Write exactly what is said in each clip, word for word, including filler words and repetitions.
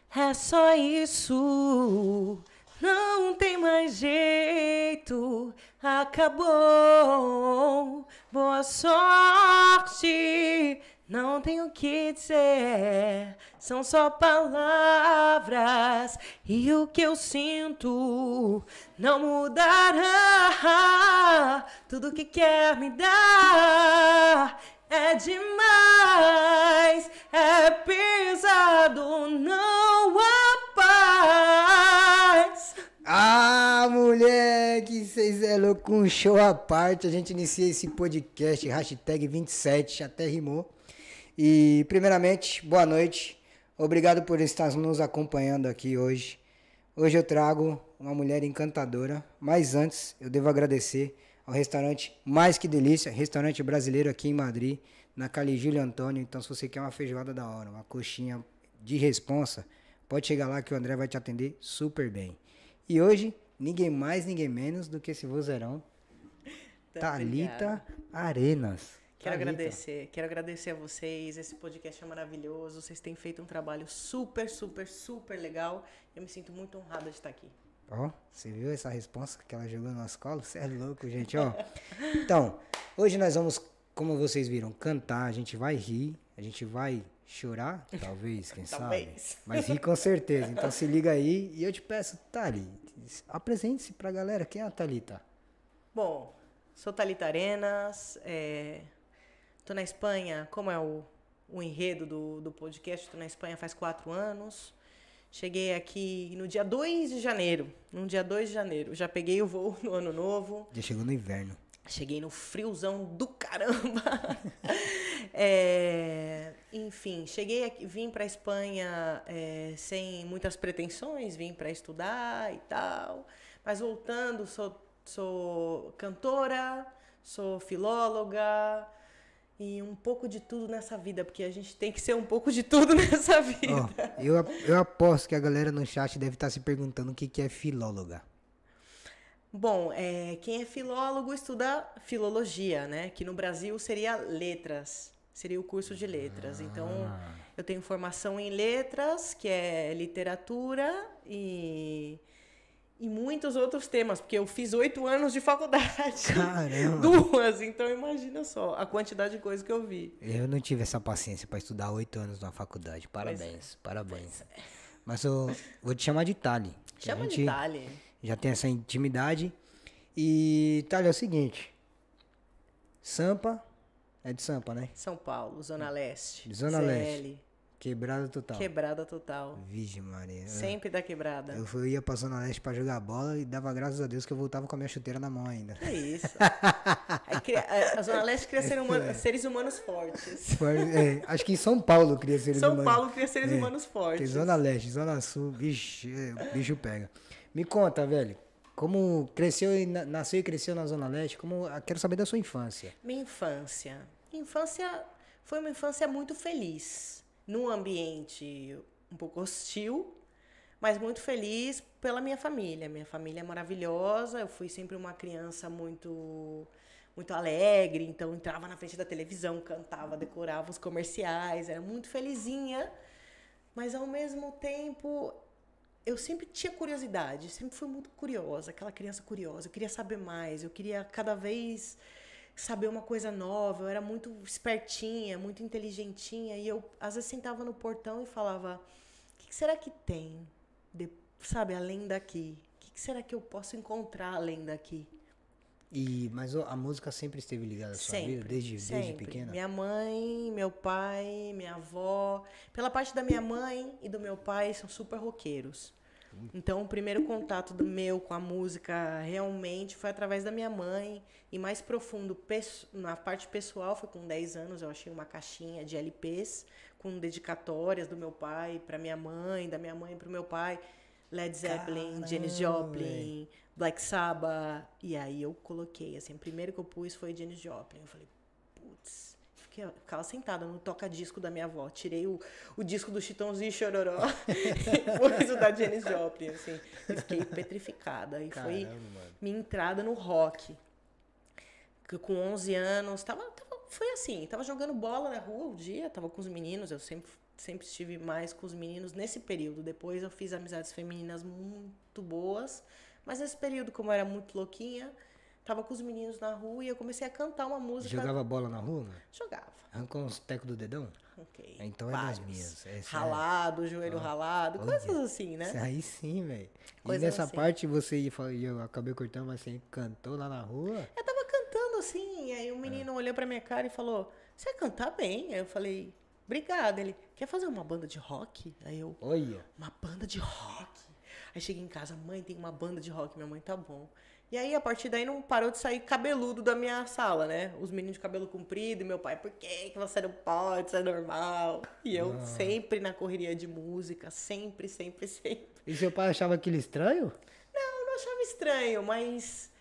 É só isso, não tem mais jeito, acabou. Boa sorte, não tenho o que dizer, são só palavras e o que eu sinto não mudará. Tudo que quer me dar é demais, é pesado, não há paz. Ah, moleque, vocês é louco, um show à parte. A gente inicia esse podcast, hashtag vinte e sete, até rimou. E, primeiramente, boa noite. Obrigado por estar nos acompanhando aqui hoje. Hoje eu trago uma mulher encantadora, mas antes eu devo agradecer ao restaurante Mais Que Delícia, restaurante brasileiro aqui em Madrid, na Calle Júlio Antônio. Então, se você quer uma feijoada da hora, uma coxinha de responsa, pode chegar lá que o André vai te atender super bem. E hoje, ninguém mais, ninguém menos do que esse vozeirão, Thalita Arenas. Quero Thalita. agradecer, quero agradecer a vocês, esse podcast é maravilhoso, vocês têm feito um trabalho super, super, super legal. Eu me sinto muito honrada de estar aqui. Ó, oh, você viu essa resposta que ela jogou no nosso colo? Você é louco, gente, ó. Então, hoje nós vamos, como vocês viram, cantar, a gente vai rir, a gente vai chorar, talvez, quem talvez. sabe. Mas rir com certeza, então se liga aí e eu te peço, Thali, apresente-se pra galera, quem é a Thalita? Bom, sou Thalita Arenas, é, tô na Espanha, como é o, o enredo do, do podcast, tô na Espanha faz quatro anos. Cheguei aqui no dia dois de janeiro, no dia dois de janeiro, já peguei o voo no ano novo. Já chegou no inverno. Cheguei no friozão do caramba. é, enfim, cheguei aqui, vim pra Espanha é, sem muitas pretensões, vim pra estudar e tal. Mas voltando, sou, sou cantora, sou filóloga e um pouco de tudo nessa vida, porque a gente tem que ser um pouco de tudo nessa vida. Oh, eu, eu aposto que a galera no chat deve estar se perguntando o que, que é filóloga. Bom, é, quem é filólogo estuda filologia, né? Que no Brasil seria letras, seria o curso de letras. Então, eu tenho formação em letras, que é literatura e, e muitos outros temas, porque eu fiz oito anos de faculdade. Caramba! Duas, então imagina só a quantidade de coisa que eu vi. Eu não tive essa paciência para estudar oito anos na faculdade. Parabéns, é. parabéns. É. Mas eu vou te chamar de Thali. Chama de Thali. Já tem essa intimidade. E, Thali, é o seguinte. Sampa, é de Sampa, né? São Paulo, Zona Leste. Zona Z L. Leste. Quebrada total. Quebrada total. Vixe, Maria. Sempre da quebrada. Eu, eu ia pra Zona Leste pra jogar bola e dava graças a Deus que eu voltava com a minha chuteira na mão ainda. É isso. A Zona Leste cria ser humano, seres humanos fortes. É, acho que em São Paulo cria seres São humanos. São Paulo cria seres é, humanos fortes. Zona Leste, Zona Sul, bicho, o bicho pega. Me conta, velho. Como cresceu e nasceu e cresceu na Zona Leste? Como, quero saber da sua infância. Minha infância. Minha infância foi uma infância muito feliz. Num ambiente um pouco hostil, mas muito feliz pela minha família. Minha família é maravilhosa. Eu fui sempre uma criança muito, muito alegre. Então, entrava na frente da televisão, cantava, decorava os comerciais. Era muito felizinha. Mas, ao mesmo tempo, eu sempre tinha curiosidade. Sempre fui muito curiosa. Aquela criança curiosa. Eu queria saber mais. Eu queria cada vez saber uma coisa nova. Eu era muito espertinha, muito inteligentinha. E eu, às vezes, sentava no portão e falava: o que será que tem, de, sabe, além daqui? O que será que eu posso encontrar além daqui? E, mas a música sempre esteve ligada à sua sempre, vida, desde, desde pequena? Minha mãe, meu pai, minha avó. Pela parte da minha mãe e do meu pai, são super roqueiros. Então, o primeiro contato do meu com a música realmente foi através da minha mãe. E mais profundo, na parte pessoal, foi com dez anos. Eu achei uma caixinha de L Ps com dedicatórias do meu pai para minha mãe, da minha mãe para o meu pai. Led Zeppelin, Caramba, Janis Joplin, véio. Black Sabbath. E aí eu coloquei, assim, o primeiro que eu pus foi Janis Joplin. Eu falei, putz. Fiquei, eu ficava sentada no toca-disco da minha avó. Tirei o, o disco do Chitãozinho e Chororó e pus o da Janis Joplin, assim. E fiquei petrificada. E Caramba, foi mano. minha entrada no rock. Com onze anos, tava, tava foi assim, tava jogando bola na rua um dia, tava com os meninos, eu sempre, sempre estive mais com os meninos nesse período. Depois eu fiz amizades femininas muito boas, mas nesse período, como eu era muito louquinha, tava com os meninos na rua e eu comecei a cantar uma música. Jogava bola na rua, mano? Jogava. Arrancou uns tecos do dedão? Ok. Então é das minhas. Essa ralado, joelho oh, ralado, olha, coisas assim, né? Aí sim, velho. E Coisas nessa assim. parte você ia falar, eu acabei cortando, mas você cantou lá na rua? Eu tava cantando assim, e aí o menino olhou pra minha cara e falou, você canta bem? Aí eu falei, obrigada. Ele, quer fazer uma banda de rock? Aí eu, Olha. uma banda de rock? Aí cheguei em casa, mãe, tem uma banda de rock. Minha mãe, tá bom. E aí, a partir daí, não parou de sair cabeludo da minha sala, né? Os meninos de cabelo comprido, e meu pai, por que que você não pode? Isso é normal. E eu Ah. sempre na correria de música, sempre, sempre, sempre. E seu pai achava aquilo estranho? Não, eu não achava estranho, mas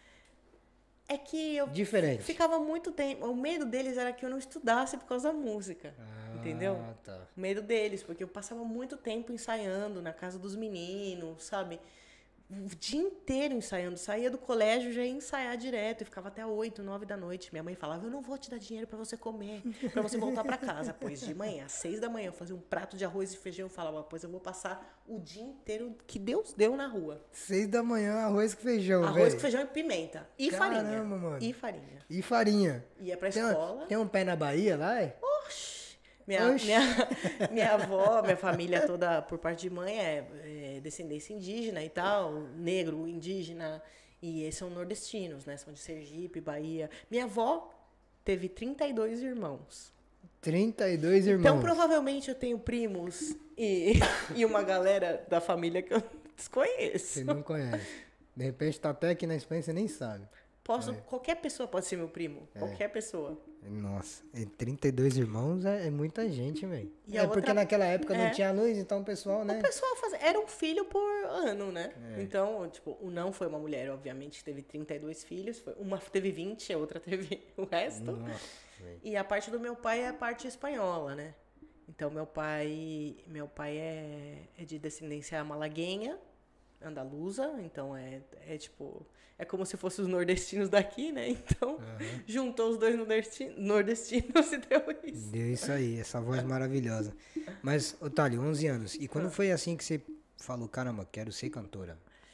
é que eu Diferente. ficava muito tempo. O medo deles era que eu não estudasse por causa da música. Ah, entendeu? Tá. O medo deles, porque eu passava muito tempo ensaiando na casa dos meninos, sabe? O dia inteiro ensaiando. Saía do colégio, já ia ensaiar direto e ficava até oito, nove da noite. Minha mãe falava, eu não vou te dar dinheiro pra você comer, pra você voltar pra casa. Pois de manhã, às seis da manhã, eu fazia um prato de arroz e feijão. Eu falava, pois eu vou passar o dia inteiro que Deus deu na rua. Seis da manhã, arroz com feijão, velho. Arroz com feijão e pimenta. E Caramba, farinha. mano. E farinha. E farinha. Ia pra Tem, escola. um, tem um pé na Bahia lá, é? Oxi. Minha, Oxi. minha, minha avó, minha família toda, por parte de mãe, é, é descendência indígena e tal, negro, indígena, e eles são nordestinos, né? São de Sergipe, Bahia. Minha avó teve trinta e dois irmãos. trinta e dois irmãos. Então, provavelmente, eu tenho primos e, e uma galera da família que eu desconheço. Você não conhece. De repente tá até aqui na Espanha, você nem sabe. Posso, qualquer pessoa pode ser meu primo. Qualquer pessoa. Nossa, e trinta e dois irmãos é, é muita gente, velho. E É a porque outra- naquela época é. não tinha luz, então o pessoal, né? O pessoal fazia, era um filho por ano, né? É. Então, tipo, o não foi uma mulher, obviamente, que teve trinta e dois filhos. Foi, uma teve vinte, a outra teve o resto. Nossa, velho. E a parte do meu pai é a parte espanhola, né? Então, meu pai, meu pai é, é de descendência malaguenha, andaluza. Então, é, é tipo... É como se fossem os nordestinos daqui, né? Então, juntou os dois nordesti- nordestinos e deu isso. Deu isso aí, essa voz maravilhosa. Mas, Otálio, onze anos. E quando foi assim que você falou, caramba, quero ser cantora?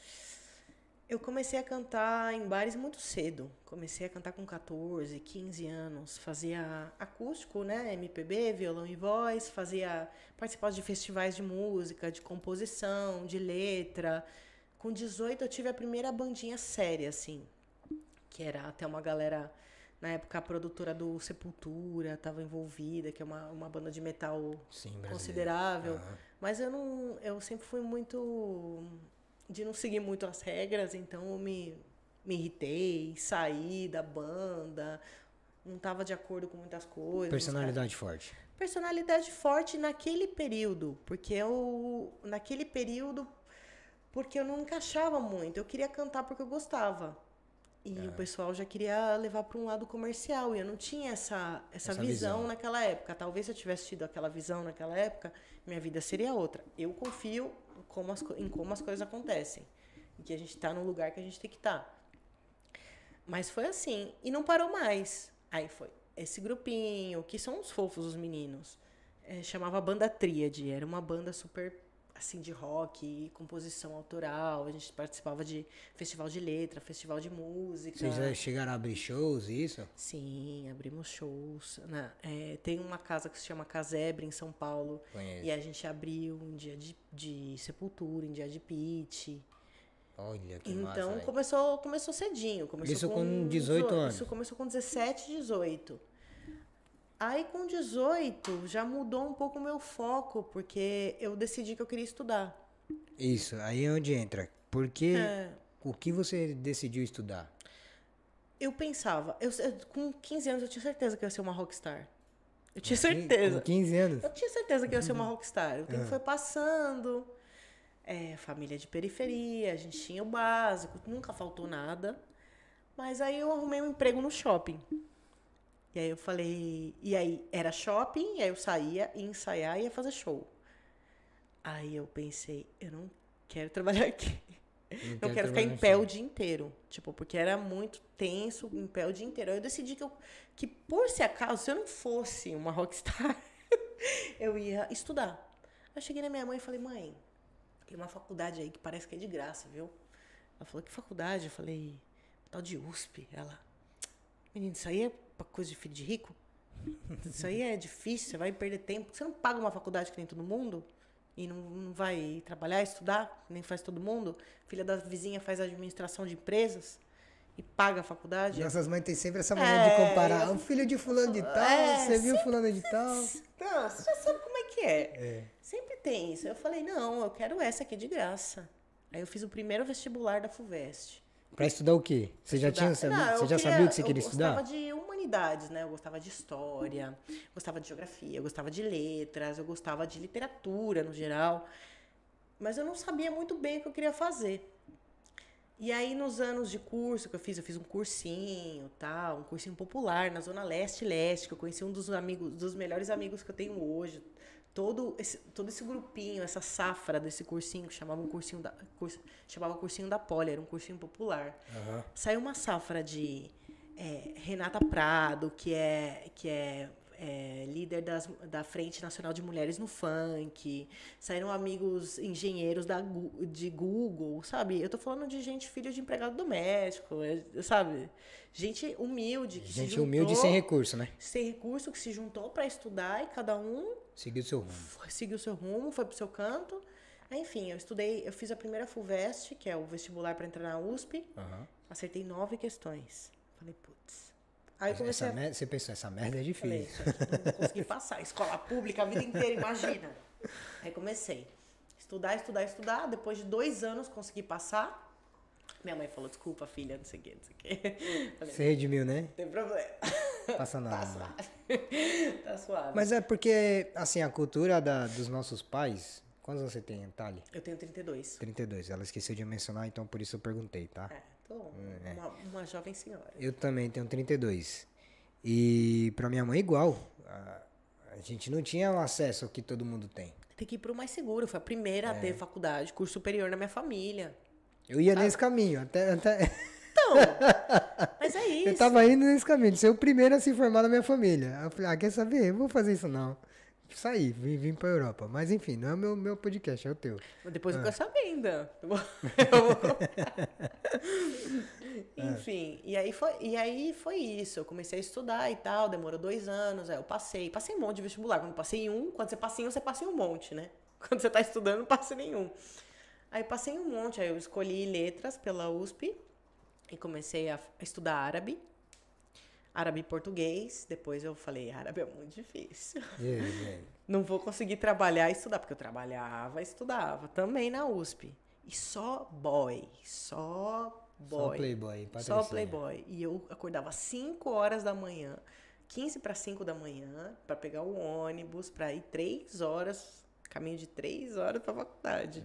Eu comecei a cantar em bares muito cedo. Comecei a cantar com catorze, quinze anos. Fazia acústico, né? M P B, violão e voz. Fazia, participava de festivais de música, de composição, de letra. Com dezoito eu tive a primeira bandinha séria, assim. Que era até uma galera... Na época, a produtora do Sepultura estava envolvida, que é uma, uma banda de metal Sim, brasileiro. considerável. Aham. Mas eu não, eu sempre fui muito de não seguir muito as regras, então eu me, me irritei, saí da banda, não estava de acordo com muitas coisas. Personalidade forte. Cara. Personalidade forte naquele período, porque eu naquele período porque eu não encaixava muito. Eu queria cantar porque eu gostava. E Ah. o pessoal já queria levar para um lado comercial. E eu não tinha essa, essa, Essa visão, visão. naquela época. Talvez se eu tivesse tido aquela visão naquela época, minha vida seria outra. Eu confio como as, co- em como as coisas acontecem. Em que a gente está no lugar que a gente tem que estar. Mas foi assim. E não parou mais. Aí foi esse grupinho, que são os fofos, os meninos. É, chamava Banda Tríade. Era uma banda super... assim, de rock, composição autoral. A gente participava de festival de letra, festival de música. Vocês já chegaram a abrir shows, isso? Sim, abrimos shows. Na, é, tem uma casa que se chama Casebre, em São Paulo. Conheço. E a gente abriu um dia de, de Sepultura, em dia de Pit. Olha que massa, Então, velho. começou, começou cedinho. Começou Isso com dezoito anos? Isso começou com dezessete, dezoito. Aí, com dezoito, já mudou um pouco o meu foco, porque eu decidi que eu queria estudar. Isso, aí é onde entra. Porque É. o que você decidiu estudar? Eu pensava, eu, eu- com quinze anos eu tinha certeza que eu ia ser uma rockstar. Eu tinha Com certeza. quinze anos? Eu tinha certeza que eu ia ser uma rockstar. O tempo foi passando. É, família de periferia, a gente tinha o básico, nunca faltou nada. Mas aí eu arrumei um emprego no shopping. E aí eu falei... E aí era shopping, e aí eu saía, ia ensaiar e ia fazer show. Aí eu pensei, eu não quero trabalhar aqui. Não quero quero ficar em trabalhar pé assim. o dia inteiro. Tipo, porque era muito tenso, em pé o dia inteiro. Aí eu decidi que, eu, que por se acaso, se eu não fosse uma rockstar, eu ia estudar. Aí eu cheguei na minha mãe e falei, mãe, tem uma faculdade aí que parece que é de graça, viu? Ela falou, que faculdade? Eu falei, tal de U S P. Ela, menino, isso aí é pra coisa de filho de rico? Isso aí é difícil, você vai perder tempo. Você não paga uma faculdade que nem todo mundo? E não, não vai trabalhar, estudar, que nem faz todo mundo? Filha da vizinha faz administração de empresas e paga a faculdade? Nossas mães têm sempre essa mania É, de comparar. eu- O filho de fulano de tal, É, você viu sempre- fulano de tal. Não, você já sabe como é que é. Sempre tem isso. Eu falei, não, eu quero essa aqui de graça. Aí eu fiz o primeiro vestibular da FUVEST. Pra estudar o quê? Você já, tinha, Estudar- sabido, Não, você eu já queria- sabia o que você queria Eu estudar? gostava de humanidades, né? Eu gostava de história, gostava de geografia, eu gostava de letras, eu gostava de literatura no geral. Mas eu não sabia muito bem o que eu queria fazer. E aí, nos anos de curso que eu fiz, eu fiz um cursinho, tal, um cursinho popular na Zona Leste e Leste, que eu conheci um dos amigos, dos melhores amigos que eu tenho hoje. Todo esse, todo esse grupinho, essa safra desse cursinho, que chamava um cursinho da, curso, chamava cursinho da Poli, era um cursinho popular. Aham. Saiu uma safra de é, Renata Prado, que é, que é, é líder das, da Frente Nacional de Mulheres no Funk. Saíram amigos engenheiros da, Gu- de Google, sabe? Eu tô falando de gente, filho de empregado doméstico, é, sabe? Gente humilde, que se Gente juntou, humilde e sem recurso, né? sem recurso, que se juntou para estudar e cada um Seguiu o seu rumo. seguiu o seu rumo, foi pro seu canto. Aí, enfim, eu estudei, eu fiz a primeira FUVEST, que é o vestibular para entrar na U S P. Aham. Acertei nove questões. Falei, putz. Aí eu comecei Essa a... mer- Você pensou, essa merda é Falei, difícil. isso aqui não vou conseguir passar. Escola pública a vida inteira, imagina. Aí comecei. Estudar, estudar, estudar. Depois de dois anos consegui passar. Minha mãe falou, desculpa, filha, não sei o quê, não sei o quê. Falei, Você redimiu, né? não tem problema. Passa nada. Tá suave. Tá suave. Mas é porque, assim, a cultura da, dos nossos pais... Quantos anos você tem, Thali? Eu tenho trinta e dois. trinta e dois. Ela esqueceu de mencionar, então por isso eu perguntei, tá? É, tô uma, uma jovem senhora. Eu também tenho trinta e dois. E pra minha mãe igual. A, a gente não tinha o acesso ao que todo mundo tem. Tem que ir pro mais seguro. Foi a primeira a ter faculdade, curso superior na minha família. Eu ia nesse caminho, até... até... Então, mas é isso. Eu tava indo nesse caminho, de ser o primeiro a se formar na minha família. Aí eu falei, ah, quer saber? Eu vou fazer isso não. Saí, vim, vim pra Europa. Mas enfim, não é o meu, meu podcast, é o teu. Depois Ah. eu quero saber ainda. Eu vou- eu vou- Enfim, e aí, foi, e aí foi isso. Eu comecei a estudar e tal, demorou dois anos, aí eu passei. Passei um monte de vestibular. Quando eu passei em um, quando você passa em um, você passa em um monte, né? Quando você tá estudando, não passa em nenhum. Aí passei em um monte, aí eu escolhi letras pela U S P e comecei a estudar árabe. Árabe e português. Depois eu falei, árabe é muito difícil. E aí, velho? Não vou conseguir trabalhar e estudar, porque eu trabalhava e estudava também na U S P. E só boy, só boy. Só playboy, Só patricinha. playboy. E eu acordava cinco horas da manhã, quinze para cinco da manhã, para pegar o ônibus, para ir três horas, caminho de três horas pra faculdade.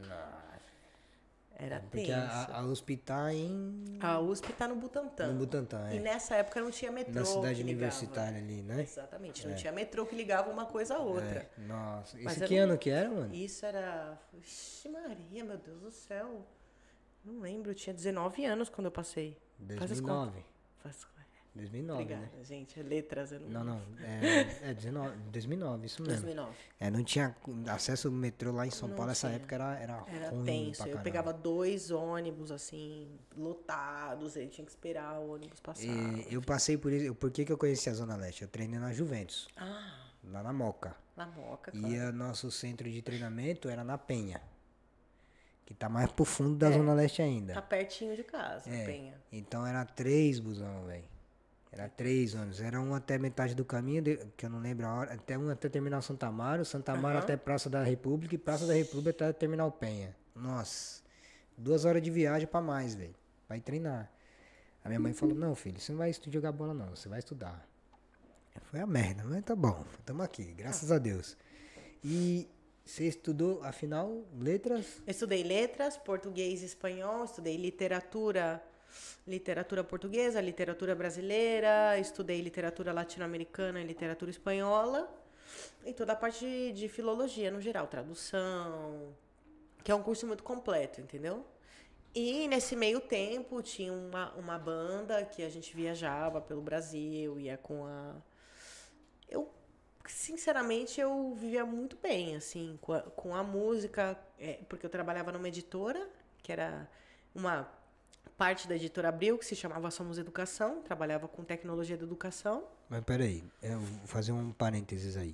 Era Porque tenso. a, a U S P tá em... A U S P tá no Butantã. No Butantã, E é. nessa época não tinha metrô. Na cidade que ligava. universitária ali, né? Exatamente, não tinha metrô que ligava uma coisa a outra. É. Nossa, Mas isso eu que não- ano que era, mano? Isso era. Ixi, Maria, meu Deus do céu. Não lembro, eu tinha dezenove anos quando eu passei. Faz as dois mil e nove. contas. Faz... dois mil e nove, Obrigada, né? gente. É letras, eu não. Não, não. É, é dezenove, dois mil e nove, isso mesmo. dois mil e nove. É, não tinha acesso ao metrô lá em São Não Paulo nessa tinha. época, era, era, Era ruim tenso. pra Eu caramba. pegava dois ônibus, assim, lotados. Aí tinha que esperar o ônibus passar. E eu passei por isso. Por que, que eu conheci a Zona Leste? Eu treinei na Juventus, Ah, lá na Moca. na Moca, E claro. o nosso centro de treinamento era na Penha, que tá mais pro fundo da É, Zona Leste ainda. Tá pertinho de casa, É, Penha. então era três busão, velho. Era três ônibus. Era um até metade do caminho, de- que eu não lembro a hora. Até um até terminal Santa Amaro, Santa Amaro Aham. até Praça da República e Praça da República até terminal Penha. Nossa, duas horas de viagem pra mais, velho. Vai treinar. A minha mãe falou, não, filho, você não vai estu- jogar bola não, você vai estudar. Foi a merda, mas tá bom, estamos aqui, graças a Deus. E você estudou, afinal, letras? Eu estudei letras, português e espanhol, estudei literatura, literatura portuguesa, literatura brasileira, estudei literatura latino-americana e literatura espanhola, e toda a parte de, de filologia no geral, tradução, que é um curso muito completo, entendeu? E nesse meio tempo tinha uma, uma banda que a gente viajava pelo Brasil, ia com a. Eu, sinceramente, eu vivia muito bem, assim, com a, com a música, é, porque eu trabalhava numa editora, que era uma parte da editora Abril, que se chamava Somos Educação, trabalhava com tecnologia da educação. Mas peraí, eu vou fazer um parênteses aí.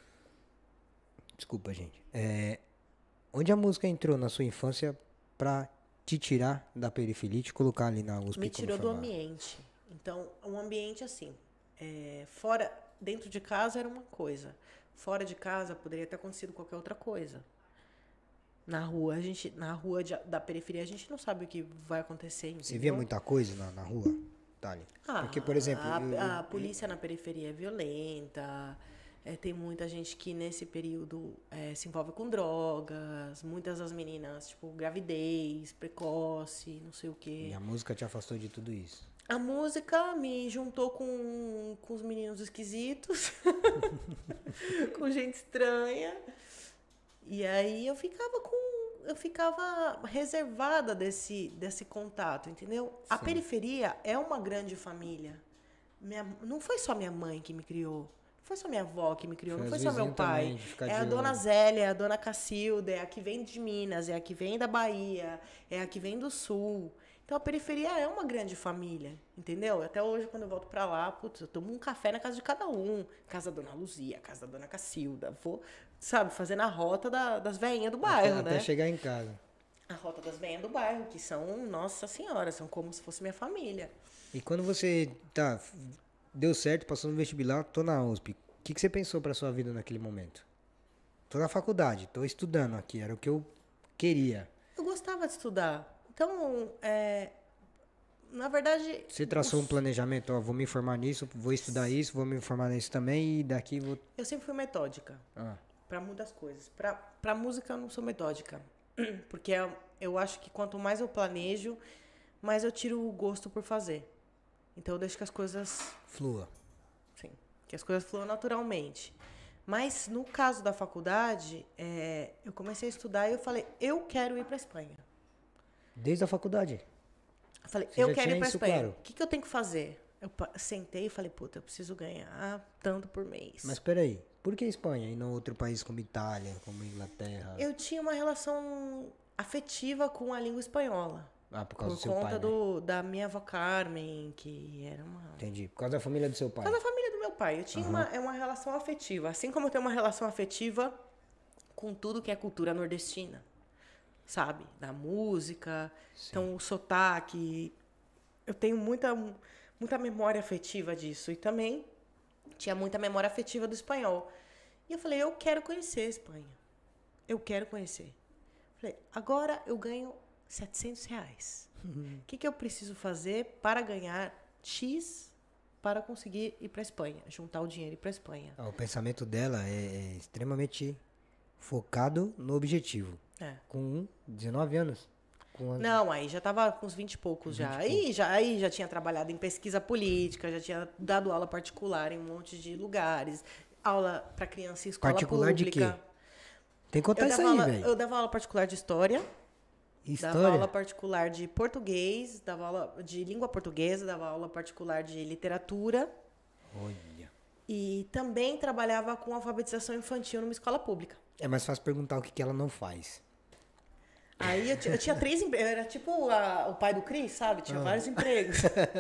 Desculpa, gente. É, onde a música entrou na sua infância pra te tirar da periferia e te colocar ali na U S P? Me como tirou do formado? ambiente. Então, um ambiente assim, é, fora, dentro de casa era uma coisa, fora de casa poderia ter acontecido qualquer outra coisa. Na rua, a gente, na rua de- da periferia, a gente não sabe o que vai acontecer, Você via entendeu? muita coisa na, na rua, Thali? Ah, Porque, por exemplo, a, eu- a eu- polícia na periferia é violenta, é, tem muita gente que nesse período é, se envolve com drogas, muitas das meninas, tipo, gravidez, precoce, não sei o quê. e a música te afastou de tudo isso. A música me juntou com, com os meninos esquisitos, com gente estranha. E aí eu ficava com. Eu ficava reservada desse, desse contato, entendeu? A Sim. periferia é uma grande família. Minha, não foi só minha mãe que me criou. Não foi só minha avó que me criou. Foi não foi os só meu vizinhos pai. também, de ficar É de a dona olho. Zélia, é a dona Cacilda, é a que vem de Minas, é a que vem da Bahia, é a que vem do Sul. Então a periferia é uma grande família, entendeu? Até hoje, quando eu volto pra lá, putz, eu tomo um café na casa de cada um. Casa da dona Luzia, casa da dona Cacilda. Vou, sabe, fazendo a rota da- das veinhas do bairro, até, né? até chegar em casa. A rota das veinhas do bairro, que são, nossa senhora, são como se fosse minha família. E quando você tá, f- deu certo, passou no vestibular, tô na U S P. O que, que você pensou pra sua vida naquele momento? Tô na faculdade, tô estudando aqui, era o que eu queria. Eu gostava de estudar. Então, é, na verdade. Você traçou os- um planejamento, ó, vou me formar nisso, vou estudar isso, vou me formar nisso também e daqui vou... Eu sempre fui metódica. Ah, Pra muitas coisas. Pra, pra música eu não sou metódica. Porque eu, eu acho que quanto mais eu planejo, mais eu tiro o gosto por fazer. Então eu deixo que as coisas. flua. Sim. Que as coisas fluam naturalmente. Mas no caso da faculdade, é, eu comecei a estudar e eu falei, eu quero ir pra Espanha. Desde a faculdade. Eu falei, Você eu já quero tinha ir pra isso Espanha. claro? O que, que eu tenho que fazer? Eu pa- sentei e falei, puta, eu preciso ganhar tanto por mês. Mas peraí, por que Espanha e não outro país como Itália, como Inglaterra? Eu tinha uma relação afetiva com a língua espanhola. Ah, por causa Por do seu conta pai, né? do, da minha avó Carmen, que era uma. Entendi. Por causa da família do seu pai. Por causa da família do meu pai. Eu tinha uma, é uma relação afetiva. Assim como eu tenho uma relação afetiva com tudo que é cultura nordestina. Sabe? Da música. Então, o sotaque. Eu tenho muita, muita memória afetiva disso. E também tinha muita memória afetiva do espanhol. E eu falei, eu quero conhecer a Espanha. Eu quero conhecer. Falei, agora eu ganho setecentos reais. O que, que eu preciso fazer para ganhar X para conseguir ir para a Espanha? Juntar o dinheiro e ir para a Espanha. Ah, o pensamento dela é, é extremamente focado no objetivo. É. Com dezenove anos. Com an- Não, aí já tava com uns vinte e poucos já. Aí já. Aí já tinha trabalhado em pesquisa política, já tinha dado aula particular em um monte de lugares. Aula para criança em escola Particular de pública. quê? Tem que contar Eu isso dava, aí, aula, velho. eu dava aula particular de história, dava aula História. particular de português, dava aula de língua portuguesa, dava aula particular de literatura Olha. e também trabalhava com alfabetização infantil numa escola pública. É mais fácil perguntar o que, que ela não faz. Aí eu, ti- eu tinha três empregos, era tipo a- o pai do Cris, sabe? Tinha vários empregos.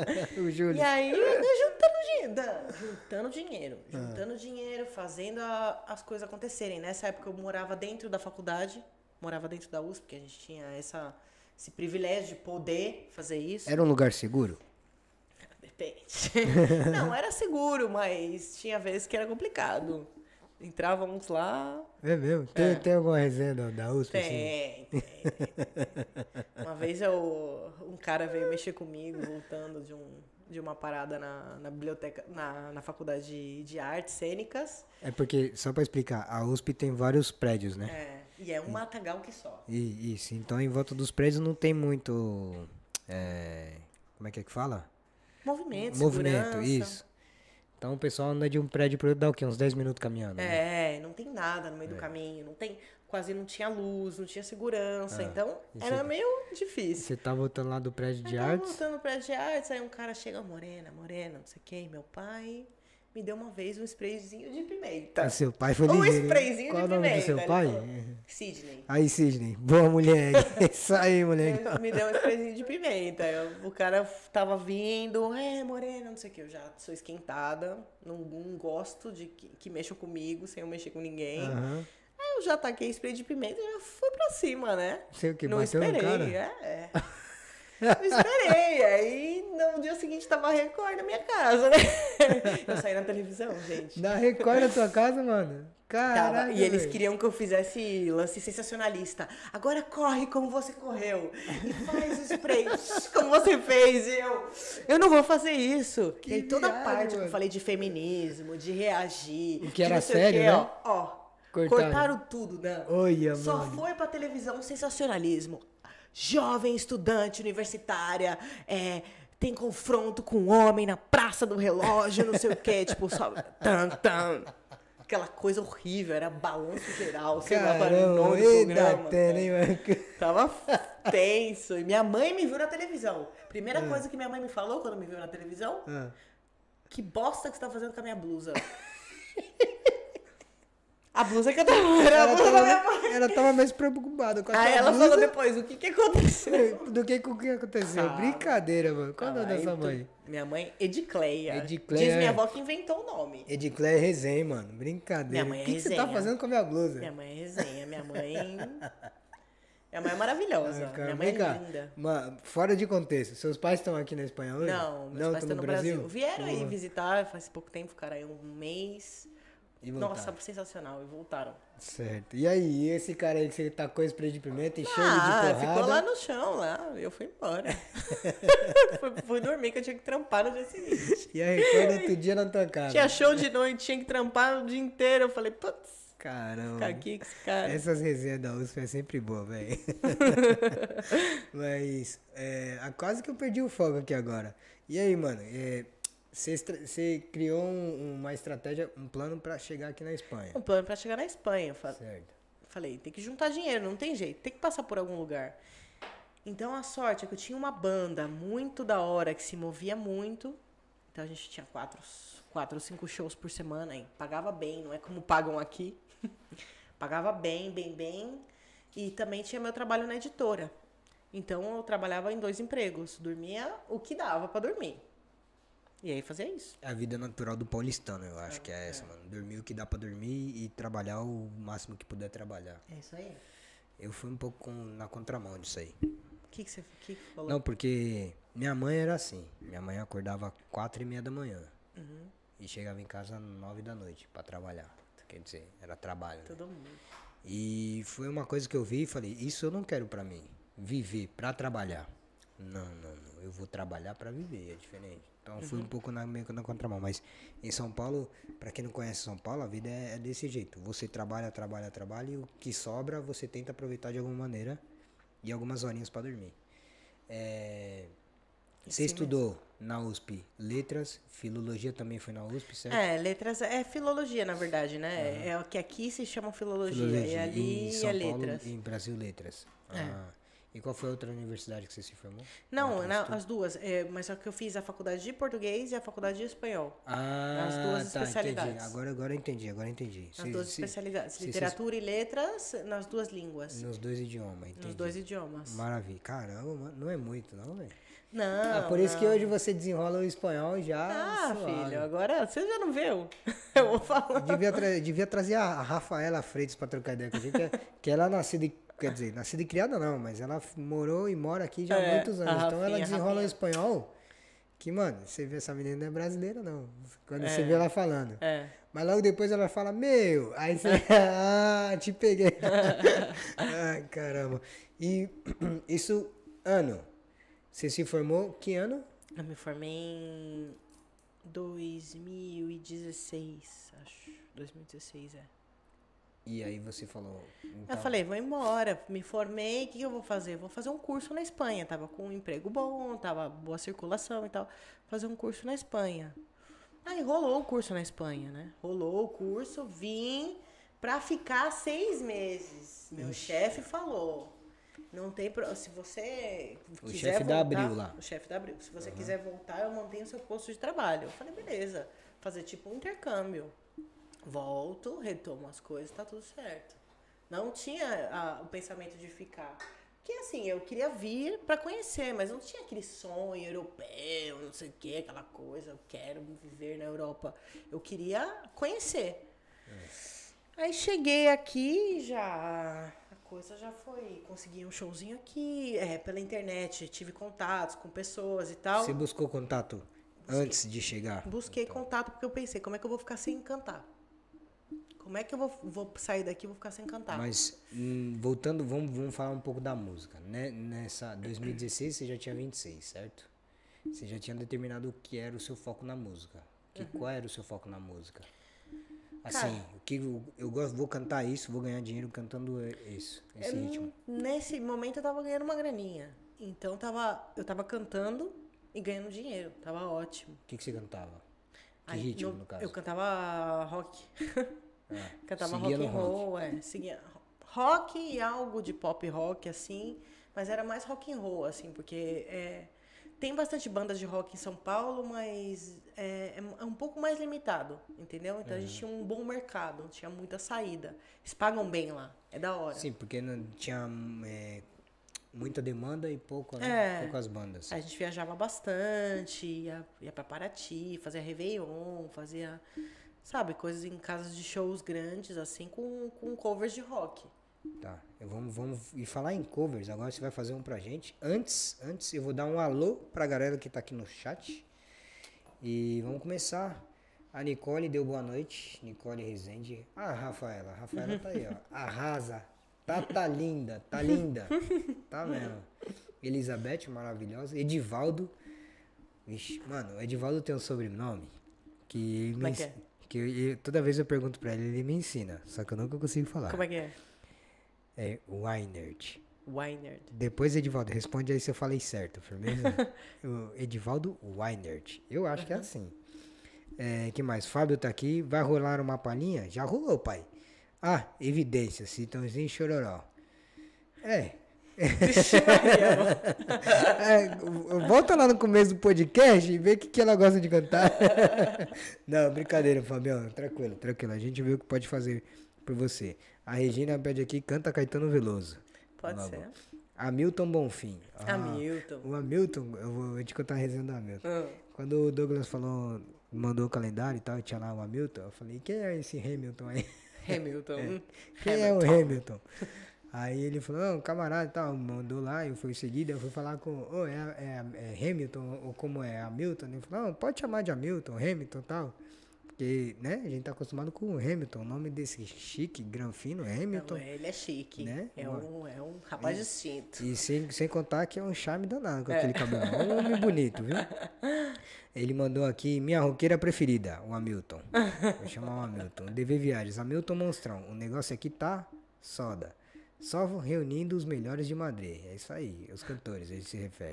o Júlio. E aí, eu juntando dinheiro, da- juntando dinheiro, juntando dinheiro, fazendo a- as coisas acontecerem. Nessa época eu morava dentro da faculdade, morava dentro da U S P, porque a gente tinha essa, esse privilégio de poder fazer isso. Era um lugar seguro? Depende. Não, era seguro, mas tinha vezes que era complicado. Entrávamos lá. É mesmo? Tem, tem alguma resenha da, da U S P? assim? Tem, tem, tem. Uma vez eu, um cara veio mexer comigo, voltando de, um, de uma parada na, na biblioteca, na, na faculdade de, de artes cênicas. É porque, só pra explicar, a U S P tem vários prédios, né? É, e é um matagal que só. E, isso, então em volta dos prédios não tem muito. é, como é que é que fala? Movimento, Movimento, segurança. isso. Então o pessoal anda de um prédio pro outro, dá o quê? Uns dez minutos caminhando. Né? É, não tem nada no meio é. do caminho, não tem, quase não tinha luz, não tinha segurança, ah, então era cê, meio difícil. Você tá voltando lá do prédio de eu artes? Tava voltando do prédio de artes, aí um cara chega, morena, morena, não sei o que, meu pai me deu uma vez um sprayzinho de pimenta. Ah, seu pai foi ligeiro. Um sprayzinho Qual de pimenta. Qual o nome do seu pai? Falou, Sidney. Aí, Sidney. Boa, mulher. Isso aí, mulher. Me deu um sprayzinho de pimenta. Eu, o cara tava vindo, é, morena, não sei o que. Eu já sou esquentada, não, não gosto de que, que mexam comigo, sem eu mexer com ninguém. Uhum. Aí eu já taquei spray de pimenta e já fui pra cima, né? Sei o que, não bateu esperei, no cara? é. Não esperei. Aí no dia seguinte tava a Record na minha casa, né? Eu saí na televisão, gente. Na Record na tua casa, mano? Caralho. E eles queriam que eu fizesse lance sensacionalista. Agora corre como você correu. E faz o spray como você fez. E eu, eu não vou fazer isso. Que e aí toda a parte mano. que eu falei de feminismo, de reagir. O que era sério, quê, né? Ó, ó cortaram. cortaram tudo, né? Olha, Só mano. foi pra televisão sensacionalismo. Jovem estudante universitária, é, tem confronto com um homem na Praça do Relógio, não sei o quê, tipo, só... Tan, tan. Aquela coisa horrível, era balanço geral, sei lá, barulho do programa. Tena, hein, mano? Tava tenso. E minha mãe me viu na televisão. Primeira ah. coisa que minha mãe me falou quando me viu na televisão, ah. que bosta que você tá fazendo com a minha blusa. A blusa que eu tava... Era ela, a blusa tava, da minha mãe. Ela tava mais preocupada com a Aí ela blusa. falou depois, o que que aconteceu? Do que o que aconteceu? Ah, Brincadeira, mano. Qual é o nome dessa tu... mãe? Minha mãe, Edicleia. Edicleia. Diz minha avó que inventou o nome. Edicleia é resenha, mano. Brincadeira. Minha mãe é O que, resenha. que você tá fazendo com a minha blusa? Minha mãe é resenha. Minha mãe... Minha mãe é maravilhosa. Ah, cara, minha mãe é cá. linda. Mas, fora de contexto, seus pais estão aqui na Espanha hoje? Não, meus Não, pais estão no, no Brasil. Brasil. Vieram uhum. aí visitar faz pouco tempo, ficaram aí um mês... E Nossa, sensacional, e voltaram. Certo. E aí, esse cara aí que você tacou spray de pimenta e cheio ah, de porrada? ficou lá no chão, lá. Eu fui embora. fui, fui dormir, que eu tinha que trampar no dia seguinte. E aí, quando outro dia na tua casa? Tinha show de noite, tinha que trampar o dia inteiro. Eu falei, putz. Caramba. Ficar aqui com esse cara. Essas resenhas da U S P é sempre boa, velho. Mas, é, quase que eu perdi o foco aqui agora. E aí, mano, é... Você criou um, uma estratégia, um plano pra chegar aqui na Espanha. Um plano pra chegar na Espanha. Falei, certo. Falei, tem que juntar dinheiro, não tem jeito, tem que passar por algum lugar. Então a sorte é que eu tinha uma banda muito da hora, que se movia muito. Então a gente tinha quatro, quatro ou cinco shows por semana, hein? Pagava bem, não é como pagam aqui. Pagava bem, bem, bem. E também tinha meu trabalho na editora. Então eu trabalhava em dois empregos. Dormia o que dava pra dormir. E aí fazia isso. É a vida natural do paulistano, eu acho é, que é essa, é. mano. Dormir o que dá pra dormir e trabalhar o máximo que puder trabalhar. É isso aí. Eu fui um pouco com, na contramão disso aí. O que que você que que falou? Não, porque minha mãe era assim. Minha mãe acordava quatro e meia da manhã. Uhum. E chegava em casa nove da noite pra trabalhar. Quer dizer, era trabalho. Todo né? mundo. E foi uma coisa que eu vi e falei, isso eu não quero pra mim. Viver pra trabalhar. Não, não, não. Eu vou trabalhar pra viver, é diferente. Então eu fui uhum. um pouco na, meio que na contramão. Mas em São Paulo, pra quem não conhece São Paulo, a vida é, é desse jeito. Você trabalha, trabalha, trabalha e o que sobra você tenta aproveitar de alguma maneira e algumas horinhas pra dormir. É... Você estudou mesmo. Na U S P letras, filologia também foi na U S P, certo? É, letras é filologia, na verdade, né? Uhum. É o que aqui se chama filologia, filologia. E ali em São é Paulo, letras. Em Brasil, letras. É. Ah. E qual foi a outra universidade que você se formou? Não, na, as duas. É, mas só que eu fiz a faculdade de português e a faculdade de espanhol. Ah, as duas tá, especialidades. Entendi. Agora, agora entendi, agora entendi. As cê, duas cê, especialidades. cê, Literatura cê, e letras nas duas línguas. Nos dois idiomas, entendi. Nos dois idiomas. Maravilha. Caramba, mano, não é muito, não, velho. Não, ah, por isso não. que hoje você desenrola o espanhol já. Ah, suave. filho, agora você já não viu? Eu vou falar. Devia, tra devia trazer a Rafaela Freitas pra trocar ideia com a gente, que, é, que ela é nascida e quer dizer, nascida e criada não, mas ela morou e mora aqui já há é, muitos anos. Então ela desenrola o espanhol que, mano, você vê essa menina não é brasileira, não. Quando é. você vê ela falando. É. Mas logo depois ela fala, meu, aí você, ah, te peguei. Ai, caramba. E isso, ano, você se formou que ano? Eu me formei em dois mil e dezesseis, acho. dois mil e dezesseis, é. E aí você falou... Então... Eu falei, vou embora, me formei, o que, que eu vou fazer? Vou fazer um curso na Espanha. Tava com um emprego bom, tava boa circulação e tal. Fazer um curso na Espanha. Aí rolou o curso na Espanha, né? Rolou o curso, vim pra ficar seis meses. Meu chefe falou, não tem pro... se você O quiser chefe da voltar, Abril lá. o chefe da Abril, se você quiser voltar, eu mantenho seu posto de trabalho. Eu falei, beleza, fazer tipo um intercâmbio. Volto, retomo as coisas, tá tudo certo. Não tinha a- o pensamento de ficar. Porque assim, eu queria vir pra conhecer, mas não tinha aquele sonho europeu, não sei o que, aquela coisa, eu quero viver na Europa. Eu queria conhecer. Aí cheguei aqui, já a coisa já foi, consegui um showzinho aqui, é, pela internet, tive contatos com pessoas e tal. Você buscou contato antes de chegar? Busquei contato porque eu pensei, como é que eu vou ficar sem cantar? Como é que eu vou, vou sair daqui e vou ficar sem cantar? Mas, hum, voltando, vamos, vamos falar um pouco da música. Né? Nessa dois mil e dezesseis você já tinha vinte e seis, certo? Você já tinha determinado o que era o seu foco na música. Que, Uhum. Qual era o seu foco na música? Assim, Cara, o que eu, eu gosto, vou cantar isso, vou ganhar dinheiro cantando isso, esse eu, ritmo. nesse momento eu tava ganhando uma graninha. Então tava, eu tava cantando e ganhando dinheiro. Tava ótimo. O que, que você cantava? Que Aí, ritmo, no- no caso? Eu cantava rock. Ah, Cantava seguia rock and no rock. roll, é. Seguia rock e algo de pop rock, assim. Mas era mais rock and roll, assim, porque é, tem bastante bandas de rock em São Paulo, mas é, é um pouco mais limitado, entendeu? Então a gente tinha um bom mercado, tinha muita saída. Eles pagam bem lá, é da hora. Sim, porque não tinha é, muita demanda e pouco, né? É. poucas bandas. A gente viajava bastante, ia, ia pra Paraty, fazia Réveillon, fazia, sabe, coisas em casas de shows grandes, assim, com, com covers de rock. Tá, eu vamos, vamos e falar em covers, agora você vai fazer um pra gente. Antes, antes eu vou dar um alô pra galera que tá aqui no chat. E vamos começar. A Nicole deu boa noite, Nicole Rezende. Ah, Rafaela, Rafaela tá aí, ó. Arrasa. Tá, tá linda, tá linda. Tá mesmo. Elizabeth, maravilhosa. Edivaldo. Vixe, mano, o Edivaldo tem um sobrenome que ele Como me é que é? ens- que eu- eu- toda vez eu pergunto pra ele, ele me ensina, só que eu nunca consigo falar. Como é que é? É Weinert. Weinerd. Depois, Edivaldo, responde aí se eu falei certo, firmeza? O Edivaldo Weinert. Eu acho que é assim. É, que mais? Fábio tá aqui. Vai rolar uma palhinha? Já rolou, pai. Ah, evidência. Citãozinho e Chororó. É. É, volta lá no começo do podcast e vê o que, que ela gosta de cantar. Não, brincadeira, Fabião. Tranquilo, tranquilo. A gente vê o que pode fazer por você. A Regina pede aqui, canta Caetano Veloso. Pode Logo. ser. Hamilton Bonfim. Ah, Hamilton. O Hamilton, eu vou, vou te contar a resenha do Hamilton. Ah. Quando o Douglas falou, mandou o calendário e tal, e tinha lá o Hamilton, eu falei, quem é esse Hamilton aí? Hamilton. Quem é o Hamilton? Aí ele falou, não, camarada e tal, mandou lá, eu fui em seguida, eu fui falar com, ô, é, é, é Hamilton, ou como é, Hamilton? Ele falou, não, pode chamar de Hamilton, Hamilton e tal. Porque, né, a gente tá acostumado com o Hamilton, o nome desse chique, granfino, Hamilton. Não, ele é chique. Né? É, um, é um rapaz distinto. E sem, sem contar que é um charme danado com aquele cabelo. Um homem bonito, viu? Ele mandou aqui, minha roqueira preferida, o Hamilton. Vou chamar o Hamilton. D V Viagens, Hamilton Monstrão. O negócio aqui tá soda. Só reunindo os melhores de Madrid. É isso aí, os cantores, ele se refere.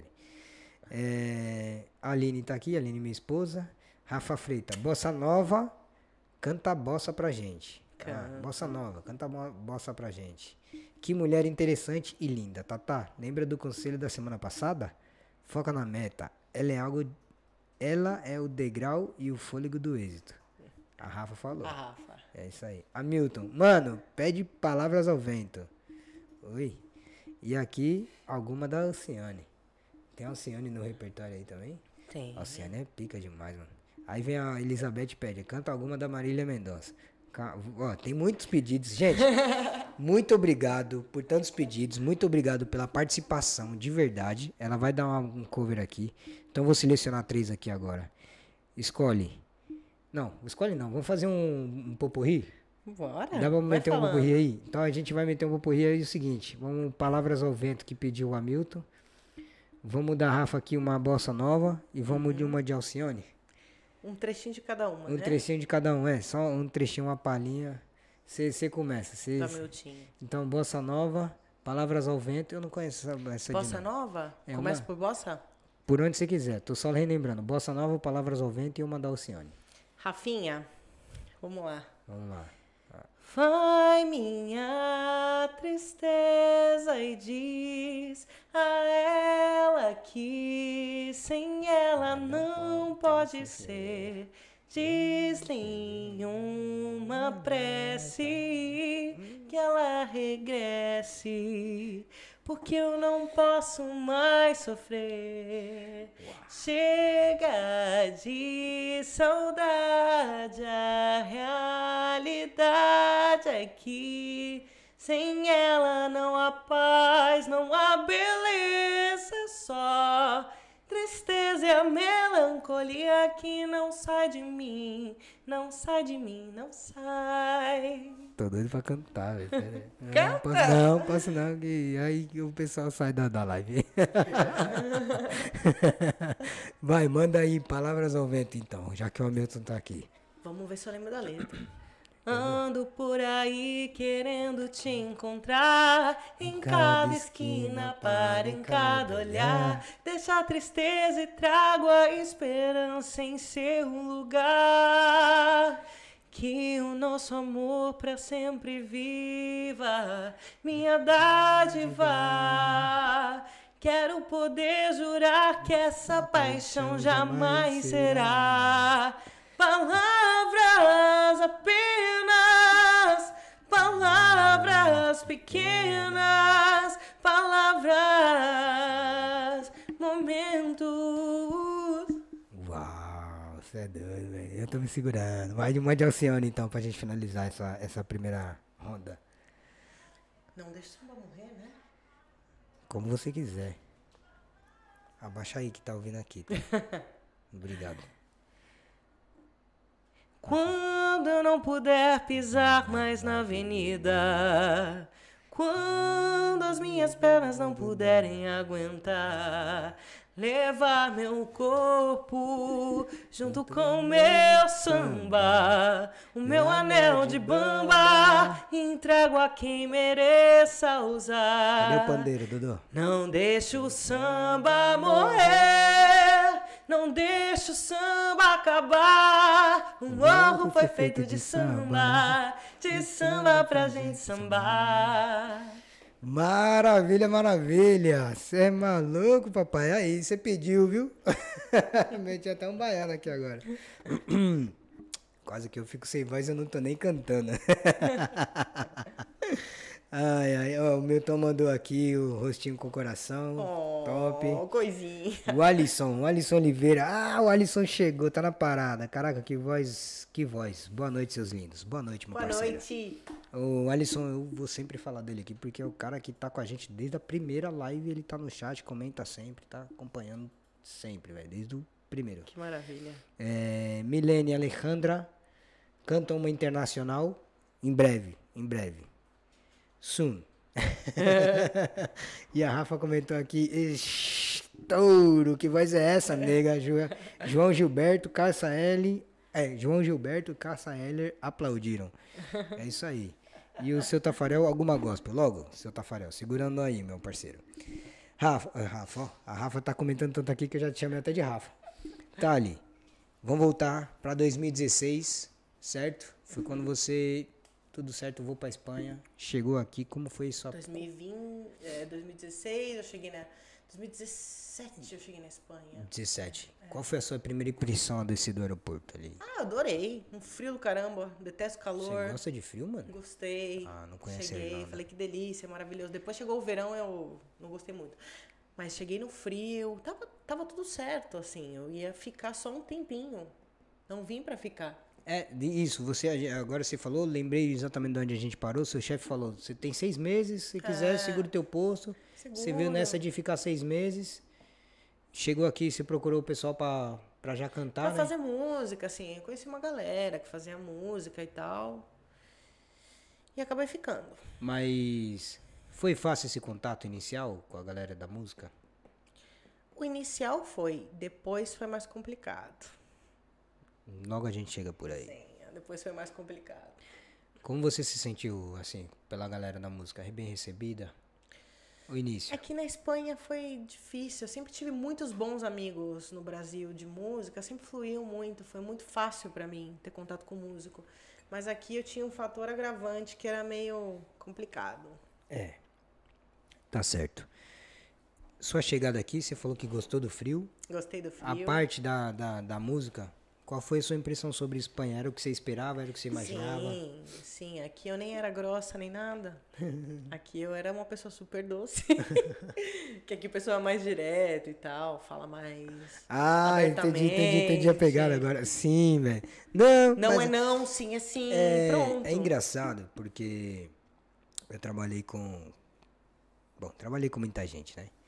É, a Aline tá aqui, a Aline, minha esposa. Rafa Freita, bossa nova, canta a bossa pra gente. Ah, Canta. bossa nova, canta a bo- bossa pra gente. Que mulher interessante e linda, Tatá. Lembra do conselho da semana passada? Foca na meta. Ela é algo. Ela é o degrau e o fôlego do êxito. A Rafa falou. A Rafa. É isso aí. Hamilton, mano, pede palavras ao vento. Oi. E aqui, alguma da Alciane. Tem a Alciane no repertório aí também? Tem. A Alciane é pica demais, mano. Aí vem a Elizabeth pede, canta alguma da Marília Mendonça. Ca- Ó, tem muitos pedidos. Gente, muito obrigado por tantos pedidos. Muito obrigado pela participação, de verdade. Ela vai dar uma- um cover aqui. Então eu vou selecionar três aqui agora. Escolhe. Não, escolhe não. Vamos fazer um, um poporri? Bora. Dá pra vai meter um falando. poporri aí? Então a gente vai meter um poporri aí o seguinte. Vamos Palavras ao Vento que pediu o Hamilton. Vamos da Rafa aqui uma bossa nova. E vamos de uma de Alcione. Um trechinho de cada uma, Um né? trechinho de cada um, é. Só um trechinho, uma palhinha. Você começa. Cê, Da Miltinho. então, Bossa Nova, Palavras ao Vento. Eu não conheço essa, essa de Bossa não. Nova? É Começa uma- por bossa? Por onde você quiser. Tô só relembrando. Bossa Nova, Palavras ao Vento e uma da Alcione. Rafinha, vamos lá. Vamos lá. Vai minha tristeza e diz a ela que sem ela não pode ser. Diz-lhe uma prece que ela regresse, porque eu não posso mais sofrer. Chega de saudade, a realidade é que sem ela não há paz, não há beleza, só tristeza e a melancolia que não sai de mim, não sai de mim, não sai. Tô doido pra cantar, velho. Canta! Não posso não, posso não, que aí que o pessoal sai da, da live. Vai, manda aí palavras ao vento então, já que o Hamilton tá aqui. Vamos ver se eu lembro da letra. Ando por aí querendo te encontrar, em cada esquina, para em cada olhar. Deixa a tristeza e trago a esperança em seu lugar. Que o nosso amor pra sempre viva, minha dádiva. Quero poder jurar que essa paixão jamais será palavras apenas, palavras pequenas, palavras, momentos. Uau, você é doido, velho. Eu tô me segurando. Mais de uma de Alcione então, pra gente finalizar essa, essa primeira ronda. Não deixa o samba morrer, né? Como você quiser. Abaixa aí que tá ouvindo aqui. Tá? Obrigado. Quando eu não puder pisar mais na avenida, quando as minhas pernas não puderem aguentar, levar meu corpo junto com o meu samba, o meu anel de bamba, entrego a quem mereça usar. Cadê o pandeiro, Dudu? Não deixa o samba morrer, não deixa o samba acabar. O morro foi feito de samba, de samba pra gente sambar. Maravilha, maravilha. Você é maluco, papai? Aí, você pediu, viu? Meti até um baiano aqui agora. Quase que eu fico sem voz e eu não tô nem cantando. Ai, ai, ó, o Milton mandou aqui o rostinho com coração. Oh, top. Coisinha. O Alisson, o Alisson Oliveira. Ah, o Alisson chegou, tá na parada. Caraca, que voz, que voz. Boa noite, seus lindos. Boa noite, meu Boa parceiro. noite. O Alisson, eu vou sempre falar dele aqui, porque é o cara que tá com a gente desde a primeira live, ele tá no chat, comenta sempre, tá acompanhando sempre, velho, desde o primeiro. Que maravilha. É, Milene Alejandra, canta uma internacional, em breve, em breve. Soon. E a Rafa comentou aqui, estouro, que voz é essa, nega? João Gilberto, Cássia L, é, João Gilberto, Cássia Heller aplaudiram. É isso aí. E o seu Tafarel, alguma gospel? Logo, seu Tafarel, segurando aí, meu parceiro. Rafa, Rafa, ó, a Rafa tá comentando tanto aqui que eu já te chamei até de Rafa. Tá ali. Vamos voltar pra dois mil e dezesseis, certo? Foi quando você... Tudo certo, eu vou pra Espanha. Chegou aqui, como foi sua... dois mil e vinte, é, dois mil e dezesseis, eu cheguei na... dois mil e dezessete eu cheguei na Espanha. dezessete. É. Qual foi a sua primeira impressão a descer do aeroporto ali? Ah, adorei. Um frio do caramba. Detesto calor. Você gosta de frio, mano? Gostei. Ah, não conhece Cheguei, Irlanda. falei que delícia, maravilhoso. Depois chegou o verão, eu não gostei muito. Mas cheguei no frio, tava, tava tudo certo, assim. Eu ia ficar só um tempinho. Não vim pra ficar. É, isso, você agora você falou, lembrei exatamente de onde a gente parou, seu chefe falou, você tem seis meses, se quiser, É. segura o teu posto. Segura. Você veio nessa de ficar seis meses, chegou aqui, você procurou o pessoal pra, pra já cantar, Pra né? fazer música, assim. Eu conheci uma galera que fazia música e tal. E acabei ficando. Mas foi fácil esse contato inicial com a galera da música? O inicial foi, depois foi mais complicado. Logo a gente chega por aí. Sim, depois foi mais complicado. Como você se sentiu, assim, pela galera da música? Bem recebida? O início. Aqui na Espanha foi difícil. Eu sempre tive muitos bons amigos no Brasil de música, sempre fluiu muito, foi muito fácil pra mim ter contato com músico. Mas aqui eu tinha um fator agravante que era meio complicado. É, tá certo. Sua chegada aqui, você falou que gostou do frio. Gostei do frio. A parte da, da, da música, qual foi a sua impressão sobre Espanha? Era o que você esperava? Era o que você imaginava? Sim, sim. Aqui eu nem era grossa nem nada. Aqui eu era uma pessoa super doce. Que aqui o pessoal é mais direto e tal, fala mais Ah, entendi, entendi, entendi a abertamente. pegada agora. Sim, velho. Não, Não mas é não, sim é sim, é, pronto. é engraçado, porque eu trabalhei com... Bom, trabalhei com muita gente, né?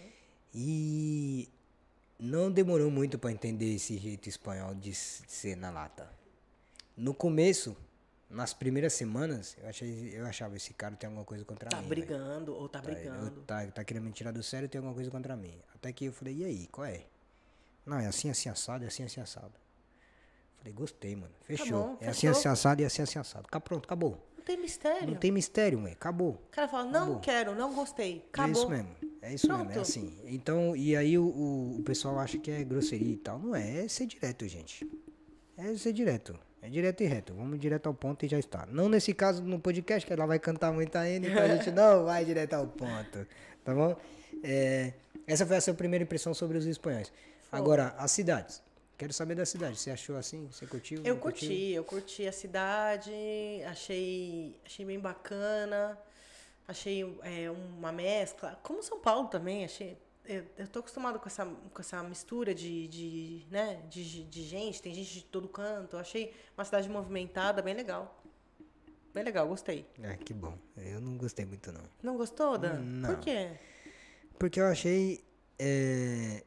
E não demorou muito pra entender esse jeito espanhol de s- ser na lata. No começo, nas primeiras semanas, eu, achei, eu achava, esse cara tem alguma coisa contra Tá mim. velho. brigando ou tá Tá, eu- brigando. tá, tá querendo me tirar do sério, tem alguma coisa contra mim. Até que eu falei, e aí, qual é? Não, é assim, assim, assado, é assim, assim, assado. Falei, gostei, mano. Fechou. bom, é assim, fechou. assim, assado e é assim, assim, assado. Tá pronto, acabou. Não tem mistério. Não tem mistério, mãe. Acabou. O cara fala, não quero, não gostei. Acabou. É isso mesmo. É isso mesmo, é Pronto. assim. Então, e aí o, o, o pessoal acha que é grosseria e tal. Não é, é ser direto, gente. É ser direto. É direto e reto. Vamos direto ao ponto e já está. Não nesse caso no podcast, que ela vai cantar muito ainda, então a gente não vai direto ao ponto. Tá bom? É, essa foi a sua primeira impressão sobre os espanhóis. Agora, as cidades. Quero saber da cidade. Você achou assim? Você curtiu? Eu não curti, curtiu? eu curti a cidade, achei, achei bem bacana, achei é, uma mescla. Como São Paulo também, achei. Eu, eu tô acostumado com essa, com essa mistura de, de, né, de, de gente, tem gente de todo canto. Eu achei uma cidade movimentada, bem legal. Bem legal, gostei. É, que bom. Eu não gostei muito, não. Não gostou, Dan? Não. Por quê? Porque eu achei. é,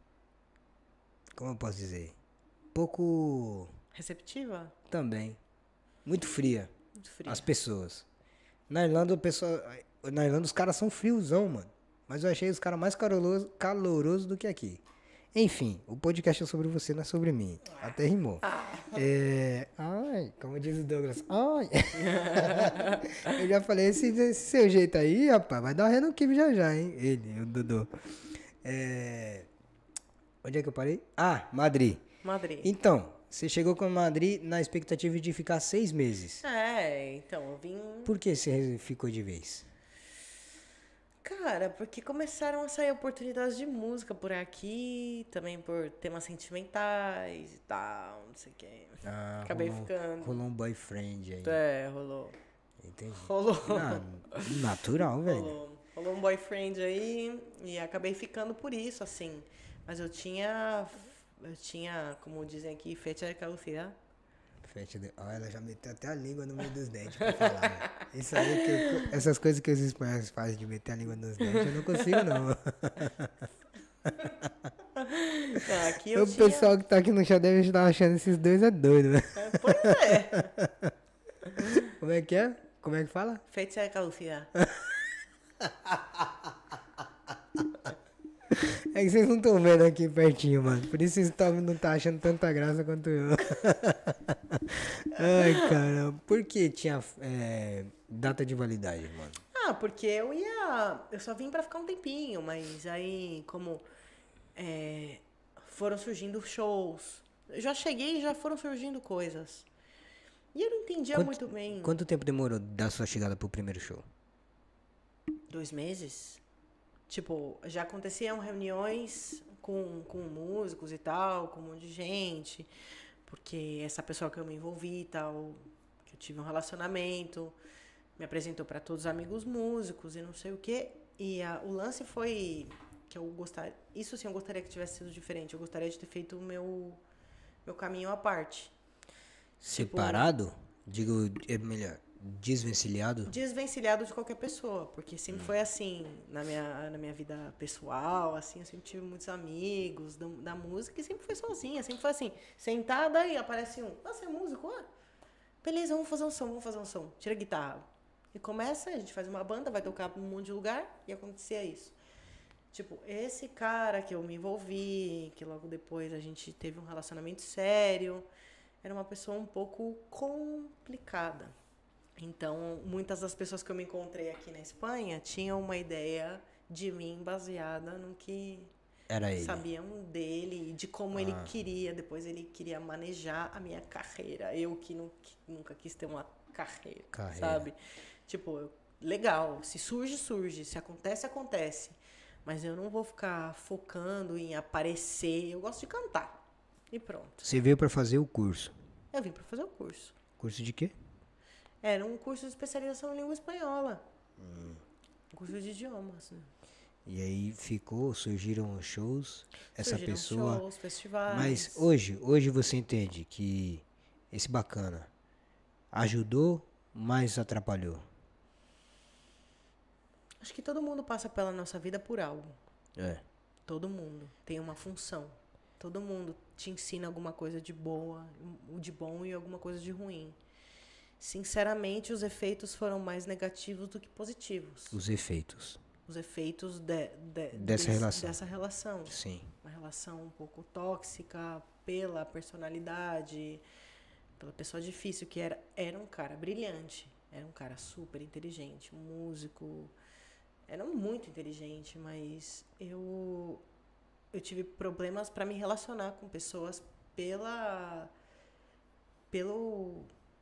Como eu posso dizer? Pouco. Receptiva? Também. Muito fria. Muito fria. As pessoas. Na Irlanda, o pessoal, na Irlanda os caras são friozão, mano. Mas eu achei os caras mais calorosos caloroso do que aqui. Enfim, o podcast é sobre você, não é sobre mim. Até rimou. É... Ai, como diz o Douglas. Ai. Eu já falei, esse, esse seu jeito aí, rapaz, vai dar uma renoquive já já, hein? Ele, o Dudu. É... Onde é que eu parei? Ah, Madrid. Madrid. Então, você chegou com Madrid na expectativa de ficar seis meses. É, então, eu vim. Por que você ficou de vez? Cara, porque começaram a sair oportunidades de música por aqui, também por temas sentimentais e tal, não sei o quê. Ah, Acabei rolou, ficando. rolou um boyfriend aí. É, rolou. Entendi. Rolou. Ah, natural, velho. Rolou. Rolou um boyfriend aí e acabei ficando por isso, assim. Mas eu tinha. Eu tinha, como dizem aqui, fecha de caducidade. Fete de... Ó, ela já meteu até a língua no meio dos dentes pra falar. Né? Isso aí, que eu- essas coisas que os espanhóis fazem de meter a língua nos dentes, eu não consigo, não. Não, aqui eu O tinha. pessoal que tá aqui no chão deve estar achando esses dois é doido, né? É, Pois é. Como é que é? Como é que fala? Fecha de caducidade. É que vocês não estão vendo aqui pertinho, mano. Por isso vocês tão, não tá achando tanta graça quanto eu. Ai, caramba. Por que tinha é, data de validade, mano? Ah, porque eu ia. Eu só vim pra ficar um tempinho, mas aí, como é, foram surgindo shows. Eu já cheguei e já foram surgindo coisas. E eu não entendia Quanto- muito bem. Quanto tempo demorou da sua chegada pro primeiro show? Dois meses? Tipo, já aconteciam reuniões com, com músicos e tal, com um monte de gente. Porque essa pessoa que eu me envolvi e tal, que eu tive um relacionamento, me apresentou para todos os amigos músicos e não sei o quê. E a- o lance foi que eu gostaria. Isso sim, eu gostaria que tivesse sido diferente. Eu gostaria de ter feito o meu, meu caminho à parte. Separado? Digo, é melhor, desvencilhado? Desvencilhado de qualquer pessoa, porque sempre foi assim, na minha, na minha vida pessoal, assim, eu sempre tive muitos amigos da, da música e sempre foi sozinha, sempre foi assim, sentada e aparece um, ah, você é músico? Ah, beleza, vamos fazer um som, vamos fazer um som, tira a guitarra. E começa, a gente faz uma banda, vai tocar pra um monte de lugar e acontecia isso. Tipo, esse cara que eu me envolvi, que logo depois a gente teve um relacionamento sério, era uma pessoa um pouco complicada. Então, muitas das pessoas que eu me encontrei aqui na Espanha tinham uma ideia de mim baseada no que Era ele. sabiam dele e de como ele queria. Depois ele queria manejar a minha carreira. Eu que, nu- que nunca quis ter uma carreira, Carreira. sabe? Tipo, eu- legal. Se surge, surge. Se acontece, acontece. Mas eu não vou ficar focando em aparecer. Eu gosto de cantar. E pronto. Você veio pra fazer o curso. Eu vim pra fazer o curso. Curso de quê? Era um curso de especialização em língua espanhola. Um curso de idiomas, né? E aí ficou, surgiram os shows, essa Surgiram pessoa. shows, festivais. Mas hoje, hoje você entende que esse bacana ajudou, mas atrapalhou. Acho que todo mundo passa pela nossa vida por algo. É. Todo mundo tem uma função. Todo mundo te ensina alguma coisa de boa, de bom e alguma coisa de ruim. Sinceramente, os efeitos foram mais negativos do que positivos. Os efeitos. Os efeitos de, de, Dessa desse- relação. dessa relação. Sim. Uma relação um pouco tóxica pela personalidade, pela pessoa difícil, que era, era um cara brilhante. Era um cara super inteligente, um músico. Era muito inteligente, mas eu, eu tive problemas para me relacionar com pessoas pela. pelo.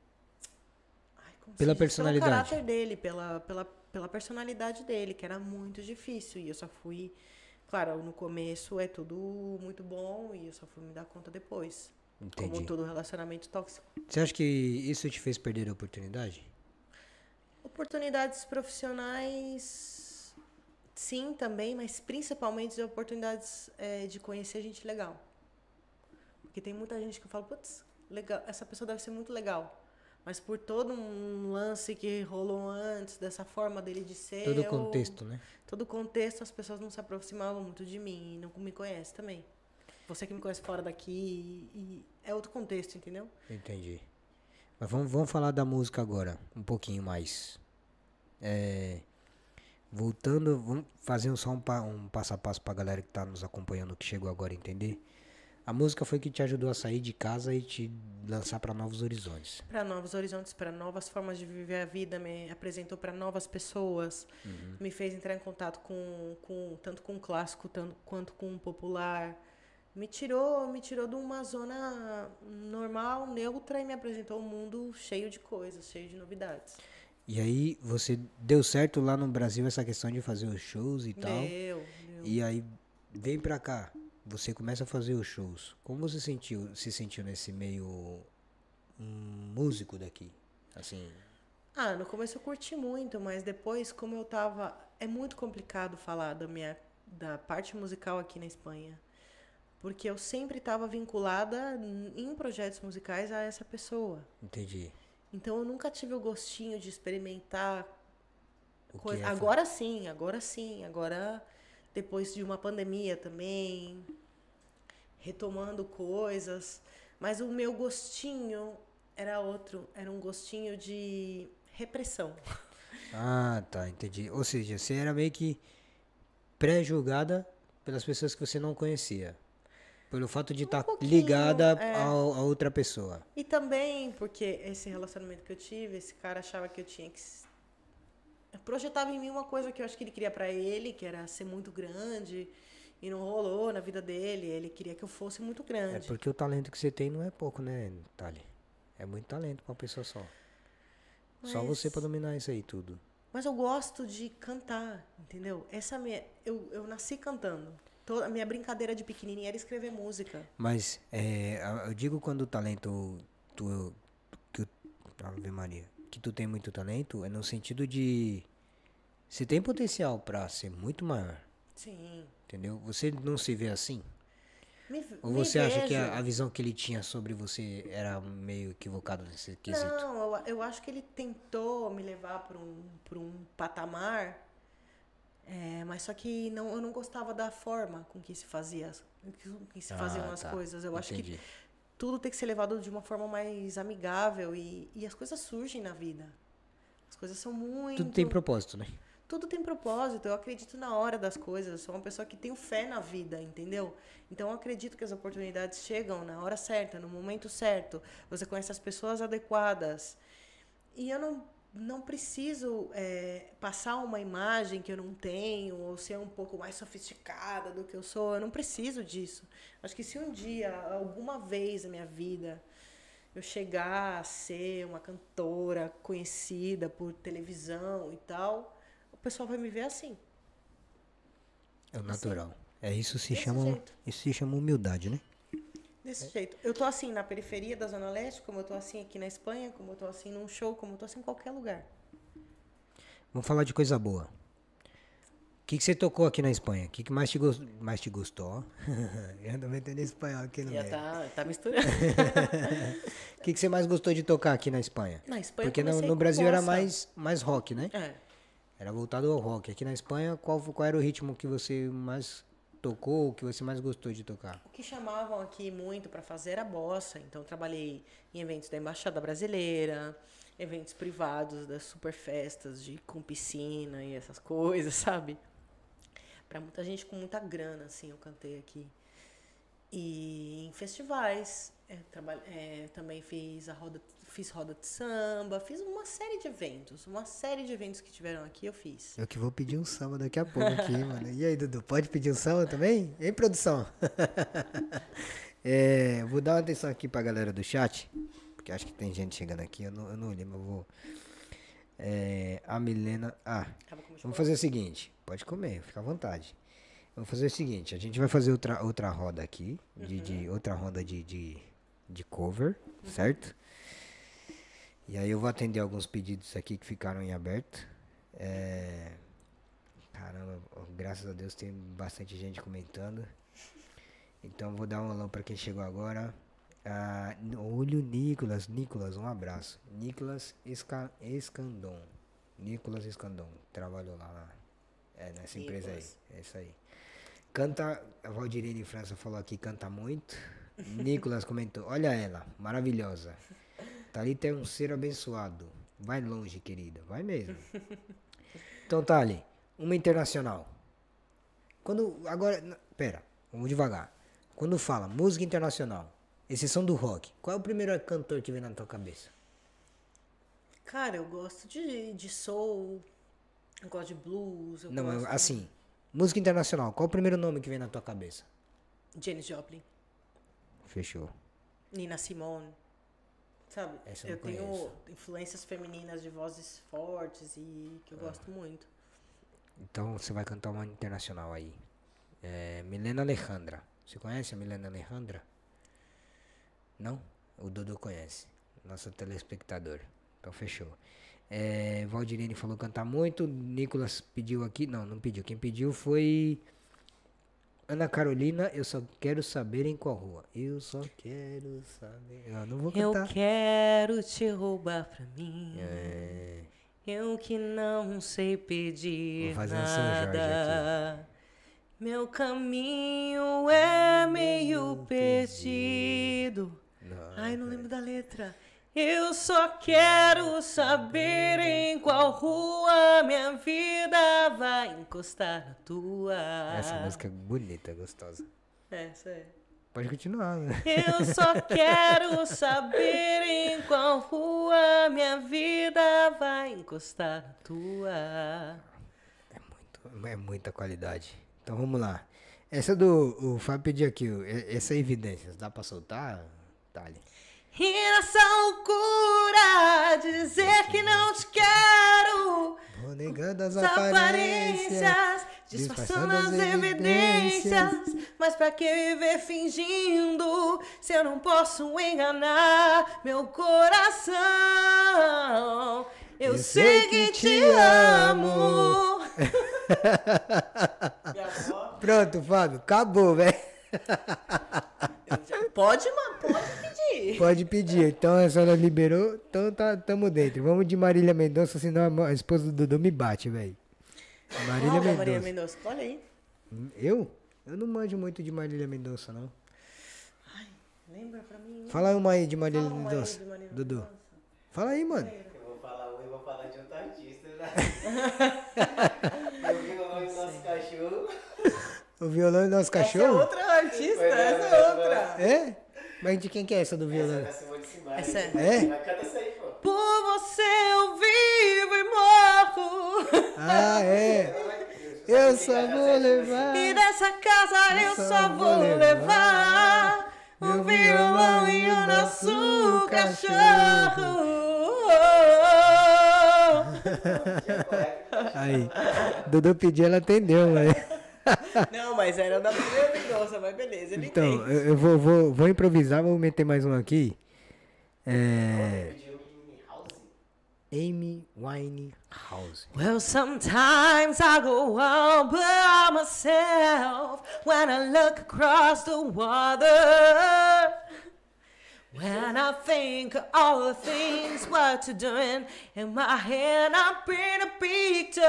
Ai, como se Pela diz? personalidade. Pelo caráter dele, pela, pela, pela personalidade dele, que era muito difícil. E eu só fui. Claro, no começo é tudo muito bom e eu só fui me dar conta depois. Entendi. Como todo relacionamento tóxico. Você acha que isso te fez perder a oportunidade? Oportunidades profissionais, sim, também, mas principalmente oportunidades eh, de conhecer gente legal. Porque tem muita gente que fala, putz, legal, essa pessoa deve ser muito legal. Mas por todo um lance que rolou antes, dessa forma dele de ser. Todo o eu- contexto, né? Todo o contexto, as pessoas não se aproximavam muito de mim e não me conhece também. Você que me conhece fora daqui e, e é outro contexto, entendeu? Entendi. Mas vamos, vamos falar da música agora, um pouquinho mais. É, voltando, vamos fazer um- só um, pa- um passo a passo pra galera que tá nos acompanhando, que chegou agora a entender. A música foi que te ajudou a sair de casa e te lançar pra novos horizontes. Para novos horizontes, para novas formas de viver a vida, me apresentou para novas pessoas, me fez entrar em contato com, com tanto com o clássico tanto, quanto com o popular. Me tirou, me tirou de uma zona normal, neutra e me apresentou um mundo cheio de coisas, cheio de novidades. E aí você deu certo lá no Brasil essa questão de fazer os shows e tal. Deu, deu. E aí vem pra cá, você começa a fazer os shows. Como você sentiu, se sentiu nesse meio um músico daqui? Assim, Ah, no começo eu curti muito, mas depois, como eu tava. É muito complicado falar da minha da parte musical aqui na Espanha. Porque eu sempre estava vinculada em projetos musicais a essa pessoa. entendi. Então eu nunca tive o gostinho de experimentar O que coisa. é fa- Agora sim, agora sim. Agora, depois de uma pandemia também, retomando coisas. Mas o meu gostinho era outro. Era um gostinho de repressão. Ah, tá, entendi. Ou seja, você era meio que pré-julgada pelas pessoas que você não conhecia. Pelo fato de estar pouquinho, ligada é. ao- a outra pessoa. E também porque esse relacionamento que eu tive, esse cara achava que eu tinha que. s- projetava em mim uma coisa que eu acho que ele queria pra ele, que era ser muito grande. E não rolou na vida dele. Ele queria que eu fosse muito É grande. porque o talento que você tem não é pouco, né, Thali? É muito talento pra uma pessoa só. Só Mas- você pra dominar isso aí tudo. Mas eu gosto de cantar, entendeu? Essa minha, eu, eu nasci cantando. Toda, a minha brincadeira de pequenininha era escrever música. Mas é, a- eu digo quando o talento tu, que o- Ave Maria, que tu tem muito talento, é no sentido de você tem potencial pra ser muito maior, Sim. entendeu? Você não se vê assim? Me, Ou me você acha que vejo. a, a visão que ele tinha sobre você era meio equivocada nesse quesito? Não, eu, eu acho que ele tentou me levar para um, pra um patamar, é, mas só que não, eu não gostava da forma com que se fazia, as- com que se faziam Ah, as tá. coisas. Eu acho Entendi. que tudo tem que ser levado de uma forma mais amigável e, e as coisas surgem na vida. As coisas são muito. Tudo tem propósito, né? Tudo tem propósito, eu acredito na hora das coisas, eu sou uma pessoa que tem fé na vida, entendeu? Então eu acredito que as oportunidades chegam na hora certa, no momento certo, você conhece as pessoas adequadas. E eu não, não preciso é, passar uma imagem que eu não tenho ou ser um pouco mais sofisticada do que eu sou. Eu não preciso disso. Acho que se um dia, alguma vez na minha vida, eu chegar a ser uma cantora conhecida por televisão e tal, o pessoal vai me ver assim. É o natural. Assim. É isso se Desse chama, jeito. isso se chama humildade, né? Desse é. jeito. Eu tô assim na periferia da Zona Leste, como eu tô assim aqui na Espanha, como eu tô assim num show, como eu tô assim em qualquer lugar. Vamos falar de coisa boa. O que, que você tocou aqui na Espanha? O que, que mais te, go mais te gostou? Eu ando metendo espanhol aqui no Já meio. tá, tá misturando. O que, que você mais gostou de tocar aqui na Espanha? Na Espanha Porque no, no Brasil era mais, mais rock, né? É. Era voltado ao rock. Aqui na Espanha, qual, qual era o ritmo que você mais tocou, o que você mais gostou de tocar? O que chamavam aqui muito para fazer era bossa. Então, trabalhei em eventos da Embaixada Brasileira, eventos privados das super festas de, com piscina e essas coisas, sabe? Para muita gente com muita grana, assim, eu cantei aqui. E em festivais, é, é, também fiz, a roda, fiz roda de samba, fiz uma série de eventos. Uma série de eventos que tiveram aqui, eu fiz. Eu que vou pedir um samba daqui a pouco aqui, mano. E aí, Dudu, pode pedir um samba também? Hein, produção? é, vou dar uma atenção aqui pra galera do chat, porque acho que tem gente chegando aqui, eu não, eu não olhei, mas eu vou... É, a Milena... Ah, vamos fazer o seguinte, pode comer, fica à vontade. Vamos fazer o seguinte, a gente vai fazer outra, outra roda aqui, de, uhum. de, outra roda de, de, de cover, uhum. certo? E aí eu vou atender alguns pedidos aqui que ficaram em aberto. É... Caramba, graças a Deus tem bastante gente comentando. Então vou dar um alô pra quem chegou agora. Ah, olha o Nicolas, Nicolas, um abraço. Nicolas Esca, Escandon. Nicolas Escandon, trabalhou lá, lá é, nessa Nicolas. Empresa aí. É isso aí. Canta, a Valdirene França falou aqui, canta muito. Nicolas comentou, olha ela, maravilhosa. Thalita é um ser abençoado. Vai longe, querida. Vai mesmo. Então, Thali, uma internacional. Quando, agora, pera, vamos devagar. Quando fala música internacional, exceção do rock, qual é o primeiro cantor que vem na tua cabeça? Cara, eu gosto de, de soul, eu gosto de blues. Eu Não, gosto assim, de... música internacional, qual é o primeiro nome que vem na tua cabeça? Janis Joplin. Fechou. Nina Simone. Sabe, Essa eu, eu tenho conheço. influências femininas de vozes fortes e que eu ah. gosto muito. Então você vai cantar uma internacional aí. É, Milena Alejandra. Você conhece a Milena Alejandra? Não? O Dudu conhece. Nosso telespectador. Então fechou. É, Valdirene falou cantar muito. Nicolas pediu aqui. Não, não pediu. Quem pediu foi... Ana Carolina, eu só quero saber em qual rua. Eu só quero saber. Eu não vou cantar. Eu quero te roubar pra mim. É. Eu que não sei pedir vou fazer nada. Um São Jorge aqui. Meu caminho é meio perdido. Não, Ai, não lembro da letra. Eu só quero saber em qual rua minha vida vai encostar na tua. Essa música é bonita, gostosa. Essa é. Pode continuar, né? Eu só quero saber em qual rua minha vida vai encostar na tua. É, muito, é muita qualidade. Então vamos lá. Essa do... O Fábio pediu aqui, essa Evidências, dá pra soltar, Thali? E nessa loucura dizer que não te quero, vou negando as aparências, aparências disfarçando as evidências. Mas pra que viver fingindo se eu não posso enganar meu coração? Eu, eu sei que te amo. Pronto, Fábio, acabou, velho. Pode, mano, pode pedir. Pode pedir. Então a senhora liberou, então tá, tamo dentro. Vamos de Marília Mendonça, senão a esposa do Dudu me bate, velho. Marília Mendonça. Marília Mendonça, olha aí. Eu? Eu não manjo muito de Marília Mendonça, não. Ai, lembra pra mim. Fala uma aí de Marília Fala Mendonça, de Marília Dudu. Mendonça. Fala aí, mano. Eu vou falar um e vou falar de outro artista, né? Eu vi o nome do nosso cachorro. O violão do nosso cachorro? Essa é outra artista, essa é outra. É? Mas de quem que é essa do violão? Essa é da Simone Simaria. Essa é? É? Mas canta essa aí, pô. Por você eu vi Ah, é. Eu só vou levar. E dessa casa eu só vou levar o violão e o nosso cachorro. Aí, Dudu pediu, ela atendeu, mas... Não, mas era da primeira Mendonça, mas beleza, ele Então, entende. eu, eu vou, vou, vou improvisar, vou meter mais um aqui. É... Amy Winehouse. Well, sometimes I go all by myself when I look across the water. When I think of all the things what you're doing, in my head I paint a picture.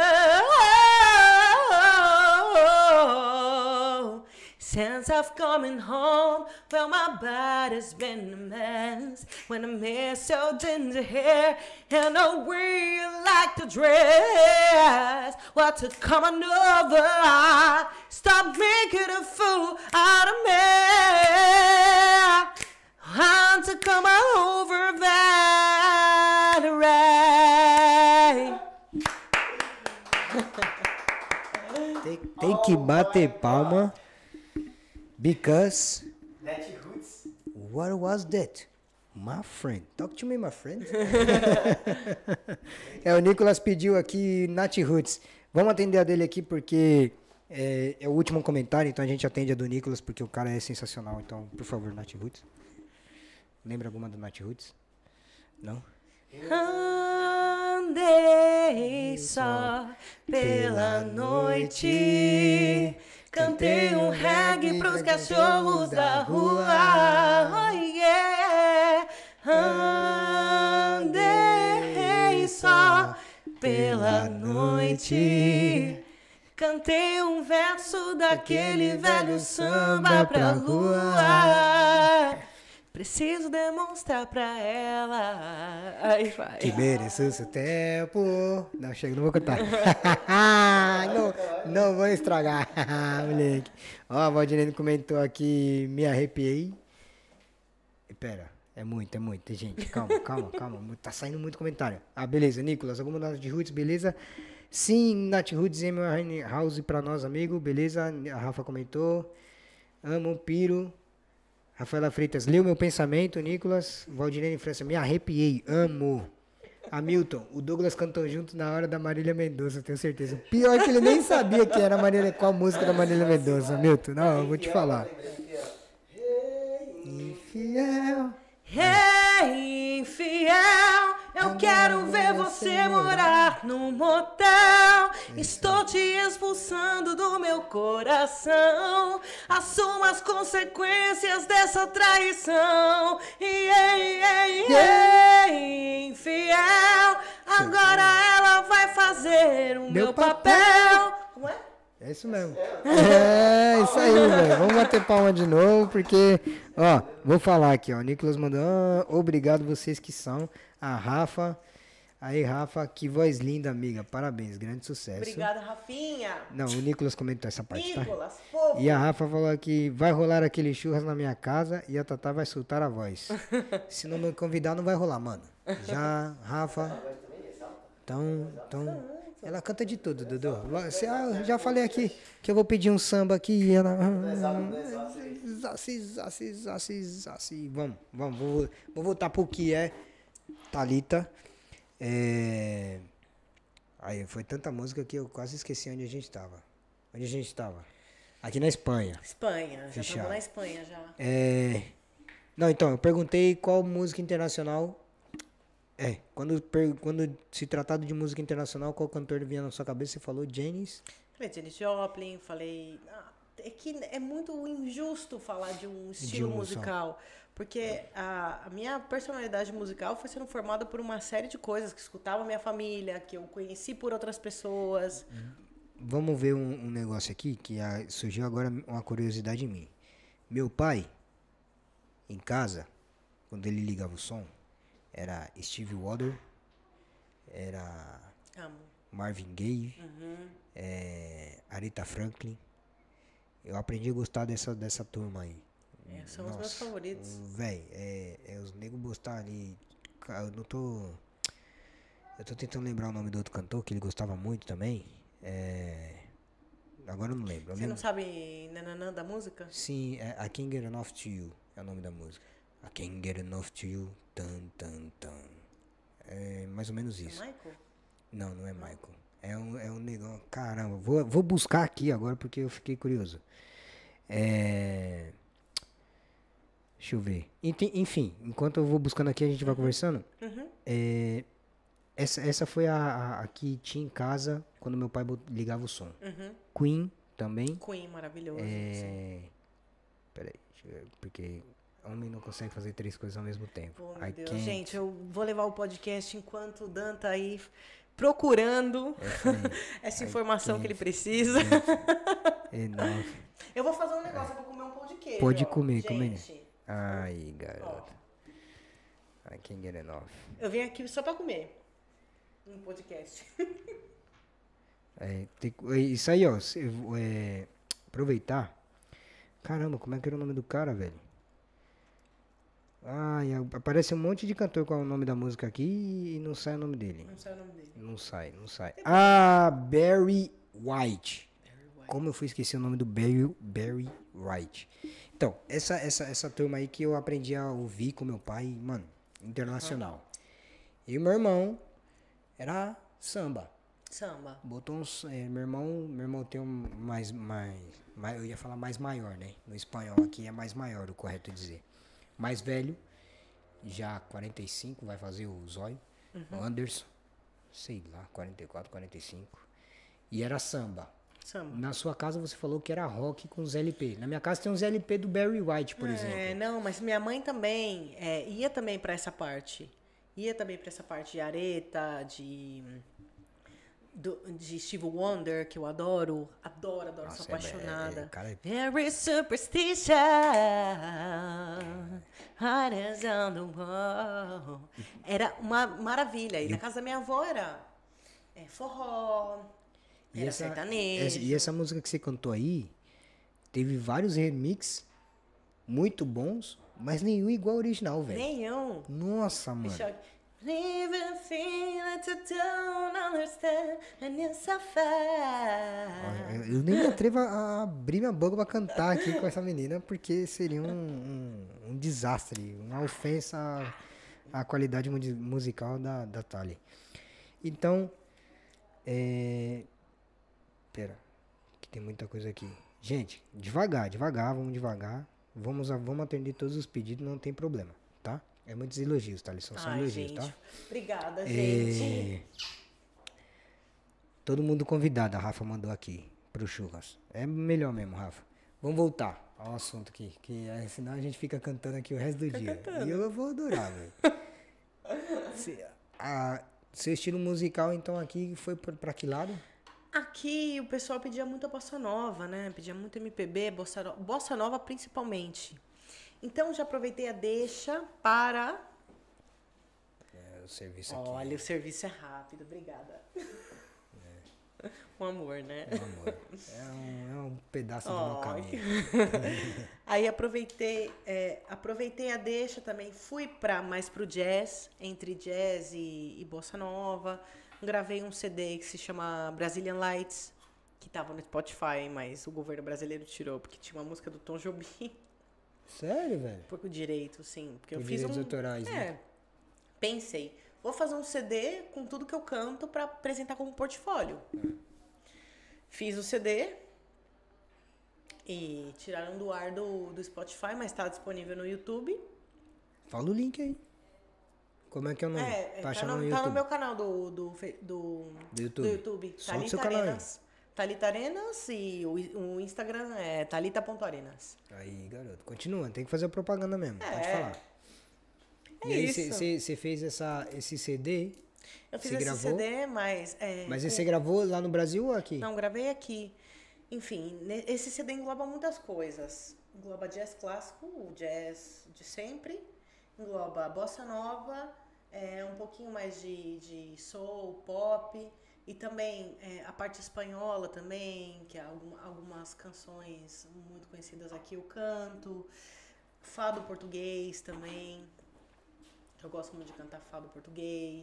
Oh, since I've come home, well my body's been a mess. When I miss your ginger hair and the way you like to dress, what to come another? Stop making a fool out of me. Want to come over that way. Tem, tem que bater palma. Because... Net Roots. What was that? My friend. Talk to me, my friend. É, o Nicolas pediu aqui Nat Roots. Vamos atender a dele aqui porque é, é o último comentário, então a gente atende a do Nicolas porque o cara é sensacional. Então, por favor, Nat Roots. Lembra alguma do Nat Roots? Não? Andei só pela noite, cantei um reggae pros cachorros da rua. Oh, yeah. Andei só pela noite, cantei um verso daquele velho samba pra lua. Preciso demonstrar pra ela. Aí vai. Que mereço seu tempo. Não, chega, não vou cantar. não, não vou estragar, moleque. Ó, a Valdinene comentou aqui, me arrepiei. Pera, é muito, é muito, gente. Calma, calma, calma. Tá saindo muito comentário. Ah, beleza, Nicolas, alguma Nat Roots, beleza? Sim, Nat Roots, Amy Winehouse pra nós, amigo, beleza? A Rafa comentou. Amo, piro. Rafaela Freitas, leu meu pensamento, Nicolas. Valdinene França, me arrepiei, amo. Hamilton, o Douglas cantou junto na hora da Marília Mendonça, tenho certeza. Pior que ele nem sabia que era Marília, qual música da Marília Mendonça, Hamilton. Não, eu vou te falar. Infiel. Hey, infiel, eu quero ver você morar num motel. Estou te expulsando do meu coração. Assuma as consequências dessa traição. Hey, hey, hey, infiel, agora ela vai fazer o meu papel. Como é? É isso mesmo. É, isso aí, velho. Vamos bater palma de novo, porque, ó, vou falar aqui, ó. O Nicolas mandou, ah, obrigado vocês que são. A Rafa. Aí, Rafa, que voz linda, amiga. Parabéns, grande sucesso. Obrigada, Rafinha. Não, o Nicolas comentou essa parte, Nicolas, tá? fofo. E a Rafa falou que vai rolar aquele churras na minha casa e a Tatá vai soltar a voz. Se não me convidar, não vai rolar, mano. Já, Rafa. Então, então... Ela canta de tudo, Dudu. Você, ah, já falei aqui que eu vou pedir um samba aqui e ela... Zassi, zassi, zassi, zassi. Vamos, vamos. Vou, vou voltar pro que é Thalita. É... Aí, foi tanta música que eu quase esqueci onde a gente tava. Onde a gente tava? Aqui na Espanha. Espanha, já Fechado. estamos na Espanha já. É... Não, então, eu perguntei qual música internacional... É, quando, quando se tratado de música internacional, qual cantor vinha na sua cabeça? Você falou Janis? Falei Janis Joplin, falei... Ah, é que é muito injusto falar de um estilo um musical. Porque a, a minha personalidade musical foi sendo formada por uma série de coisas que escutava minha família, que eu conheci por outras pessoas. Vamos ver um, um negócio aqui que a, surgiu agora uma curiosidade em mim. Meu pai, em casa, quando ele ligava o som, era Stevie Wonder, era Amo. Marvin Gaye, Uhum. é, Aretha Franklin. Eu aprendi a gostar dessa, dessa turma aí. É, são os meus favoritos. Véi, é, é os negros gostar ali. Eu não tô. Eu tô tentando lembrar o nome do outro cantor que ele gostava muito também. É... Agora eu não lembro. Eu Você lembro... não sabe nananã da música? Sim, é I Can't Get Enough to You. É o nome da música. I Can't Get Enough to You. Tan, tan, tan. É mais ou menos É isso. Michael? Não, não é Michael. É um, é um negócio. Caramba, vou, vou buscar aqui agora porque eu fiquei curioso. É. Deixa eu ver. Enti- Enfim, enquanto eu vou buscando aqui, a gente vai conversando. Uhum. É, essa, essa foi a, a, a que tinha em casa quando meu pai bot- ligava o som. Uhum. Queen também. Queen, maravilhoso. Sim. É. Peraí, deixa eu ver, porque homem não consegue fazer três coisas ao mesmo tempo. Oh, meu I Deus. can't. Gente, eu vou levar o podcast enquanto o Dan tá aí procurando Essa aí. essa I informação que ele can't precisa. Enough. Eu vou fazer um negócio, eu vou comer um pão de queijo. Pode ó. comer, Gente, comer. Ai, garoto. I can't get enough. eu vim aqui só pra comer. Um podcast. É, tem- é isso aí, ó. cê- é, aproveitar. Caramba, como é que era o nome do cara, velho? Ai, a- aparece um monte de cantor com o nome da música aqui e não sai o nome dele. Não sei o nome dele. Não sai, não sai. Ah, Barry White. Como eu fui esquecer o nome do Barry, Barry White. Então, essa, essa, essa turma aí que eu aprendi a ouvir com meu pai, mano, internacional. E o meu irmão era samba. Samba. Botou uns. É, meu irmão, meu irmão tem um mais, mais, mais. Eu ia falar mais maior, né? No espanhol aqui é mais maior, o correto dizer. Mais velho, já quarenta e cinco, vai fazer o zóio. O Anderson, sei lá, quarenta e quatro, quarenta e cinco. E era samba. Samba. Na sua casa você falou que era rock com os L P. Na minha casa tem uns L P do Barry White, por É, exemplo. não, mas minha mãe também é, ia também pra essa parte. Ia também pra essa parte de Aretha, de. do- de Steve Wonder, que eu adoro. Adoro, adoro, Nossa, sou é- apaixonada. é- é- cara, é- Very superstition. Heart is on the wall. Era uma maravilha. E na casa da minha avó era é, forró, era sertanejo. essa- e essa música que você cantou aí, teve vários remixes muito bons, mas nenhum igual ao original, velho. Nenhum. Nossa, mano. Deixa eu... Live and feel that you don't understand and it's so far. Eu, eu nem me atrevo a a abrir minha boca pra cantar aqui com essa menina, porque seria um, um, um desastre, uma ofensa à, à qualidade mudi- musical da, da Thalia. Então, é... Pera, que tem muita coisa aqui. Gente, devagar, devagar, vamos devagar. Vamos, a- vamos atender todos os pedidos, não tem problema, tá? É muitos elogios, Thalia, são só Ai, elogios, gente. tá? Obrigada, É, gente. Todo mundo convidado, a Rafa mandou aqui pro churras. É melhor mesmo, Rafa. Vamos voltar ao assunto aqui, que é, senão a gente fica cantando aqui o resto do dia. E eu vou adorar, velho. Se- a- Seu estilo musical, então, aqui foi pra, pra que lado? Aqui o pessoal pedia muita bossa nova, né? Pedia muito M P B, bossa, no- bossa nova principalmente. Então já aproveitei a deixa para... É, o serviço aqui. Olha, o serviço é rápido, obrigada. Um amor, né? Meu amor. É um, é um pedaço do meu Ai. caminho. Aí aproveitei, é, aproveitei a deixa também, fui para mais pro jazz, entre jazz e, e bossa nova. Gravei um C D que se chama Brazilian Lights, que tava no Spotify, mas o governo brasileiro tirou, porque tinha uma música do Tom Jobim, Sério, velho? por direito, sim. Porque eu Por fiz direitos um. autorais, é, né? pensei, vou fazer um C D com tudo que eu canto para apresentar como portfólio. Fiz o C D e tiraram do ar do, do Spotify, mas está disponível no YouTube. Fala o link aí. Como é que é o nome? É, é, pra tá, achar no, no tá YouTube. no meu canal do, do, fe- do, Do YouTube. do YouTube. Só no Thalita seu canal aí. Arenas. Thalita Arenas e o, o Instagram é thalita ponto arenas. Aí, garoto, continua, tem que fazer a propaganda mesmo, pode É. falar. É e aí, isso. você fez essa, esse C D, Eu fiz Você esse gravou? C D, mas... É, mas com- você gravou lá no Brasil ou aqui? Não, gravei aqui. Enfim, ne- esse C D engloba muitas coisas. Engloba jazz clássico, o jazz de sempre. Engloba bossa nova, é, um pouquinho mais de, de soul, pop. E também é, a parte espanhola também, que é algum- algumas canções muito conhecidas aqui eu canto. Fado português também. Eu gosto muito de cantar fado português.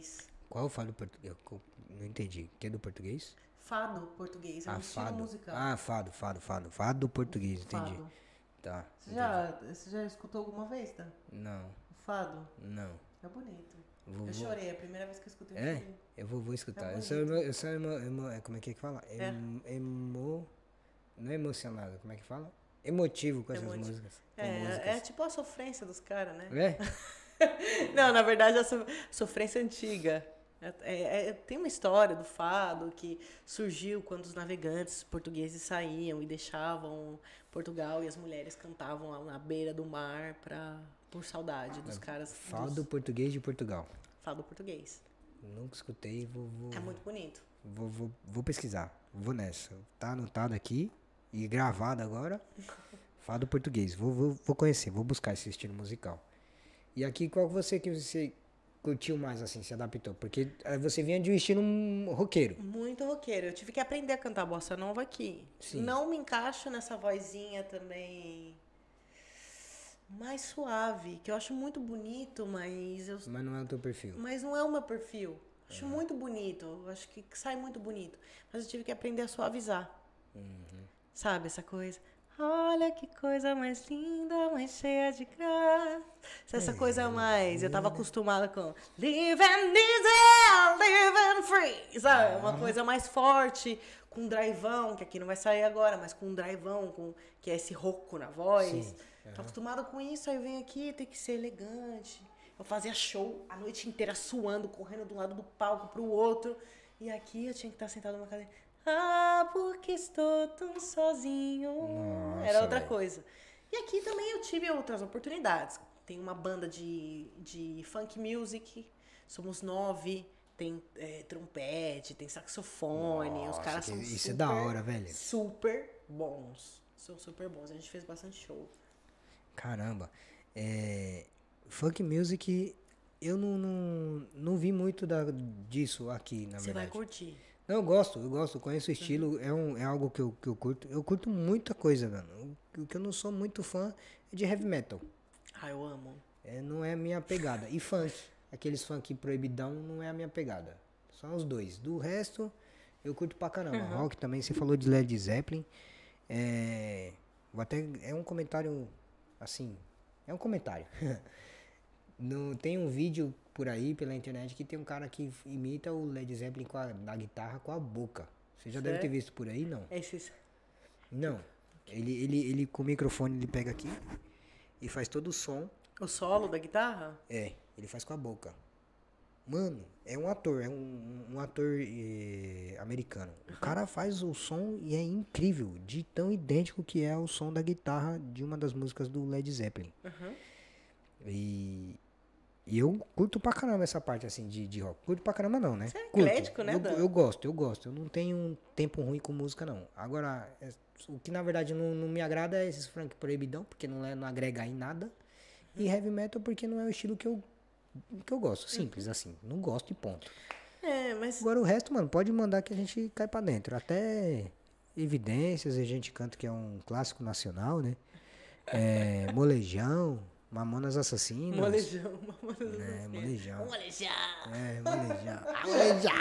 Qual fado português? Eu não entendi. Que é do português? Fado português, é um Ah, estilo fado. musical. Ah, fado, fado, fado. Fado português, entendi. Fado. Tá. Você já, você já escutou alguma vez, tá? Não, O fado? não. É bonito. Vou, Eu vou- chorei, a primeira vez que eu escutei, eu É? chorei. Eu vou, vou escutar. É eu sou, emo, eu sou emo, emo- é, como é que é que fala? É. Em- Emo, não é emocionado, como é que fala? Emotivo com essas Emotivo. músicas. com É, músicas. é tipo a sofrência dos caras, né? É? Não, na verdade, a so- sofrência antiga. É- é- é- tem uma história do fado que surgiu quando os navegantes portugueses saíam e deixavam Portugal e as mulheres cantavam lá na beira do mar pra, por saudade dos caras. Fado dos, português de Portugal. fado português. Nunca escutei, vou, vou, É muito bonito. vou, vou, vou pesquisar. Vou nessa. Tá anotado aqui e gravado agora. Fado português. Vou, vou, vou conhecer, vou buscar esse estilo musical. E aqui, qual você que você curtiu mais, assim, se adaptou? Porque eh, você vinha de um estilo hum, roqueiro. Muito roqueiro. Eu tive que aprender a cantar bossa nova aqui. Sim. Não me encaixo nessa vozinha também mais suave, que eu acho muito bonito, mas eu Mas não é o teu perfil. mas não é o meu perfil. Acho muito bonito, eu acho que sai muito bonito. Mas eu tive que aprender a suavizar. Sabe essa coisa? Olha que coisa mais linda, mais cheia de graça. Essa coisa mais. Eu tava acostumada com Live and easy, live and free. Sabe? Uma coisa mais forte, com drivão, que aqui não vai sair agora, mas com um drivão, com, que é esse rouco na voz. Sim. Tô acostumada com isso, aí eu venho aqui, tem que ser elegante. Eu fazia show a noite inteira suando, correndo de um lado do palco pro outro. E aqui eu tinha que estar sentado numa cadeira. Ah, porque estou tão sozinho. Nossa, Era outra véi. coisa. E aqui também eu tive outras oportunidades. Tem uma banda de, de funk music, somos nove. Tem é, trompete, tem saxofone. os Nossa, caras que- são isso super, é da hora, velho. super bons. São super bons. A gente fez bastante show. Caramba. É, funk music, eu não, não, não vi muito da, disso aqui, na Você vai verdade. curtir. Não, eu gosto, eu gosto, eu conheço o estilo, é, um, é algo que eu, que eu curto. Eu curto muita coisa, mano. O, o que eu não sou muito fã é de heavy metal. Ah, eu amo. É, não é a minha pegada. E funk, aqueles funk proibidão, não é a minha pegada. Só os dois. Do resto, eu curto pra caramba. Rock também, você falou de Led Zeppelin. É, vou até, é um comentário, assim, é um comentário. No, tem um vídeo por aí, pela internet, que tem um cara que imita o Led Zeppelin com a, na guitarra com a boca. Você já deve ter Sério? visto por aí, não? Esses. Não. Ele, ele, ele com o microfone, ele pega aqui e faz todo o som. O solo da guitarra? É, ele faz com a boca. Mano, é um ator, é um, um ator eh, americano. O cara faz o som e é incrível, de tão idêntico que é o som da guitarra de uma das músicas do Led Zeppelin. Uhum. E, e eu curto pra caramba essa parte assim de, de rock. Curto pra caramba não, né? Você é Curto. eclético, né, Eu, Dan? eu gosto, eu gosto. Eu não tenho um tempo ruim com música, não. Agora, é- o que na verdade não, não me agrada é esses funk proibidão, porque não, é, não agrega em nada. E Uhum. heavy metal porque não é o estilo que eu, que eu gosto. Simples assim. Não gosto e ponto. É, mas. Agora o resto, mano, pode mandar que a gente cai pra dentro. Até Evidências, a gente canta que é um clássico nacional, né? É, Molejão, Mamonas Assassinas. Molejão, Mamonas É, Assassinas. molejão. Molejão. É, molejão.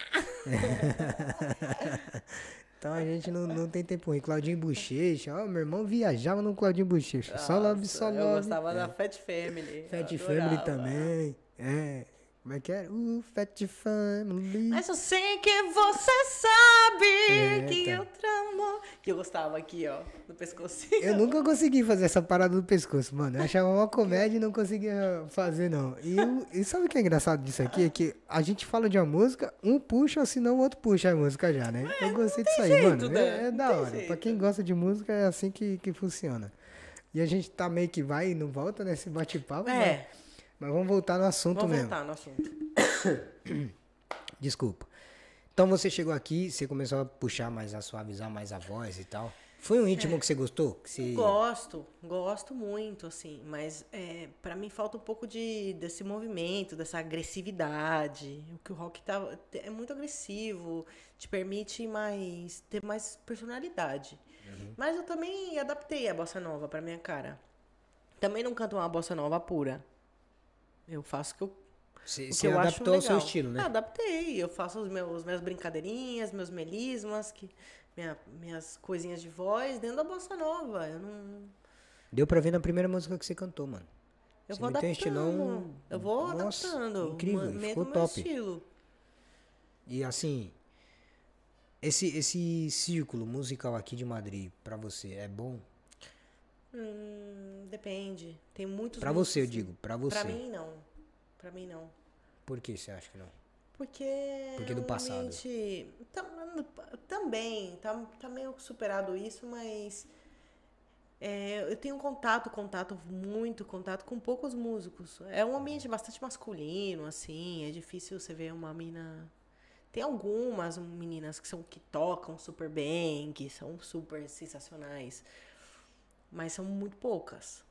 Então a gente não, não tem tempo ruim. Claudinho Bochecha. Ó, meu irmão viajava no Claudinho Bochecha. Só love, Nossa, só Eu love. gostava da Fat Family. Fat eu Family adorava. também. É. Como é que era? Uh, Fat Family. Mas eu sei que você sabe É, que tá. eu tramo. Que eu gostava aqui, ó, no pescocinho. Eu nunca consegui fazer essa parada do pescoço, mano. Eu achava uma comédia e não conseguia fazer, não. E, eu, e sabe o que é engraçado disso aqui? É que a gente fala de uma música, um puxa, senão o outro puxa a música já, né? eu gostei disso aí, jeito, mano. né? É, é Não da tem hora. Pra jeito. quem gosta de música, é assim que, que funciona. E a gente tá meio que vai e não volta nesse bate-papo. É, Mas, mas vamos voltar no assunto vamos mesmo. voltar no assunto. Desculpa. Então você chegou aqui, você começou a puxar mais, a suavizar mais a voz e tal. Foi um ritmo que você gostou? Que você... Gosto, gosto muito, assim, mas é, para mim falta um pouco de, desse movimento, dessa agressividade. O que o rock tá, é muito agressivo, te permite mais ter mais personalidade. Mas eu também adaptei a bossa nova pra minha cara. Também não canto uma bossa nova pura. Eu faço o que eu Você, O que você eu acho adaptou ao seu legal. estilo, né? Ah, adaptei. Eu faço os meus, minhas brincadeirinhas, meus melismas, que, minha- minhas coisinhas de voz dentro da bossa nova. Eu não. Deu pra ver na primeira música que você cantou, mano. Eu Você vou meteu um adaptando. estilão. Eu vou Nossa, adaptando. incrível, ma- e meto ficou o meu top. estilo. E assim, esse, esse círculo musical aqui de Madrid, pra você, é bom? Hum, depende. Tem muitos Pra você, eu músicos- digo, pra você. Pra mim, não. Pra mim, não. Por que você acha que não? Porque. Porque do é um passado. ambiente- tam- também. Tá, tá meio superado isso, mas. é, eu tenho contato, contato, muito contato com poucos músicos. É um ambiente bastante masculino, assim. É difícil você ver uma mina. Tem algumas meninas que são que tocam super bem, que são super sensacionais, mas são muito poucas.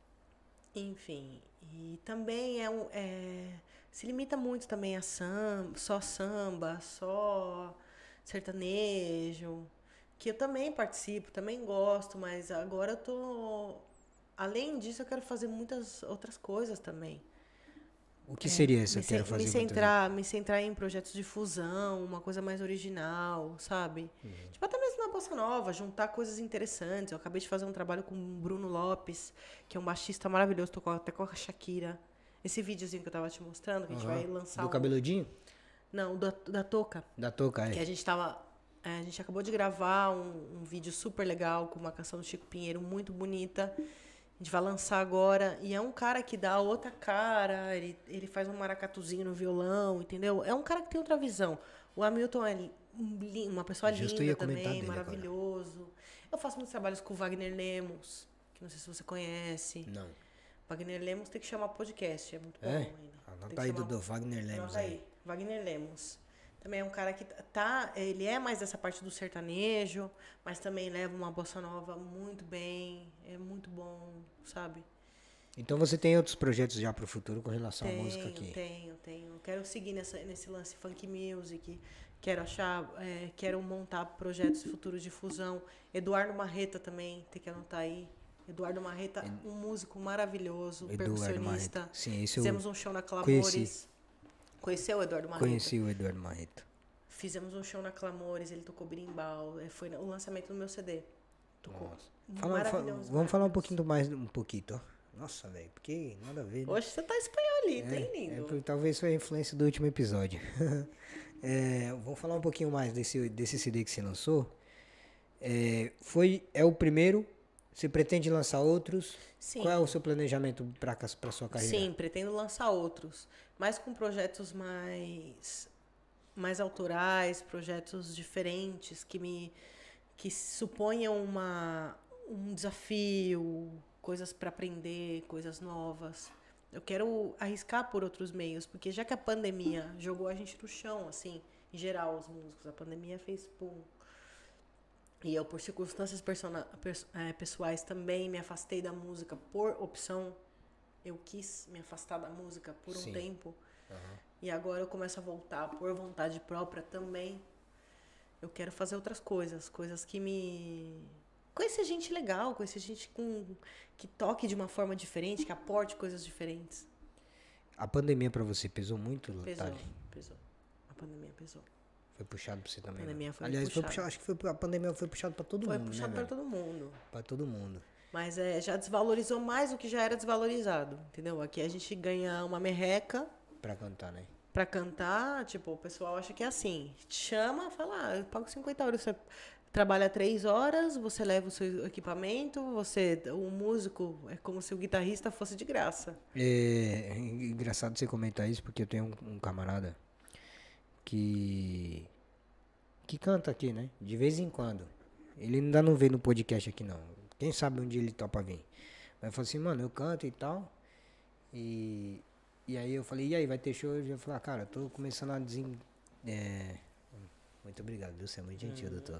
Enfim, e também é um é, se limita muito também a samba, só samba, só sertanejo, que eu também participo, também gosto, mas agora eu tô além disso eu quero fazer muitas outras coisas também. O que seria isso? Me, Eu quero cen- fazer me muitas- centrar, me centrar em projetos de fusão, uma coisa mais original, sabe? Tipo, até mesmo na Bossa Nova, juntar coisas interessantes. Eu acabei de fazer um trabalho com o Bruno Lopes, que é um baixista maravilhoso, tocou até com a Shakira. Esse videozinho que eu tava te mostrando, que a gente Aham. vai lançar Do um... cabeludinho? Não, da, da Toca. Da touca, Que é. a gente tava... é, a gente acabou de gravar um, um vídeo super legal com uma canção do Chico Pinheiro muito bonita. A gente vai lançar agora. E é um cara que dá outra cara. Ele, ele faz um maracatuzinho no violão, entendeu? É um cara que tem outra visão. O Hamilton é li- um lin- uma pessoa Justo linda ia comentar também, dele agora. maravilhoso. Eu faço muitos trabalhos com o Wagner Lemos, que não sei se você conhece. Não. Wagner Lemos tem que chamar podcast, é muito bom É? ainda. Tem Anota que aí, chamar- Dudu, Wagner Lemos Anota aí. Wagner Lemos. Também é um cara que tá, ele é mais dessa parte do sertanejo, mas também leva uma bossa nova muito bem, é muito bom, sabe? Então você tem outros projetos já pro futuro com relação à música Tenho, aqui? tenho, tenho. Quero seguir nessa, nesse lance funk music, quero achar, é, quero montar projetos futuros de fusão. Eduardo Marreta também, tem que anotar aí. Eduardo Marreta, um músico maravilhoso, Eduardo percussionista. Marreta. Sim, esse eu Fizemos um show na Clamores. conheci. Conheceu o Eduardo Marreta? Conheci o Eduardo Marreta. Fizemos um show na Clamores, ele tocou berimbau, eh, foi o lançamento do meu C D. Tocou. Nossa. Fala- fa- Maravilhoso. vamos falar um maravilhoso. pouquinho mais, um pouquinho, ó. Nossa, velho, porque nada a ver, né? Hoje você tá espanholito, hein, É, lindo? porque talvez foi a influência do último episódio. É, vamos falar um pouquinho mais desse, desse C D que você lançou. É, foi, é o primeiro? Você pretende lançar outros? Sim. Qual é o seu planejamento para a sua carreira? Sim, pretendo lançar outros, mas com projetos mais mais autorais, projetos diferentes que me que suponham uma um desafio, coisas para aprender, coisas novas. Eu quero arriscar por outros meios, porque já que a pandemia jogou a gente no chão, assim, em geral, os músicos, a pandemia fez pum. E eu, por circunstâncias persona, pers, é, pessoais, também me afastei da música por opção. Eu quis me afastar da música por um Sim. tempo. Aham. E agora eu começo a voltar por vontade própria também. Eu quero fazer outras coisas, coisas que me... Conhecer gente legal, conhecer gente com... que toque de uma forma diferente, que aporte coisas diferentes. A pandemia para você pesou muito, Pesou, Thali? pesou. A pandemia pesou. Foi puxado para você também. A pandemia né? foi Aliás, foi puxado. puxado, acho que foi, a pandemia foi puxado para todo Foi mundo, puxado né, para velho? todo mundo. Para todo mundo. Mas é, já desvalorizou mais do que já era desvalorizado, entendeu? Aqui a gente ganha uma merreca Para cantar, né? pra cantar, tipo, o pessoal acha que é assim. Te chama, fala, ah, eu pago cinquenta euros, você trabalha três horas, você leva o seu equipamento, você, o músico, é como se o guitarrista fosse de graça. É engraçado você comentar isso, porque eu tenho um, um camarada que que canta aqui, né? De vez em quando. Ele ainda não veio no podcast aqui, não. Quem sabe um dia ele topa vir. Mas falou assim, mano, eu canto e tal. E, e aí eu falei, e aí, vai ter show? Eu falei, ah, cara, eu tô começando a desen... É... Muito obrigado, viu? Você é muito gentil, doutor.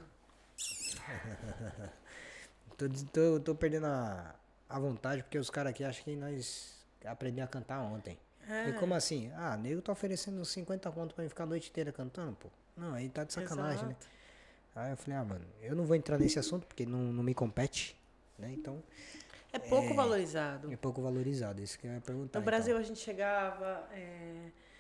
tô, des- tô, tô perdendo a, a vontade, porque os caras aqui acham que nós aprendemos a cantar ontem. É. E como assim? Ah, nego tá oferecendo cinquenta conto pra mim ficar a noite inteira cantando, pô. Não, aí tá de sacanagem, né? Exato. Aí eu falei, ah, mano, eu não vou entrar nesse assunto porque não, não me compete, né? Então, É pouco valorizado. é pouco valorizado, isso que eu ia perguntar. No Brasil a gente chegava, é,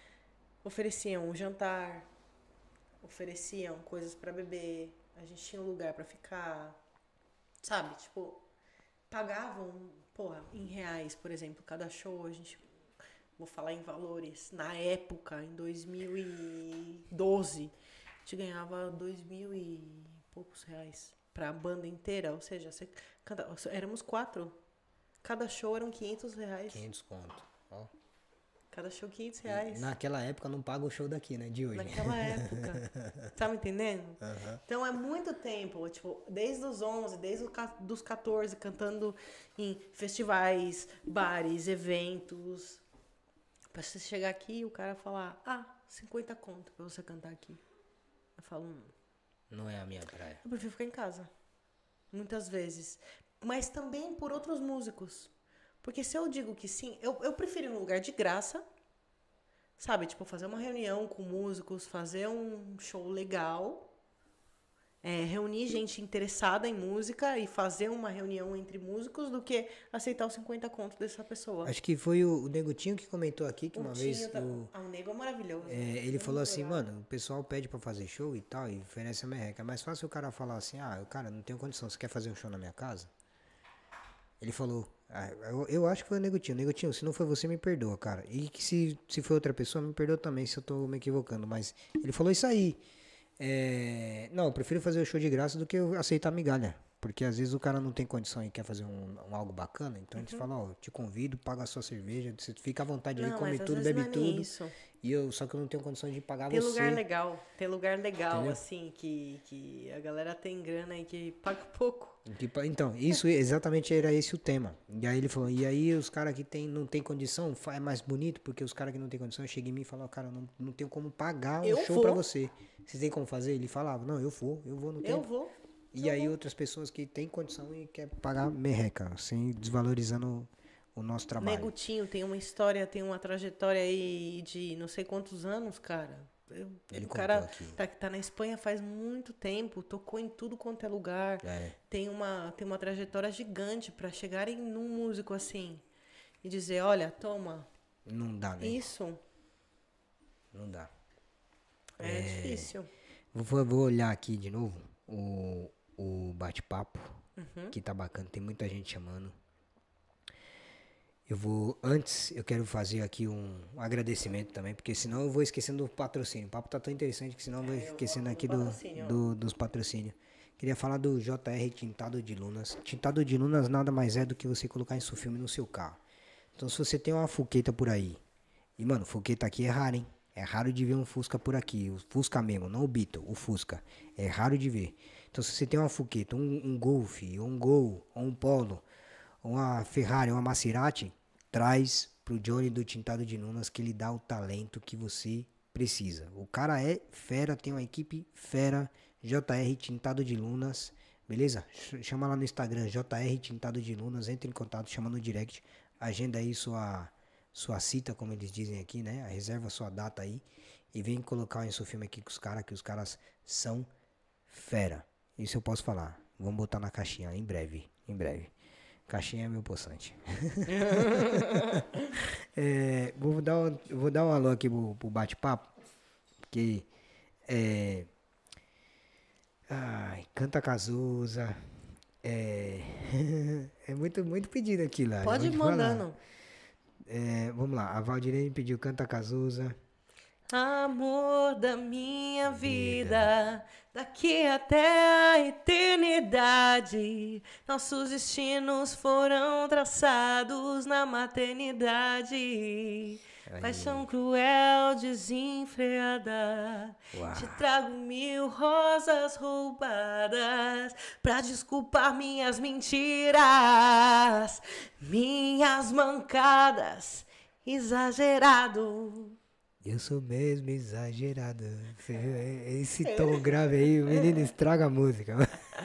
ofereciam um jantar, ofereciam coisas pra beber, a gente tinha um lugar pra ficar, sabe? Tipo, pagavam, porra, em reais, por exemplo, cada show, a gente, vou falar em valores, na época, em dois mil e doze, a gente ganhava dois mil e poucos reais pra banda inteira, ou seja, você canta, éramos quatro, cada show eram quinhentos reais, quinhentos conto. Ó. cada show quinhentos reais. Naquela época não paga o show daqui, né? De hoje. Naquela época. Tá me entendendo? Uhum. Então é muito tempo, tipo, desde os onze, desde os ca- dos catorze, cantando em festivais, bares, eventos. Pra você chegar aqui e o cara falar, ah, cinquenta conto pra você cantar aqui. Eu falo, hum, Não é a minha praia. eu prefiro ficar em casa. Muitas vezes. Mas também por outros músicos. Porque se eu digo que sim, eu, eu prefiro ir num lugar de graça. Sabe, tipo, fazer uma reunião com músicos, fazer um show legal. É, reunir gente interessada em música e fazer uma reunião entre músicos do que aceitar os cinquenta contos dessa pessoa. Acho que foi o, o Negutinho que comentou aqui que O uma Tinho vez tá- o, Ah, o Nego é maravilhoso. é, ele Ele é falou muito assim, legal. mano, o pessoal pede pra fazer show e tal e oferece a merreca. É mais fácil o cara falar assim, ah, cara, não tenho condição, você quer fazer um show na minha casa? Ele falou, ah, eu, eu acho que foi o Negutinho. Negutinho, se não foi você, me perdoa, cara. E que se, se foi outra pessoa, me perdoa também se eu tô me equivocando. Mas ele falou isso aí. É, não, eu prefiro fazer o show de graça do que eu aceitar migalha. Porque às vezes o cara não tem condição e quer fazer um, um algo bacana. Então a gente fala, ó, te convido, paga a sua cerveja. Você fica à vontade aí, Não, come mas às tudo, vezes bebe não é nem tudo. isso. E eu, só que eu não tenho condição de pagar Tem você. lugar legal, tem lugar legal, Entendeu? assim, que, que a galera tem grana e que paga pouco. Que pa- Então, isso exatamente era esse o tema. E aí ele falou, e aí os caras que tem, não tem condição, fa- é mais bonito, porque os caras que não tem condição, chegam em mim e falam, cara, não, não tenho como pagar um Eu show vou. pra você. Vocês têm como fazer? Ele falava, não, eu vou, eu vou no Eu tempo. vou. E aí outras pessoas que têm condição e quer pagar merreca, assim, desvalorizando o nosso trabalho. Negutinho tem uma história, tem uma trajetória aí de não sei quantos anos, cara. Eu- Ele o contou cara aqui. tá, tá na Espanha faz muito tempo, tocou em tudo quanto é lugar. É. Tem uma, tem uma trajetória gigante pra chegarem num músico assim e dizer, olha, toma, Não dá, né? isso Não dá. é, difícil. Vou, vou olhar aqui de novo o, o bate-papo, Uhum. que tá bacana, tem muita gente chamando. Eu vou, antes, eu quero fazer aqui um, um agradecimento também, porque senão eu vou esquecendo do patrocínio. O papo tá tão interessante que senão eu vou esquecendo aqui do, do- dos patrocínios. Queria falar do J R Tintado de Lunas. Tintado de Lunas nada mais é do que você colocar isso filme no seu carro. Então se você tem uma Fuqueta por aí, e mano, Fuqueta aqui é raro, hein? É raro de ver um Fusca por aqui, o Fusca mesmo, não o Beetle, o Fusca. É raro de ver. Então se você tem uma Fuqueta, um, um Golf, ou um Gol, ou um Polo, uma Ferrari, uma Maserati, traz pro Johnny do Tintado de Lunas que ele dá o talento que você precisa. O cara é fera, tem uma equipe fera, J R Tintado de Lunas, beleza? Ch- Chama lá no Instagram, J R Tintado de Lunas, entre em contato, chama no direct, agenda aí sua, sua cita, como eles dizem aqui, né? Reserva sua data aí e vem colocar em seu filme aqui com os caras, que os caras são fera. Isso eu posso falar. Vamos botar na caixinha em breve, em breve. Caixinha é meu poçante. É, vou, dar um, vou dar um alô aqui pro, pro bate-papo. Porque. É, ai, Canta Cazuza. É, é muito, muito pedido aqui lá. Pode vou ir te falar. mandando. É, vamos lá. A Valdirene pediu Canta Cazuza. Amor da minha vida, daqui até a eternidade, nossos destinos foram traçados na maternidade. Aí. Paixão cruel, desenfreada, Uau. te trago mil rosas roubadas pra desculpar minhas mentiras, minhas mancadas, exagerado. Eu sou mesmo exagerado. Esse tom grave aí, o menino estraga a música.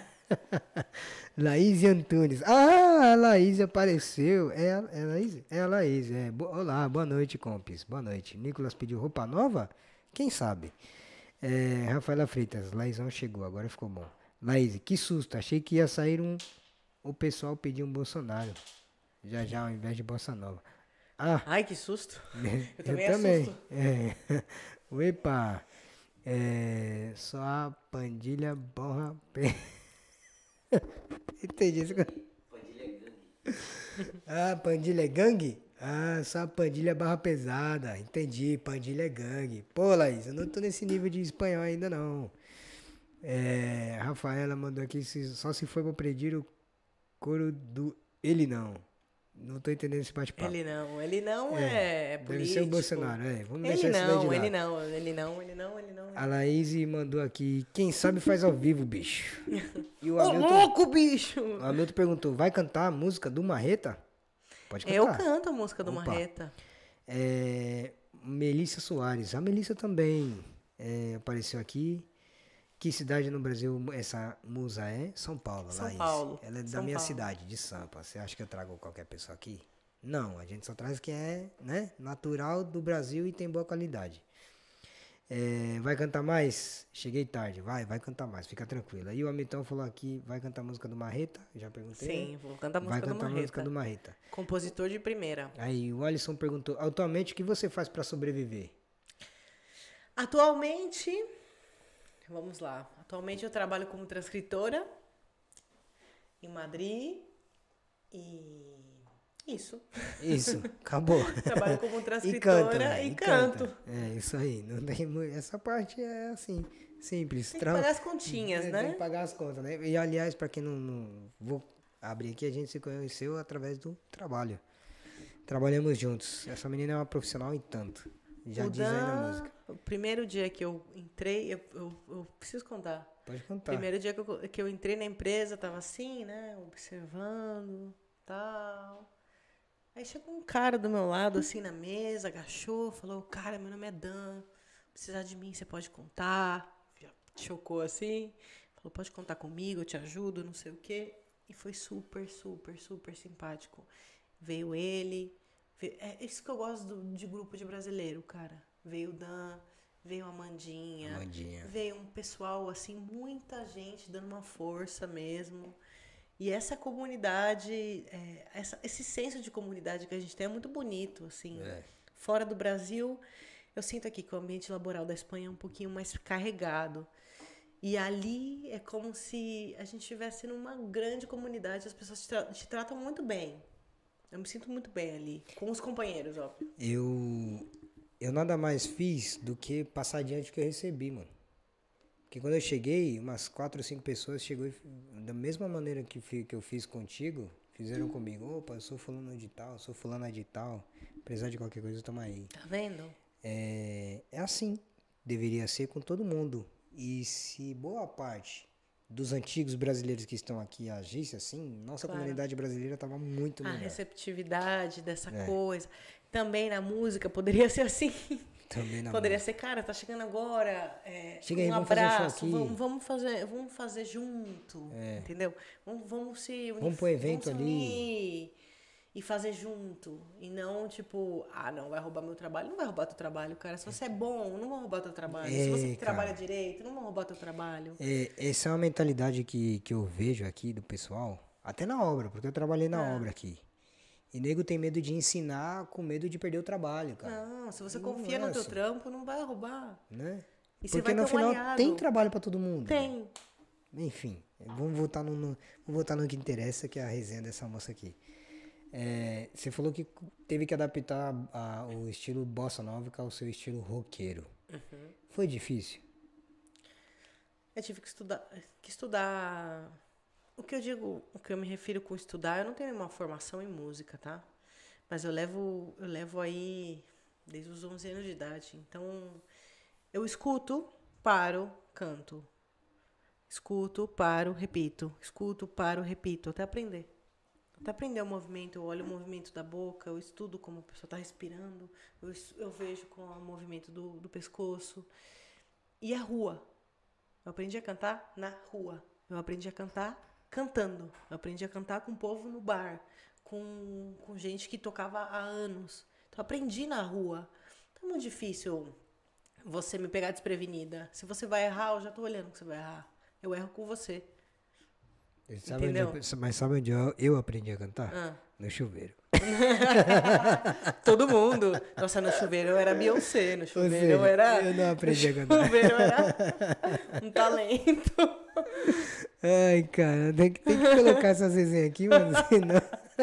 Laís Antunes. Ah, a Laís apareceu. É a, é a Laís? É a Laís. É. Bo- Olá, boa noite, compis. Boa noite. Nicolas pediu roupa nova? Quem sabe? É, Rafaela Freitas. Laísão chegou, agora ficou bom. Laís, que susto. Achei que ia sair um. O pessoal pediu um Bolsonaro. Já já, ao invés de Bossa Nova. Ah, Ai, que susto. Eu eu também também. assusto. É. Opa, é, só a pandilha borra... Pe... Entendi isso. Pandilha gangue. Ah, pandilha é gangue? Ah, só a pandilha barra pesada. Entendi, pandilha é gangue. Pô, Laís, eu não tô nesse nível de espanhol ainda não. É, a Rafaela mandou aqui, se- só se for pra pedir o couro do... Ele não. Não tô entendendo esse bate-papo. Ele não, ele não É, é, é deve político. ser o Bolsonaro, é. Vamos Ele deixar isso daí de não, ele lado. não, ele não, ele não, ele não. A Laís mandou aqui, quem sabe faz ao vivo, bicho. E o Ô, Hamilton, louco, bicho! o Hamilton perguntou, vai cantar a música do Marreta? Pode cantar. Eu canto a música do Opa. Marreta. É, Melissa Soares. A Melissa também é, apareceu aqui. Que cidade no Brasil essa musa é? São Paulo, São Laís. Paulo, Ela é da São minha Paulo. cidade, de Sampa. Você acha que eu trago qualquer pessoa aqui? Não, a gente só traz quem é, né, natural do Brasil e tem boa qualidade. É, vai cantar mais? Cheguei tarde. Vai, vai cantar mais, fica tranquila. E o Amitão falou aqui, vai cantar a música do Marreta? Já perguntei. Sim, vou cantar a Vai música do cantar a música Marreta. do Marreta. Compositor de primeira. Aí o Alisson perguntou, atualmente o que você faz pra sobreviver? Atualmente, vamos lá. Atualmente eu trabalho como transcritora em Madrid e isso. Isso, acabou. Trabalho como E transcritora canta, né? e, canto. canta. É, isso aí. Não tem, mu- essa parte é assim, simples. Tem que Tra- pagar as continhas, é, né? Tem que pagar as contas, né? E aliás, pra quem não, não vou abrir aqui, a gente se conheceu através do trabalho. Trabalhamos juntos. Essa menina é uma profissional em tanto. Já O diz aí na Dan, música. O primeiro dia que eu entrei, eu, eu, eu preciso contar. Pode O contar. primeiro dia que eu, que eu entrei na empresa, tava assim, né? Observando, tal. Aí chegou um cara do meu lado, assim, na mesa, agachou, falou, cara, meu nome é Dan, precisar de mim, você pode contar. Já chocou assim, falou, pode contar comigo, eu te ajudo, não sei o quê. E foi super, super, super simpático. Veio ele, veio- é isso que eu gosto do- de grupo de brasileiro, cara. Veio o Dan, veio a Amandinha, Amandinha. veio um pessoal, assim, muita gente dando uma força mesmo. E essa comunidade, é, essa- esse senso de comunidade que a gente tem é muito bonito, assim. É. Fora do Brasil, eu sinto aqui que o ambiente laboral da Espanha é um pouquinho mais carregado. E ali é como se a gente estivesse numa grande comunidade, as pessoas te, tra- te tratam muito bem. Eu me sinto muito bem ali, com os companheiros, óbvio. Eu, eu nada mais fiz do que passar adiante o que eu recebi, mano. Porque quando eu cheguei, umas quatro ou cinco pessoas chegou e, da mesma maneira que, fi- que eu fiz contigo, fizeram comigo. Opa, eu sou fulano de tal, sou fulana de tal. Apesar de qualquer coisa, tamo aí. Tá vendo? É, é assim. Deveria ser com todo mundo. E se boa parte dos antigos brasileiros que estão aqui agisse assim, nossa Claro. comunidade brasileira tava muito A melhor. receptividade dessa É. coisa. Também na música poderia ser assim. Também na Poderia música. ser, cara, tá chegando agora. É, Chega um aí, vamos fazer um show abraço, aqui. vamos, vamos fazer, vamos fazer junto, entendeu? Vamos, vamos se unir, Vamos pro evento vamos se ali. unir e fazer junto. E não, tipo, ah, não, vai roubar meu trabalho. Não vai roubar teu trabalho, cara. Se você é bom, não vão roubar teu trabalho. Se você É, trabalha cara. direito, não vão roubar teu trabalho. É, essa é uma mentalidade que, que eu vejo aqui do pessoal, até na obra, porque eu trabalhei na Ah. obra aqui. E nego tem medo de ensinar com medo de perder o trabalho, cara. Não, se você Não confia é no teu assim. trampo, não vai roubar. Né? E você Porque vai no ter um final aliado. tem trabalho pra todo mundo. Tem. Enfim, vamos voltar no, no- vamos voltar no que interessa, que é a resenha dessa moça aqui. É, você falou que teve que adaptar a- a- o estilo bossa nova ao seu estilo roqueiro. Uhum. Foi difícil? Eu tive que estudar, que estudar. O que eu digo, o que eu me refiro com estudar, eu não tenho nenhuma formação em música, tá? Mas eu levo, eu levo aí desde os onze anos de idade. Então, eu escuto, paro, canto. Escuto, paro, repito. Escuto, paro, repito, até aprender. Até aprender o movimento, eu olho o movimento da boca, eu estudo como a pessoa está respirando, eu, es- eu vejo com o movimento do, do pescoço. E a rua. Eu aprendi a cantar na rua. Eu aprendi a cantar cantando. Eu aprendi a cantar com o povo no bar, com, com gente que tocava há anos. Então, eu aprendi na rua. Então, é muito difícil você me pegar desprevenida. Se você vai errar, eu já tô olhando que você vai errar. Eu erro com você. Sabe onde Entendeu? eu- mas sabe onde eu, eu aprendi a cantar? Ah. No chuveiro. Todo mundo. Nossa, no chuveiro eu era Beyoncé. No Ou chuveiro seja, eu era... eu não aprendi a No cantar. chuveiro eu era um talento. Ai, cara, tem que, tem que colocar essas resenhas aqui, mano, senão...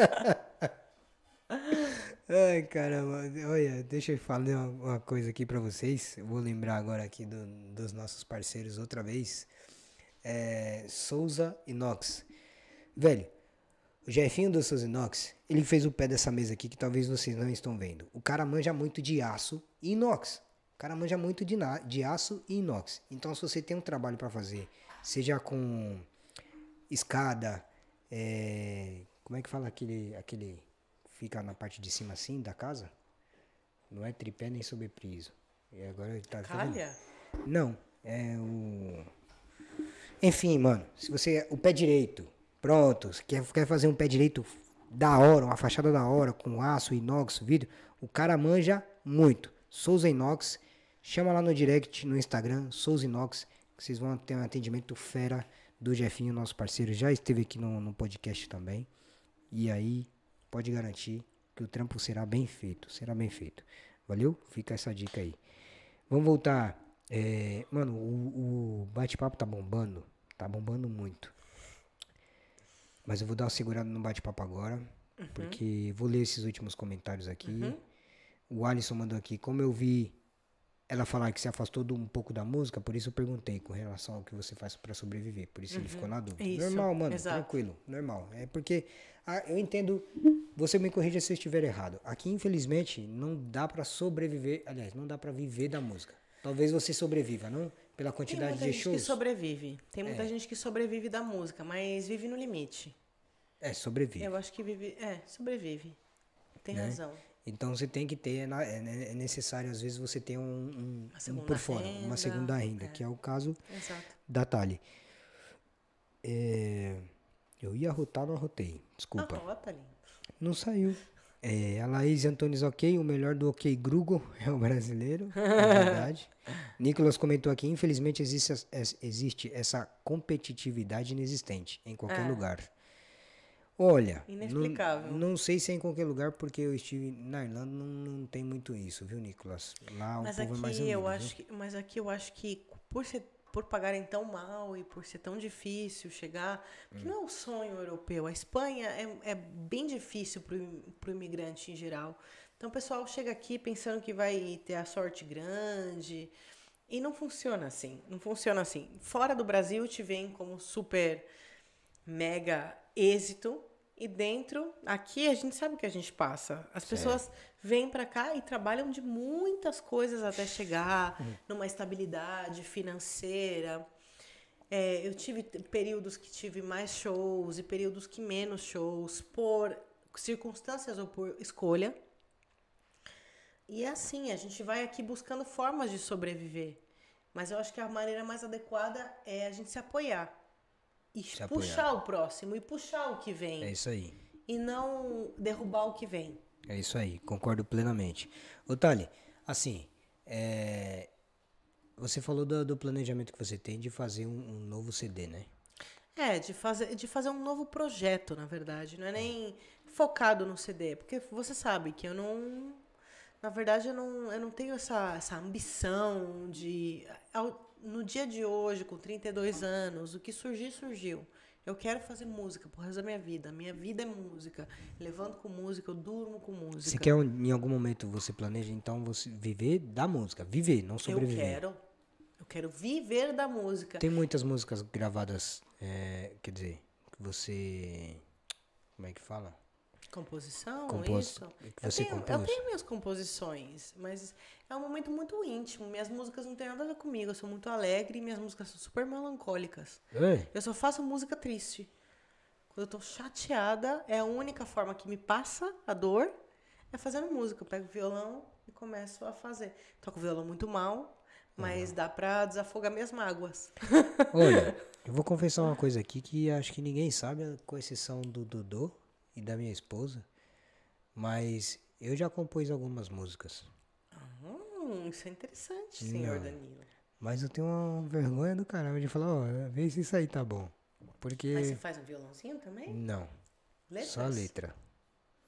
Ai, caramba, olha, deixa eu falar uma, uma coisa aqui pra vocês. Eu vou lembrar agora aqui do- dos nossos parceiros outra vez. É, Souza Inox. Velho, o Jefinho do Souza Inox, ele fez o pé dessa mesa aqui que talvez vocês não estão vendo. O cara manja muito de aço e inox. O cara manja muito de, na- de aço e inox. Então, se você tem um trabalho pra fazer, seja com escada, é, como é que fala aquele, aquele fica na parte de cima assim da casa? Não é tripé nem sobrepiso. E agora ele tá Calha? Não, é o enfim, mano, se você o pé direito, pronto, você quer, quer fazer um pé direito da hora, uma fachada da hora com aço, inox, vidro, o cara manja muito. Souza Inox, chama lá no direct no Instagram, Souza Inox, que vocês vão ter um atendimento fera do Jefinho, nosso parceiro, já esteve aqui no, no podcast também. E aí, pode garantir que o trampo será bem feito, será bem feito. Valeu? Fica essa dica aí. Vamos voltar. É, mano, o, o bate-papo tá bombando, tá bombando muito. Mas eu vou dar uma segurada no bate-papo agora, uhum. porque vou ler esses últimos comentários aqui. Uhum. O Alisson mandou aqui, como eu vi ela falar que se afastou do, um pouco da música, por isso eu perguntei com relação ao que você faz pra sobreviver. Por isso uhum. ele ficou na dúvida. Isso, normal, mano, exato. Tranquilo, normal. É porque ah, eu entendo, você me corrija se eu estiver errado. Aqui, infelizmente, não dá pra sobreviver, aliás, não dá pra viver da música. Talvez você sobreviva, não? Pela quantidade de shows. Tem muita gente que sobrevive. Tem muita é. gente que sobrevive da música, mas vive no limite. É, sobrevive. Eu acho que vive... É, sobrevive. Tem né? razão. Então você tem que ter, é necessário às vezes você ter um, um, um por fora, renda, uma segunda renda, é. que é o caso Exato. da Thali. É, eu ia rotar, não arrotei, desculpa. Ah, rota, não saiu. É, a Laís Antunes, ok, o melhor do ok Grugo é o brasileiro, é verdade. Nicolas comentou aqui, infelizmente existe, existe essa competitividade inexistente em qualquer é. lugar. Olha, inexplicável. Não, não sei se é em qualquer lugar, porque eu estive na Irlanda, não, não tem muito isso, viu, Nicolas? Lá mas o povo aqui é mais unido, eu acho viu? que, Mas aqui eu acho que por, ser, por pagarem tão mal e por ser tão difícil chegar, porque hum. não é o sonho europeu, a Espanha é, é bem difícil para o imigrante em geral. Então o pessoal chega aqui pensando que vai ter a sorte grande e não funciona assim, não funciona assim. Fora do Brasil te vem como super mega êxito. E dentro, aqui a gente sabe o que a gente passa. As pessoas certo. vêm para cá e trabalham de muitas coisas até chegar uhum. numa estabilidade financeira. É, eu tive períodos que tive mais shows e períodos que menos shows, por circunstâncias ou por escolha. E é assim, a gente vai aqui buscando formas de sobreviver. Mas eu acho que a maneira mais adequada é a gente se apoiar. E se puxar apoiar. o próximo, e puxar o que vem. É isso aí. E não derrubar o que vem. É isso aí, concordo plenamente. Ô Thali, assim, é... você falou do, do planejamento que você tem de fazer um, um novo C D, né? É, de fazer, de fazer um novo projeto, na verdade. Não é nem focado no C D. Porque você sabe que eu não... Na verdade, eu não, eu não tenho essa, essa ambição de... No dia de hoje, com trinta e dois anos, o que surgir, surgiu. Eu quero fazer música pro resto da minha vida. Minha vida é música. Levanto com música, eu durmo com música. Você quer, em algum momento, você planeja, então, você viver da música? Viver, não sobreviver. Eu quero. Eu quero viver da música. Tem muitas músicas gravadas, é, quer dizer, que você... Como é que fala? Composição, Compos... isso. Que você eu, tenho, compôs. eu tenho minhas composições, mas é um momento muito íntimo. Minhas músicas não têm nada a ver comigo. Eu sou muito alegre e minhas músicas são super melancólicas. É? Eu só faço música triste. Quando eu tô chateada, é a única forma que me passa a dor é fazendo música. Eu pego o violão e começo a fazer. Toco o violão muito mal, mas uhum. dá pra desafogar minhas mágoas. Olha, eu vou confessar uma coisa aqui que acho que ninguém sabe, com exceção do Dodô e da minha esposa, mas eu já compus algumas músicas. Hum, isso é interessante, senhor Não, Danilo. Mas eu tenho uma vergonha do caramba de falar, ó, oh, vê se isso aí tá bom. Porque... Mas você faz um violãozinho também? Não, Letras? só letra.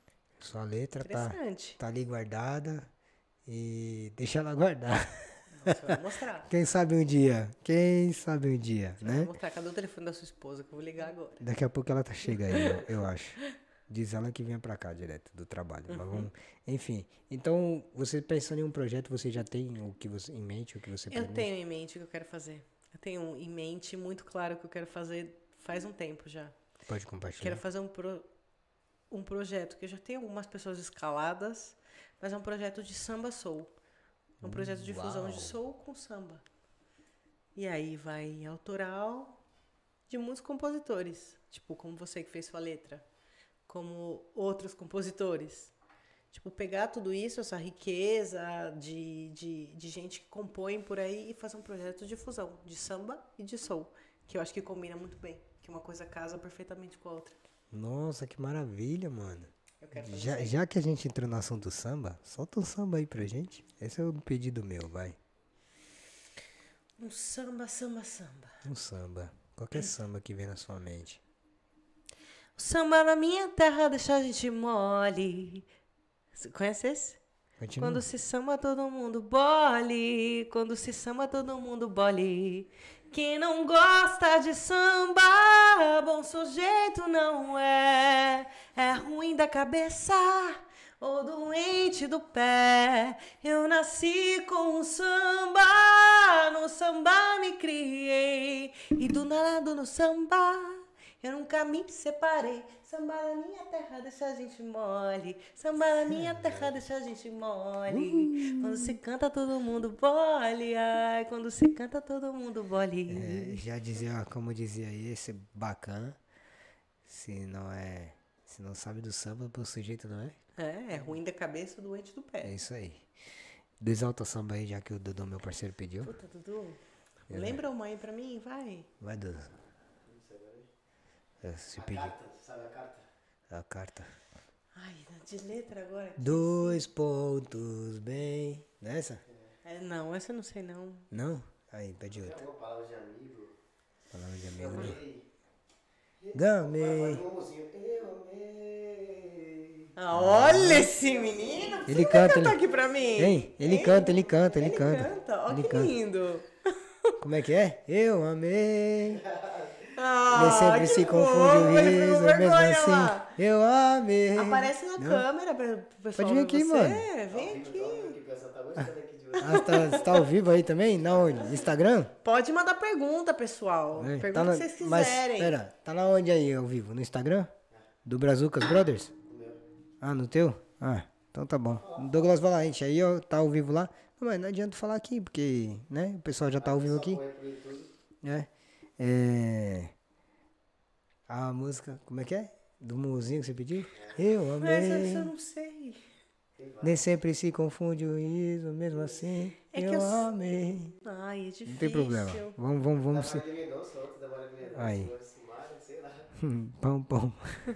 Sua letra tá, Interessante. tá ali guardada e deixa ela guardar. Você vai mostrar. Quem sabe um dia, quem sabe um dia, Você vai né? mostrar. Cadê o telefone da sua esposa que eu vou ligar agora? Daqui a pouco ela tá chega aí, eu, eu acho. Diz ela que vinha pra cá direto do trabalho. Mas vamos, enfim, então você pensando em um projeto, você já tem o que você em mente, o que você Eu pretende? tenho em mente o que eu quero fazer. Eu tenho em mente muito claro o que eu quero fazer faz um tempo já. Pode compartilhar. Quero fazer um, pro, um projeto que eu já tenho algumas pessoas escaladas, mas é um projeto de samba soul. É um projeto de fusão de soul com samba. E aí vai autoral de muitos compositores. Tipo, como você que fez sua letra. Como outros compositores. Tipo, pegar tudo isso, essa riqueza de, de, de gente que compõe por aí e fazer um projeto de fusão, de samba e de soul. Que eu acho que combina muito bem. Que uma coisa casa perfeitamente com a outra. Nossa, que maravilha, mano. Eu quero fazer Já, isso. já que a gente entrou no assunto samba, solta um samba aí pra gente. Esse é o pedido meu, vai. Um samba, samba, samba. Um samba. Qualquer samba que vem na sua mente. O samba na minha terra deixa a gente mole. Você conhece esse? Continua. Quando se samba todo mundo bole. Quando se samba todo mundo bole. Quem não gosta de samba, bom sujeito não é. É ruim da cabeça ou doente do pé. Eu nasci com o samba, no samba me criei. E do nada no samba eu nunca me separei. Samba na minha terra deixa a gente mole. Samba na minha terra deixa a gente mole. Quando se canta todo mundo bole. Ai, quando se canta todo mundo bole. É, já dizia, como dizia aí, esse bacana. Se não é. Se não sabe do samba, pro sujeito não é? É, é ruim da cabeça, doente do É pé. isso aí. Do Exalta Samba aí, já que o Dudu, meu parceiro, pediu. Puta, Dudu. Lembra uma aí pra mim? Vai. Vai, Dudu. É, se pedir. Carta, sabe a carta? A carta. Ai, de letra agora. Dois pontos, bem. Nessa? É, não, essa eu não sei não. Não? Aí, pede É outra. uma palavra de amigo. Palavra de Eu amigo, né? amei. Gamei. Vai, vai, eu amei. Ah, olha esse menino. Você Ele não vai canta, cantar ele- aqui pra mim? Hein? Ele Hein? canta, ele canta, ele, Ele canta. canta. Ó, Ele que canta. lindo. Como é que é? Eu amei. Ah, Ele sempre que se fofo, confunde o ele ficou riso, com mesmo vergonha assim. lá. Eu amei. Aparece na Não? câmera pra pro pessoal Pode vir ver aqui, você. mano. Vem aqui. Que o pessoal tá gostando aqui de você. Ah, você tá, você tá ao vivo aí também? Na onde? Instagram? Pode mandar pergunta, pessoal. É, Pergunta tá na- que vocês Mas, quiserem. pera, tá na onde aí ao vivo? No Instagram? Do Brazucas Brothers? O meu. Ah, no teu? Ah, então tá bom. Douglas Valente, aí ó, tá ao vivo lá. Não, mas não adianta falar aqui, porque, né, o pessoal já tá ao vivo aqui. Põe pro YouTube. É. É. A música, como é que é? Do Muzinho que você pediu? Eu Mas essa amei. eu não sei. Nem sempre se confunde o riso, mesmo assim. É que eu eu s- amei. Ai, é difícil. Não tem problema. Vamos, vamos, Da vamos. Se... Marília Mendonça, outro da Marília Mendonça. Aí. Agora Simária, sei lá. Pão, pão.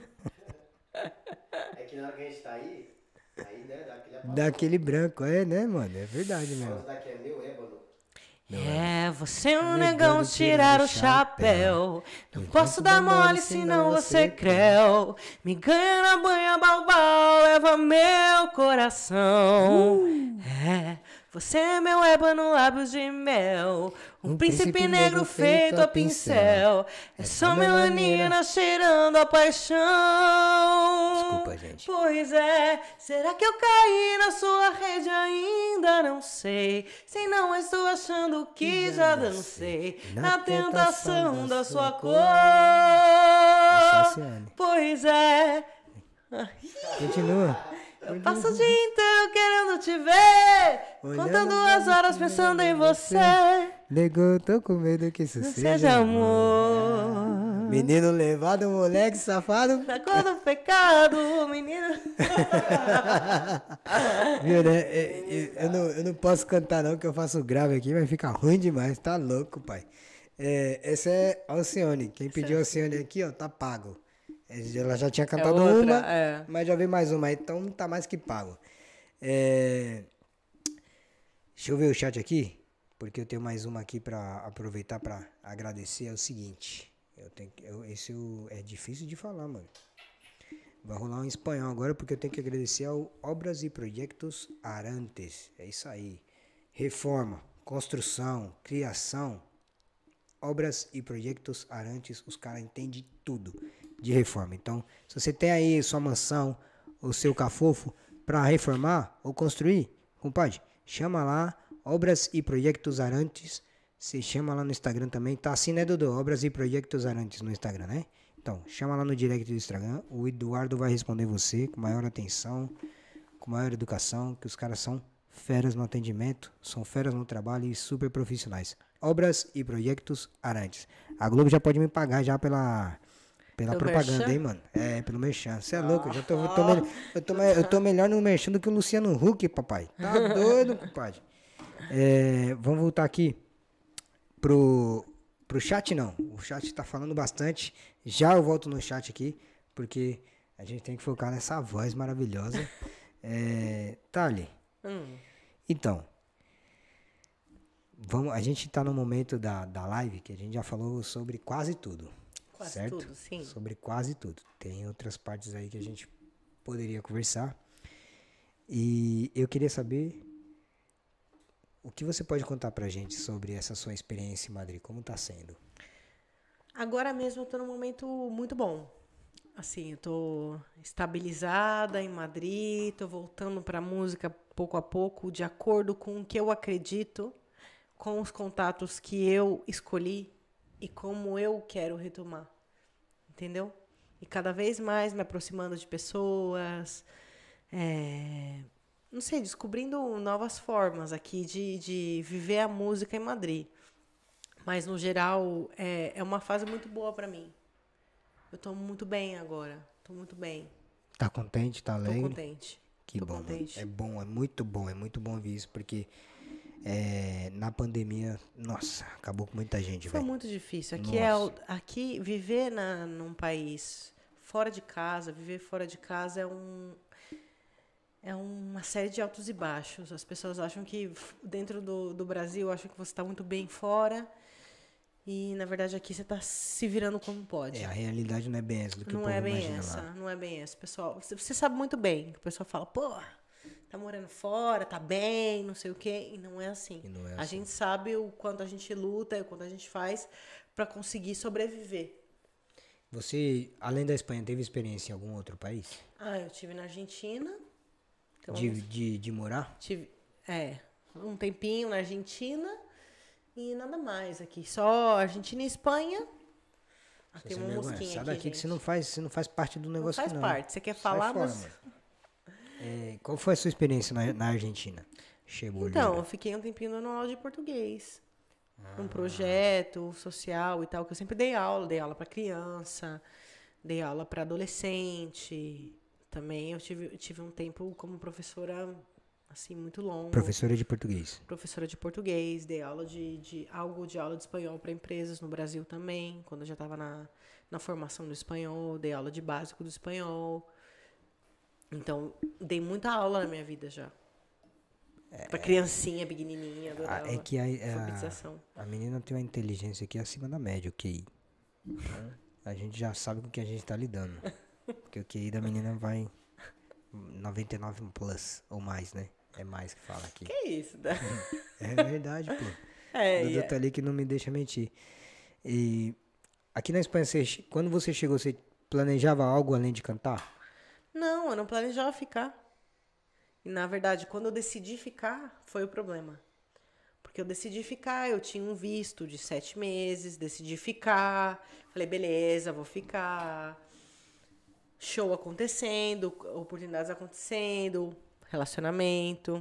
É que na hora que a gente tá aí, aí, né, dá aquele apagão. Daquele branco, é, né, mano? É verdade O mesmo. outro daqui é meu ébano. É, você é um Negão negão de tirar tirar o o chapéu. Não posso dar mole senão você creu. Me ganha na banha balbal, leva meu coração. É, você é meu ébano, lábios de mel. Um, príncipe, negro feito a pincel. É só melanina cheirando a paixão. Desculpa, gente. Pois é, será que eu caí na sua rede? Ainda não sei. Se não estou achando que já dancei na tentação da sua cor. Cassiane. Pois é, Continua. eu passo o dia inteiro querendo te ver, Olhando contando pra as horas pensando em você. Negou, tô com medo que isso seja, Seja amor. Menino levado, moleque safado. Na cor do pecado, menino. Viu, né? É, é, Eu não, eu não posso cantar não, que eu faço grave aqui, vai ficar ruim demais. Tá louco, pai. É, essa é a Alcione. Quem pediu a Alcione aqui, ó, tá pago. Ela já tinha cantado outra, uma, é. mas já veio mais uma, então tá mais que pago. É, deixa eu ver o chat aqui, porque eu tenho mais uma aqui pra aproveitar pra agradecer. É o seguinte, eu tenho que, eu, esse eu- é difícil de falar, mano. Vai rolar um espanhol agora porque eu tenho que agradecer ao Obras e Projetos Arantes. É isso aí. Reforma, construção, criação. Obras e Projetos Arantes, os caras entendem tudo de reforma. Então, se você tem aí sua mansão, o seu cafofo para reformar ou construir, compadre, chama lá, Obras e Projetos Arantes. Você chama lá no Instagram também. Tá assim, né, Dudu? Obras e Projetos Arantes no Instagram, né? Então, chama lá no direct do Instagram. O Eduardo vai responder você com maior atenção, com maior educação, que os caras são feras no atendimento, são feras no trabalho e super profissionais. Obras e Projetos Arantes. A Globo já pode me pagar já pela, pela Pelo propaganda, merchan? hein, mano? É, pelo merchan. Você é louco, eu já tô, eu tô, me- eu tô, me- eu tô melhor no merchan do que o Luciano Huck, papai. Tá doido, compadre. É, vamos voltar aqui pro, pro chat, não. O chat tá falando bastante. Já eu volto no chat aqui, porque a gente tem que focar nessa voz maravilhosa. É, Thali, Hum, então, vamos, a gente tá no momento da, da live que a gente já falou sobre quase tudo. quase certo? tudo, sim. Sobre quase tudo. Tem outras partes aí que a gente poderia conversar. E eu queria saber o que você pode contar pra gente sobre essa sua experiência em Madrid, como tá sendo? Agora mesmo eu tô num momento muito bom. Assim, eu tô estabilizada em Madrid, tô voltando pra música pouco a pouco, de acordo com o que eu acredito, com os contatos que eu escolhi e como eu quero retomar. Entendeu? E cada vez mais me aproximando de pessoas, é, não sei, descobrindo novas formas aqui de, de viver a música em Madrid. Mas, no geral, é, é uma fase muito boa pra mim. Eu tô muito bem agora. Tô muito bem. Tá contente, tá Tô alegre? contente. Que Tô bom, mano. contente. É bom, é muito bom, é muito bom ouvir isso, porque é, na pandemia, nossa, acabou com muita gente, Foi velho. muito difícil. Aqui, é, Nossa. o- aqui viver na, num país fora de casa, viver fora de casa é um, é uma série de altos e baixos. As pessoas acham que f- dentro do, do Brasil, acham que você está muito bem fora. E, na verdade, aqui você está se virando como pode. É, a realidade não é bem essa do que o Não povo é bem imagina essa, lá. não é bem essa. Pessoal, você, você sabe muito bem que o pessoal fala, pô, tá morando fora, tá bem, não sei o quê. E não é assim. E não é A assim. gente sabe o quanto a gente luta, o quanto a gente faz para conseguir sobreviver. Você, além da Espanha, teve experiência em algum outro país? Ah, eu tive na Argentina. Então, De, de, de morar? tive, é, um tempinho na Argentina e nada mais aqui. Só Argentina e Espanha. Ah, Você tem sem uma vergonha. mosquinha Sai aqui, daqui gente. que você não faz, você não faz parte do Não negócio faz aqui, não. parte. Você quer Sai falar, fora, mas... mano. É, qual foi a sua experiência na, na Argentina? Chegou Então, eu fiquei um tempinho dando aula de português. Ah. Um projeto social e tal, que eu sempre dei aula. Dei aula para criança, dei aula para adolescente. Também eu tive, eu tive um tempo como professora, assim, muito longo. Professora de português. Professora de português, dei aula de, de algo de aula de espanhol para empresas no Brasil também, quando eu já estava na, na formação do espanhol, dei aula de básico do espanhol. Então, dei muita aula na minha vida já. Pra criancinha, pequenininha, Ah, adorava. é que a, Alfabetização. a, a menina tem uma inteligência aqui acima da média, o Q I. Então, a gente já sabe com o que a gente tá lidando. Porque o Q I da menina vai noventa e nove plus, ou mais, né? É mais que fala aqui. Que isso? Né? É verdade, pô. É, O Dudu e tá é. ali que não me deixa mentir. E aqui na Espanha, você, che- quando você chegou, você planejava algo além de cantar? Não, eu não planejava ficar. E, na verdade, quando eu decidi ficar, foi o problema. Porque eu decidi ficar, eu tinha um visto de sete meses, decidi ficar. Falei, beleza, vou ficar. Show acontecendo, oportunidades acontecendo, relacionamento.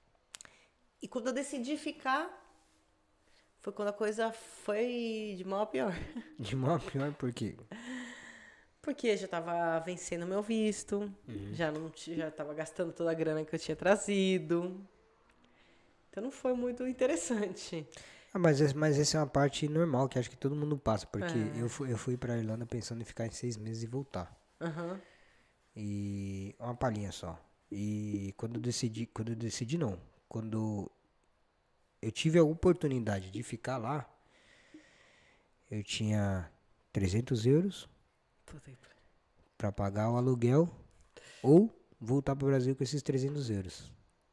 E quando eu decidi ficar, foi quando a coisa foi de mal a pior. De mal a pior, por quê? Porque eu já tava vencendo meu visto, já não ti- já tava gastando toda a grana que eu tinha trazido. Então não foi muito interessante. Ah, mas, esse- mas essa é uma parte normal que acho que todo mundo passa. Porque É. eu, fui, eu fui pra Irlanda pensando em ficar em seis meses e voltar. Aham. E uma palhinha só. E quando eu decidi, quando eu decidi não, quando eu tive a oportunidade de ficar lá, eu tinha trezentos euros Puta que pra pagar o aluguel ou voltar pro Brasil com esses trezentos euros.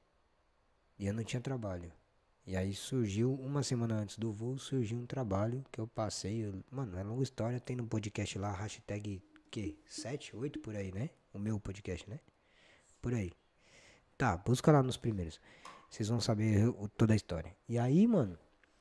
E eu não tinha trabalho. E aí surgiu, uma semana antes do voo, surgiu um trabalho que eu passei. Eu, mano, é longa história, tem no podcast lá, hashtag que? sete, oito por aí, né? O meu podcast, né? Por aí. Tá, busca lá nos primeiros. Vocês vão saber o- toda a história. E aí, mano,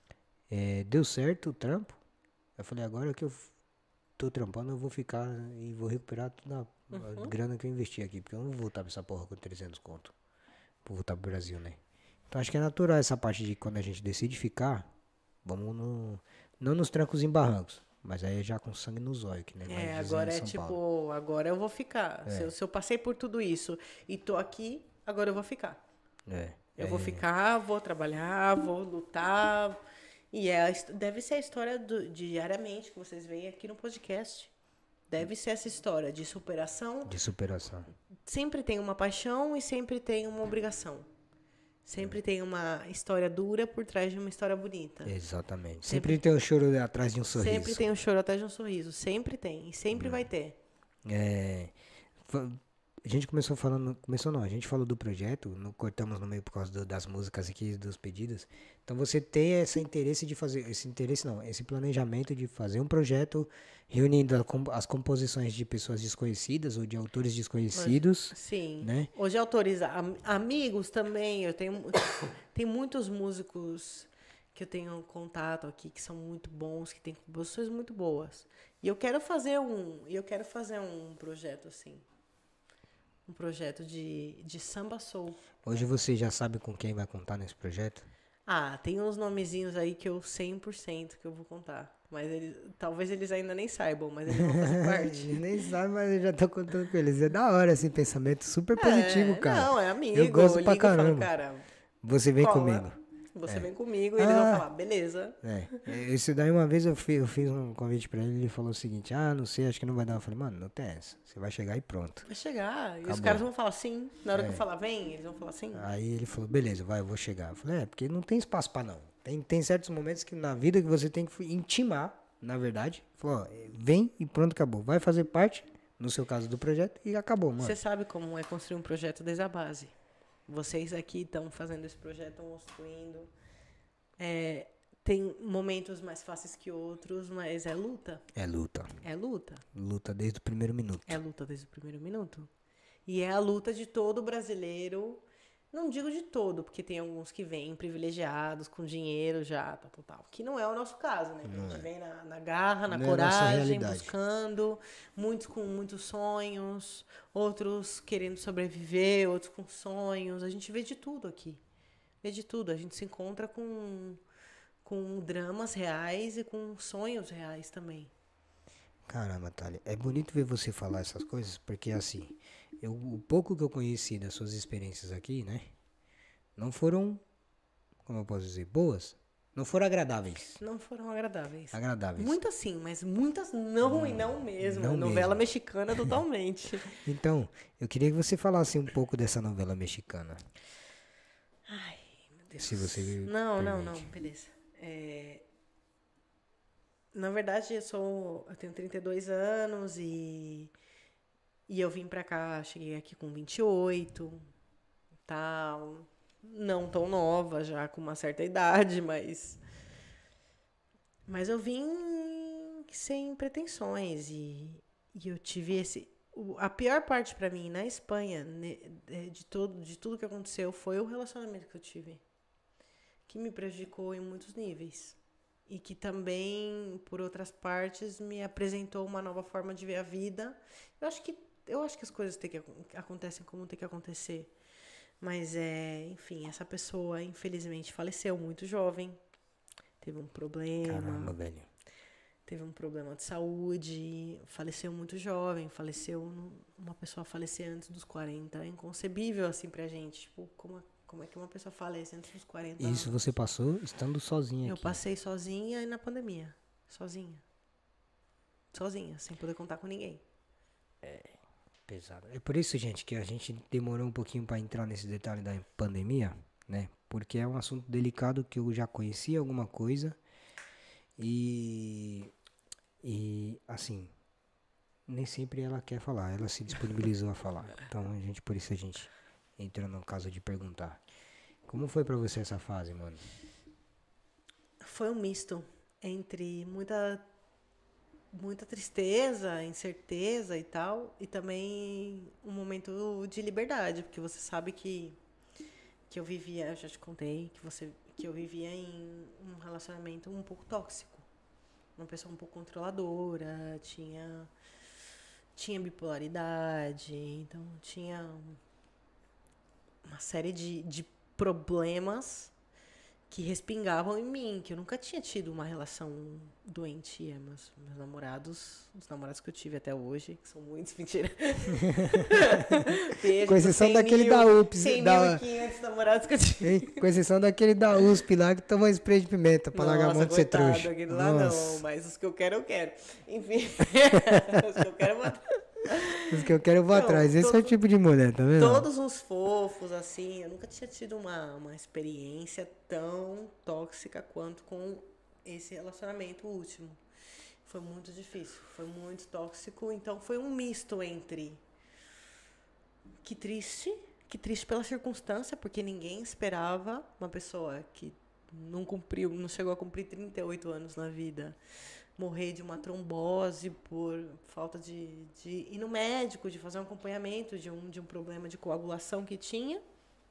é, deu certo o trampo. Eu falei, agora que eu f- tô trampando, eu vou ficar e vou recuperar toda a, a grana que eu investi aqui. Porque eu não vou voltar pra essa porra com trezentos conto. Vou voltar pro Brasil, né? Então acho que é natural essa parte de quando a gente decide ficar, vamos no, não nos trancos e barrancos, mas aí é já com sangue nos olhos, que nem nós É, dizemos agora em é São tipo, Paulo. agora eu vou ficar. Se, eu, se eu passei por tudo isso e tô aqui, agora eu vou ficar. É, Eu é, vou ficar, vou trabalhar, vou lutar. E é, a his- deve ser a história do, diariamente que vocês veem aqui no podcast. Deve ser essa história de superação. de superação. Sempre tem uma paixão e sempre tem uma obrigação. Sempre tem uma história dura por trás de uma história bonita. Exatamente. Sempre, tem um choro atrás de um sorriso. Sempre tem um choro atrás de um sorriso. Sempre tem. E sempre vai ter. É, fa- a gente começou falando, começou não, a gente falou do projeto, não cortamos no meio por causa do- das músicas aqui, dos pedidos. Então você tem esse interesse de fazer, esse interesse não, esse planejamento de fazer um projeto reunindo a com- as composições de pessoas desconhecidas ou de autores desconhecidos, Sim. né? Hoje autoriza am- amigos também. Eu tenho tem muitos músicos que eu tenho contato aqui que são muito bons, que têm composições muito boas. E eu quero fazer um, e eu quero fazer um projeto assim. Um projeto de, de samba soul. Hoje você já sabe com quem vai contar nesse projeto? Ah, tem uns nomezinhos aí que eu cem por cento que eu vou contar. Mas eles, talvez eles ainda nem saibam, mas eles vão fazer parte. Eles nem sabem, mas eu já tô contando com eles. É da hora esse pensamento super positivo, É, cara. Não, é amigo. Eu gosto ligo pra e falo, caramba. cara, Você vem cola. comigo. Você vem comigo e eles Ah. vão falar, beleza. É, esse daí uma vez eu fiz, eu fiz um convite pra ele, ele falou o seguinte, ah, não sei, acho que não vai dar. Eu falei, mano, não tem essa, você vai chegar e pronto. Vai chegar. E os Acabou. caras vão falar sim. Na hora que eu falar vem, eles vão falar sim. Aí ele falou, beleza, vai, eu vou chegar. Eu falei, é, porque não tem espaço pra não. Tem, tem certos momentos que na vida que você tem que intimar, na verdade. Falou, ó, vem e pronto, acabou. Vai fazer parte, no seu caso, do projeto e acabou, mano. Você sabe como é construir um projeto desde a base. Vocês aqui estão fazendo esse projeto, estão construindo. É, tem momentos mais fáceis que outros, mas é luta. É luta. É luta. Luta desde o primeiro minuto. É luta desde o primeiro minuto. E é a luta de todo brasileiro. Não digo de todo, porque tem alguns que vêm privilegiados, com dinheiro já, tal, tal, tal. Que não é o nosso caso, né? A gente vem na, na garra, na Não é a nossa coragem, realidade. buscando. Muitos com muitos sonhos, outros querendo sobreviver, outros com sonhos. A gente vê de tudo aqui. Vê de tudo. A gente se encontra com, com dramas reais e com sonhos reais também. Caramba, Thalia, é bonito ver você falar essas coisas, porque assim, eu, o pouco que eu conheci das suas experiências aqui, né, não foram, como eu posso dizer, boas, não foram agradáveis, Não foram agradáveis. agradáveis. Muitas sim, mas muitas não e não mesmo. não Novela mesmo. mexicana totalmente. Então, eu queria que você falasse um pouco dessa novela mexicana, Ai, meu Deus. se você Não, não, permite. não, beleza. É, Na verdade, eu sou. Eu tenho trinta e dois anos e. E eu vim pra cá, cheguei aqui com vinte e oito, tal. Não tão nova, já com uma certa idade, mas. Mas eu vim sem pretensões e, e eu tive esse. o- A pior parte pra mim na Espanha, né, é, de, todo, de tudo que aconteceu, foi o relacionamento que eu tive. Que me prejudicou em muitos níveis. E que também, por outras partes, me apresentou uma nova forma de ver a vida. Eu acho que, eu acho que as coisas têm que, acon- acontecem como tem que acontecer. Mas, é, enfim, essa pessoa, infelizmente, faleceu muito jovem. Teve um problema. Caramba, velho. Teve um problema de saúde, faleceu muito jovem, faleceu, no- uma pessoa falecer antes dos quarenta, é inconcebível assim pra gente, tipo, como, como é que uma pessoa falece antes dos quarenta Isso anos? você passou estando sozinha Eu aqui. passei sozinha e na pandemia, sozinha, sozinha, sem poder contar com ninguém. Pesado. É por isso, gente, que a gente demorou um pouquinho pra entrar nesse detalhe da pandemia, né? Porque é um assunto delicado que eu já conhecia alguma coisa e e assim, nem sempre ela quer falar, ela se disponibilizou a falar. Então, a gente, por isso a gente entra no caso de perguntar. Como foi pra você essa fase, mano? Foi um misto entre muita, muita tristeza, incerteza e tal, e também um momento de liberdade, porque você sabe que, que eu vivia, eu já te contei, que, você, que eu vivia em um relacionamento um pouco tóxico. Uma pessoa um pouco controladora, tinha, tinha bipolaridade, então tinha uma série de, de problemas que respingavam em mim, que eu nunca tinha tido uma relação doentia. Meus, meus namorados, os namorados que eu tive até hoje, que são muitos, mentira. Beijo, Com exceção cem daquele mil, da U P S. cem da... mil e quinhentos namorados que eu tive. Hein? Com exceção daquele da U S P lá que toma spray de pimenta pra largar a mão de ser coitado, trouxa. aquele lá Nossa. não, mas os que eu quero, eu quero. Enfim, os que eu quero, eu vou Os que eu quero eu vou Não, atrás. Esse é o todos- tipo de mulher, tá vendo? Todos uns fofos, assim. Eu nunca tinha tido uma, uma experiência tão tóxica quanto com esse relacionamento último. Foi muito difícil, foi muito tóxico. Então foi um misto entre que triste, que triste pela circunstância, porque ninguém esperava uma pessoa que não cumpriu, não chegou a cumprir trinta e oito anos na vida, morrer de uma trombose por falta de, de ir no médico, de fazer um acompanhamento de um, de um problema de coagulação que tinha.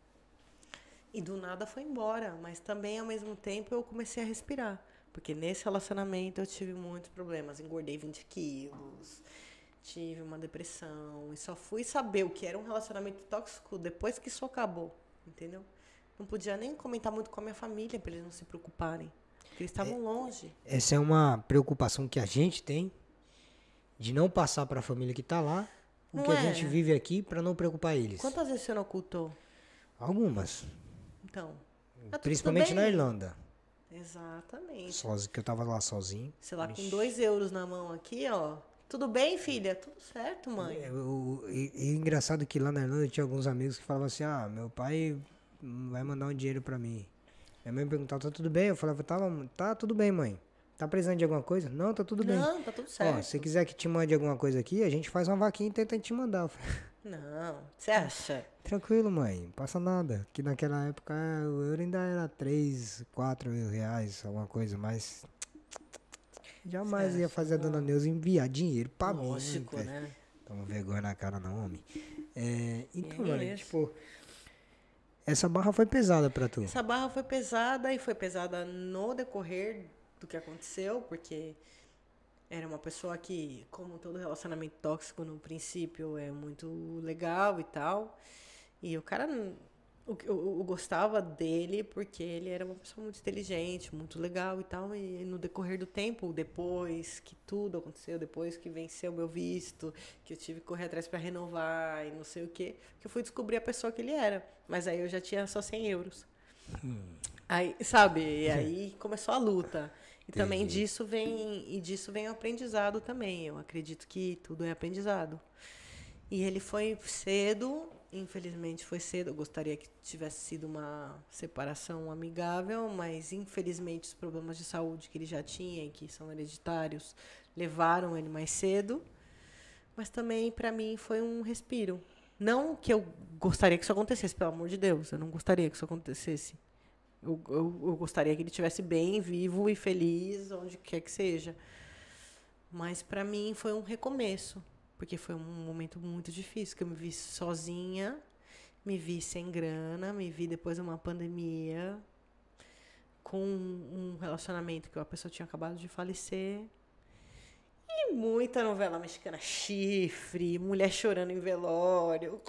E do nada foi embora. Mas também, ao mesmo tempo, eu comecei a respirar. Porque nesse relacionamento eu tive muitos problemas. Engordei vinte quilos, tive uma depressão. E só fui saber o que era um relacionamento tóxico depois que isso acabou. Entendeu? Não podia nem comentar muito com a minha família para eles não se preocuparem. Porque eles estavam longe. Essa é uma preocupação que a gente tem de não passar pra família que tá lá o Não que a é? gente vive aqui pra não preocupar eles. Quantas vezes você não ocultou? Algumas. Então. tá tudo Principalmente na bem. Irlanda. Exatamente. Sozinho, que eu tava lá sozinho. Sei lá, com Vixe. dois euros na mão aqui, ó. Tudo bem, filha? Tudo certo, mãe. É, o, e, e engraçado que lá na Irlanda tinha alguns amigos que falavam assim, ah, meu pai vai mandar um dinheiro pra mim. Minha mãe me perguntava, tá tudo bem? Eu falava, tá, tá tudo bem, mãe. Tá precisando de alguma coisa? Não, tá tudo bem. Não, tá tudo Ó, certo. se você quiser que te mande alguma coisa aqui, a gente faz uma vaquinha e tenta te mandar. Eu falei, Não, você acha? tranquilo, mãe, não passa nada. Que naquela época o euro ainda era três, quatro mil reais, alguma coisa, mas jamais ia fazer a dona Neuza enviar dinheiro pra mim. Lógico, velho. né? Toma vergonha na cara não, homem. É, então, É mano, isso. tipo, essa barra foi pesada pra tu. Essa barra foi pesada e foi pesada no decorrer do que aconteceu, porque era uma pessoa que, como todo relacionamento tóxico no princípio, é muito legal e tal. E o cara, não- o- eu, eu gostava dele porque ele era uma pessoa muito inteligente, muito legal e tal. E no decorrer do tempo, depois que tudo aconteceu, depois que venceu o meu visto, que eu tive que correr atrás para renovar e não sei o quê, que eu fui descobrir a pessoa que ele era. Mas aí eu já tinha só cem euros. Aí, sabe? E aí começou a luta. E também Entendi. disso vem e disso vem o aprendizado também. Eu acredito que tudo é aprendizado. E ele foi cedo, infelizmente foi cedo. Eu gostaria que tivesse sido uma separação amigável, mas infelizmente os problemas de saúde que ele já tinha e que são hereditários levaram ele mais cedo. Mas também para mim foi um respiro. Não que eu gostaria que isso acontecesse, pelo amor de Deus, eu não gostaria que isso acontecesse. Eu, eu, eu gostaria que ele estivesse bem, vivo e feliz, onde quer que seja. Mas para mim foi um recomeço, porque foi um momento muito difícil, que eu me vi sozinha, me vi sem grana, me vi depois de uma pandemia, com um relacionamento que a pessoa tinha acabado de falecer. E muita novela mexicana, chifre, mulher chorando em velório.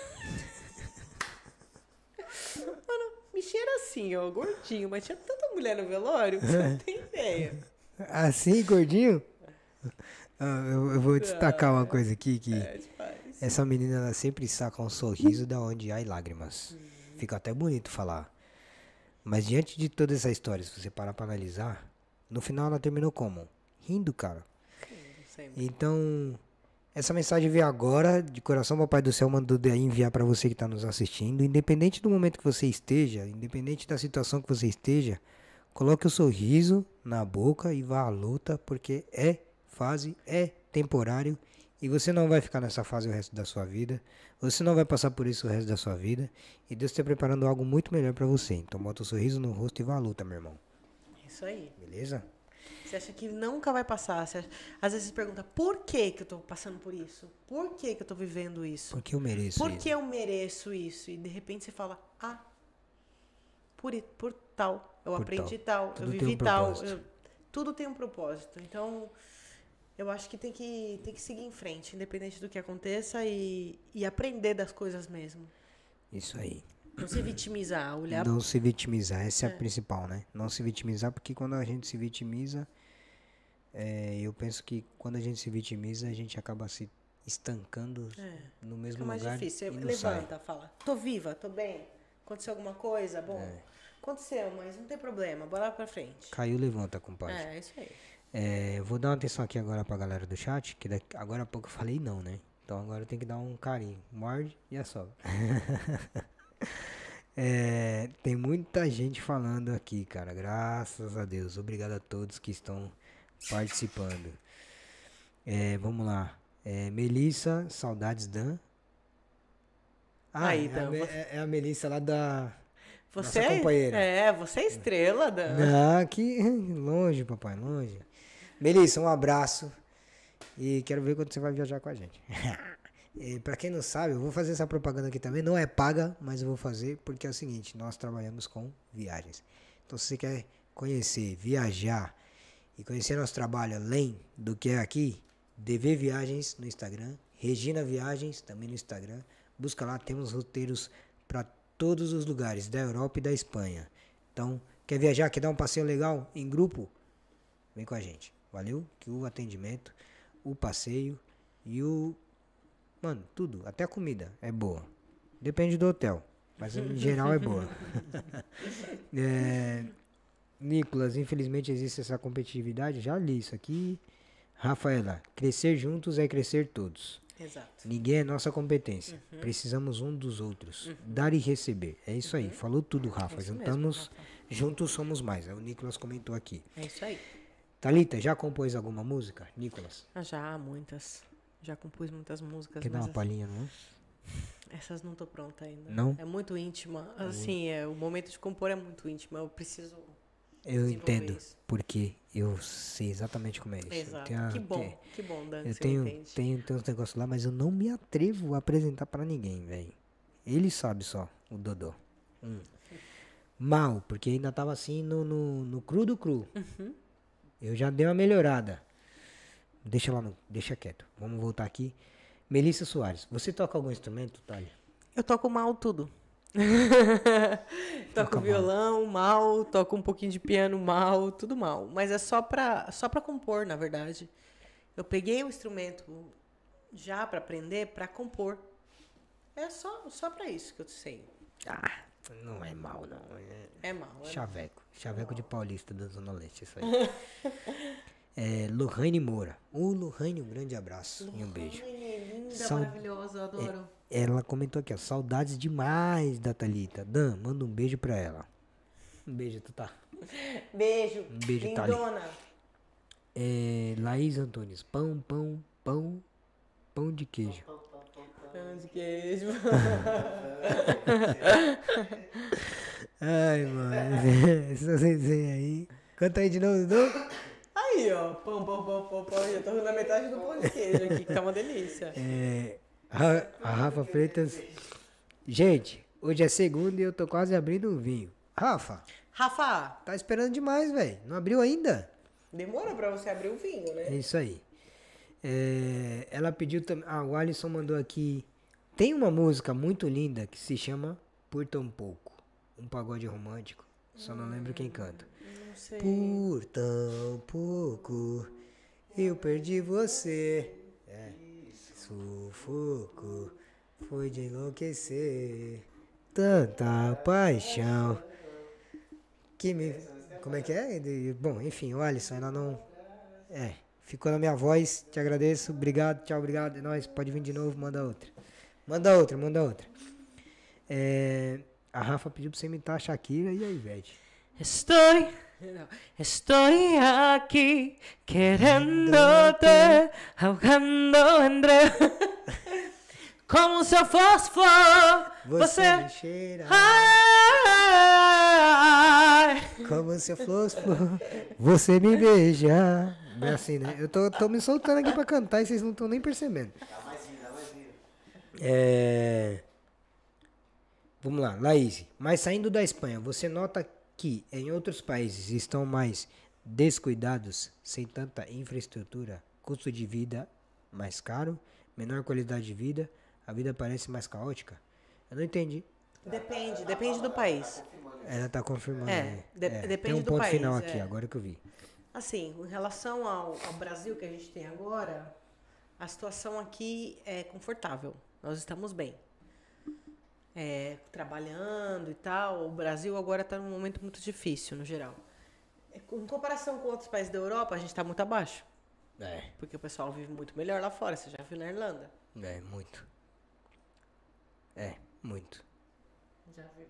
Mano, bichinho era assim, ó, gordinho, mas tinha tanta mulher no velório que você não tem ideia. Assim, gordinho? Ah, eu, eu vou destacar uma coisa aqui, que É, demais. essa menina ela sempre saca um sorriso da onde há lágrimas. Fica até bonito falar. Mas diante de toda essa história, se você parar pra analisar, no final ela terminou como? Rindo, cara. Sempre. Então, essa mensagem veio agora, de coração, Papai do Céu mandou daí enviar pra você que tá nos assistindo. Independente do momento que você esteja, independente da situação que você esteja, coloque o sorriso na boca e vá à luta, porque é fase, é temporário E você não vai ficar nessa fase o resto da sua vida. Você não vai passar por isso o resto da sua vida. E Deus está preparando algo muito melhor pra você. Então bota o sorriso no rosto e vá à luta, meu irmão. Isso aí. Beleza? Você acha que nunca vai passar? Você acha- Às vezes você pergunta, por que que eu tô passando por isso? Por que que eu tô vivendo isso? Porque eu mereço Por isso. que eu mereço isso? E de repente você fala, ah, por, i- por tal. Eu Por aprendi tal, Tudo eu tem vivi um tal. propósito. eu- Tudo tem um propósito. Então, eu acho que tem que, tem que seguir em frente, independente do que aconteça, e, e aprender das coisas mesmo. Isso aí. Não se vitimizar, olhar. Não se vitimizar, essa é, É. a principal, né? Não se vitimizar, porque quando a gente se vitimiza, é, eu penso que quando a gente se vitimiza, a gente acaba se estancando É. no mesmo Fica mais lugar difícil. e Você não levanta, sai. fala, tô viva, tô bem. Aconteceu alguma coisa? Bom, É. aconteceu, mas não tem problema, bora pra frente. Caiu, levanta, compadre. É, isso aí. É, vou dar uma atenção aqui agora pra galera do chat, que daqui, agora há pouco eu falei não, né? Então agora eu tenho que dar um carinho. Morde e assopra. É, tem muita gente falando aqui, cara. Graças a Deus. Obrigado a todos que estão participando. É, vamos lá. É, Melissa, saudades Dan. Ah, Aí, é, a, Dan, Me- você- é- é a Melissa lá da. Você Nossa companheira. É, você é estrela, Dan. Ah, que longe, papai, longe. Melissa, um abraço. E quero ver quando você vai viajar com a gente. E pra quem não sabe, eu vou fazer essa propaganda aqui também. Não é paga, mas eu vou fazer porque é o seguinte: nós trabalhamos com viagens. Então, se você quer conhecer, viajar e conhecer nosso trabalho além do que é aqui, D V Viagens no Instagram, Regina Viagens também no Instagram. Busca lá, temos roteiros para todos os lugares da Europa e da Espanha. Então, quer viajar, quer dar um passeio legal em grupo? Vem com a gente. Valeu? Que o atendimento, o passeio e o... Mano, tudo, até a comida é boa. Depende do hotel, mas em geral é boa. É, Nicolas, infelizmente existe essa competitividade. Já li isso aqui. Rafaela, crescer juntos é crescer todos. Exato. Ninguém é nossa competência. Precisamos um dos outros. Dar e receber. É isso aí. Falou tudo, Rafa. É isso mesmo, Juntamos, Rafa. juntos somos mais. O Nicolas comentou aqui. É isso aí. Thalita, já compôs alguma música? Nicolas, Ah, já, muitas. Já compus muitas músicas, quer dar mas uma palhinha, não? essas, essas não tô pronta ainda. Não? É muito íntima. Assim, é, o momento de compor é muito íntimo. Eu preciso Eu desenvolver entendo, isso. porque eu sei exatamente como é isso. Exato. Tem a- Que bom, tem- que bom, Dan, que Eu você tenho, entende. tenho, tenho uns negócios lá, mas eu não me atrevo a apresentar pra ninguém, velho. Ele sabe só, o Dodô. Hum. Mal, porque ainda tava assim no, no, no cru do cru. Uhum. Eu já dei uma melhorada. Deixa lá, no, deixa quieto. Vamos voltar aqui. Melissa Soares, você toca algum instrumento, Thalia? Eu toco mal tudo. Toca toco mal. violão mal, toco um pouquinho de piano mal, tudo mal. Mas é só pra, só pra compor, na verdade. Eu peguei o instrumento já pra aprender, pra compor. É só, só pra isso que eu sei. Ah, não é mal, não. É É mal. É chaveco. Chaveco de Paulista da Zona Leste, isso aí. É, Lohane Moura. Ô, Lohane, um grande abraço e um beijo. Ai, linda, São- maravilhosa, eu adoro. Ela comentou aqui, ó, saudades demais da Thalita. Dan, manda um beijo pra ela. Um beijo, tu tá. Beijo. Um beijo, Thali. lindona. É, Laís Antunes, pão, pão, pão, pão de queijo. Pão de queijo. Ai, mano, essa resenha aí. Canta aí de novo, de novo. Aí, ó. Pão, pão, pão, pão, pão. Já tô na metade do pão de queijo aqui, que tá uma delícia. É, Ra- a Rafa Freitas. Gente, hoje é segunda e eu tô quase abrindo um vinho. Rafa, Rafa, tá esperando demais, velho. Não abriu ainda? demora pra você abrir o vinho, É né? isso aí. É, ela pediu também. Ah, o Alisson mandou aqui. Tem uma música muito linda que se chama Por Tão Pouco. Um pagode romântico. Só não lembro quem canta. Não sei. Por tão pouco eu perdi você. É. Sufoco foi de enlouquecer. Tanta paixão que me. Como é que é? De- Bom, enfim, o Alisson, ela não. É. Ficou na minha voz. Te agradeço. Obrigado, tchau, obrigado. É nóis. Pode vir de novo, manda outra. Manda outra, manda outra. É, a Rafa pediu pra você imitar a Shakira e a Ivete. Estou Estoy aquí queriéndote, ahogando entre. Como seu fósforo, você. Você me cheira. Ai. Como se eu fosse flor, você me beija. É assim, né? Eu tô, tô me soltando aqui pra cantar e vocês não estão nem percebendo. Dá mais vida, dá mais vida. É... Vamos lá, Laís. Mas saindo da Espanha, você nota que em outros países estão mais descuidados, sem tanta infraestrutura, custo de vida mais caro, menor qualidade de vida, a vida parece mais caótica? Eu não entendi. Depende, depende do país. Ela tá confirmando. É, né? de- depende Tem um do ponto país, final aqui, é. agora que eu vi. Assim, em relação ao, ao Brasil que a gente tem agora, a situação aqui é confortável. Nós estamos bem. É, trabalhando e tal. O Brasil agora está num momento muito difícil, no geral. É, Em comparação com outros países da Europa, a gente está muito abaixo. É, Porque o pessoal vive muito melhor lá fora. Você já viu na Irlanda? é, muito. É, muito. Já viu.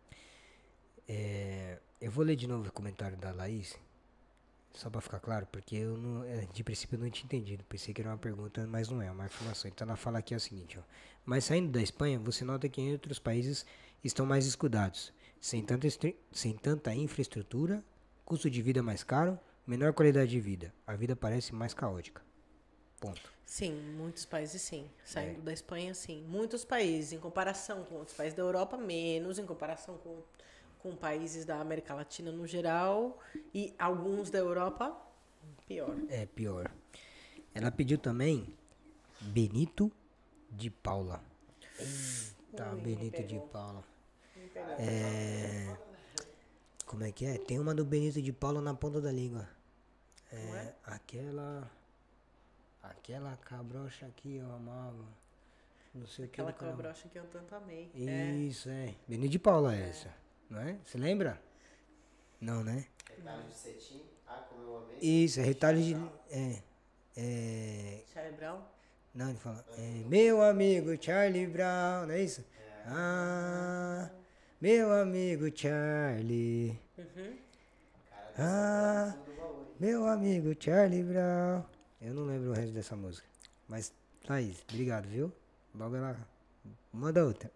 É, eu vou ler de novo o comentário da Laís, só pra ficar claro, porque eu não, é, de princípio eu não tinha entendido. Pensei que era uma pergunta, mas não é, é uma afirmação. Então ela fala aqui é o seguinte, ó. Mas saindo da Espanha, você nota que em outros países estão mais descuidados, sem tanta, estri- sem tanta infraestrutura, custo de vida mais caro, menor qualidade de vida. A vida parece mais caótica. Ponto. Sim, muitos países sim. Saindo da Espanha, sim. Muitos países, em comparação com outros países da Europa, menos, em comparação com, com países da América Latina no geral, e alguns da Europa, pior. É pior. Ela pediu também Benito de Paula. Tá, Ui, me Benito de pegou. Paula. Me pegou. É. Como é que é? Tem uma do Benito de Paula na ponta da língua. Como É, é? aquela. Aquela cabrocha aqui eu amava. Não sei Aquela o que. do canal. cabrocha que eu tanto amei. É. Isso, é. Benito de Paula é essa. Não é? Você lembra? Não, né? Retalho de cetim. Ah, como eu amei. Isso, é retalho de. É. É. Charlie Brown? Não, ele fala, é, meu amigo Charlie Brown, não é isso? Ah, meu amigo Charlie. Uhum. Ah, meu amigo Charlie Brown. Eu não lembro o resto dessa música. Mas, Thaís, obrigado, viu? Logo ela manda outra.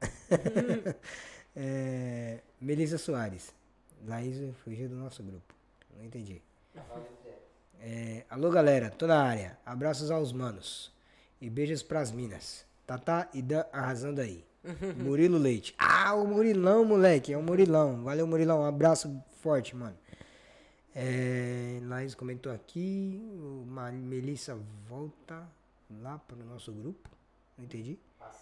é, Melissa Soares. Laís fugiu do nosso grupo. Não entendi. É, alô, galera, tô na área. Abraços aos manos. E beijos pras minas. Tatá e Dan arrasando aí. Murilo Leite. Ah, o Murilão, moleque. É o Murilão. Valeu, Murilão. Um abraço forte, mano. É, Laís comentou aqui. O Ma- Melissa volta lá pro nosso grupo. Não entendi.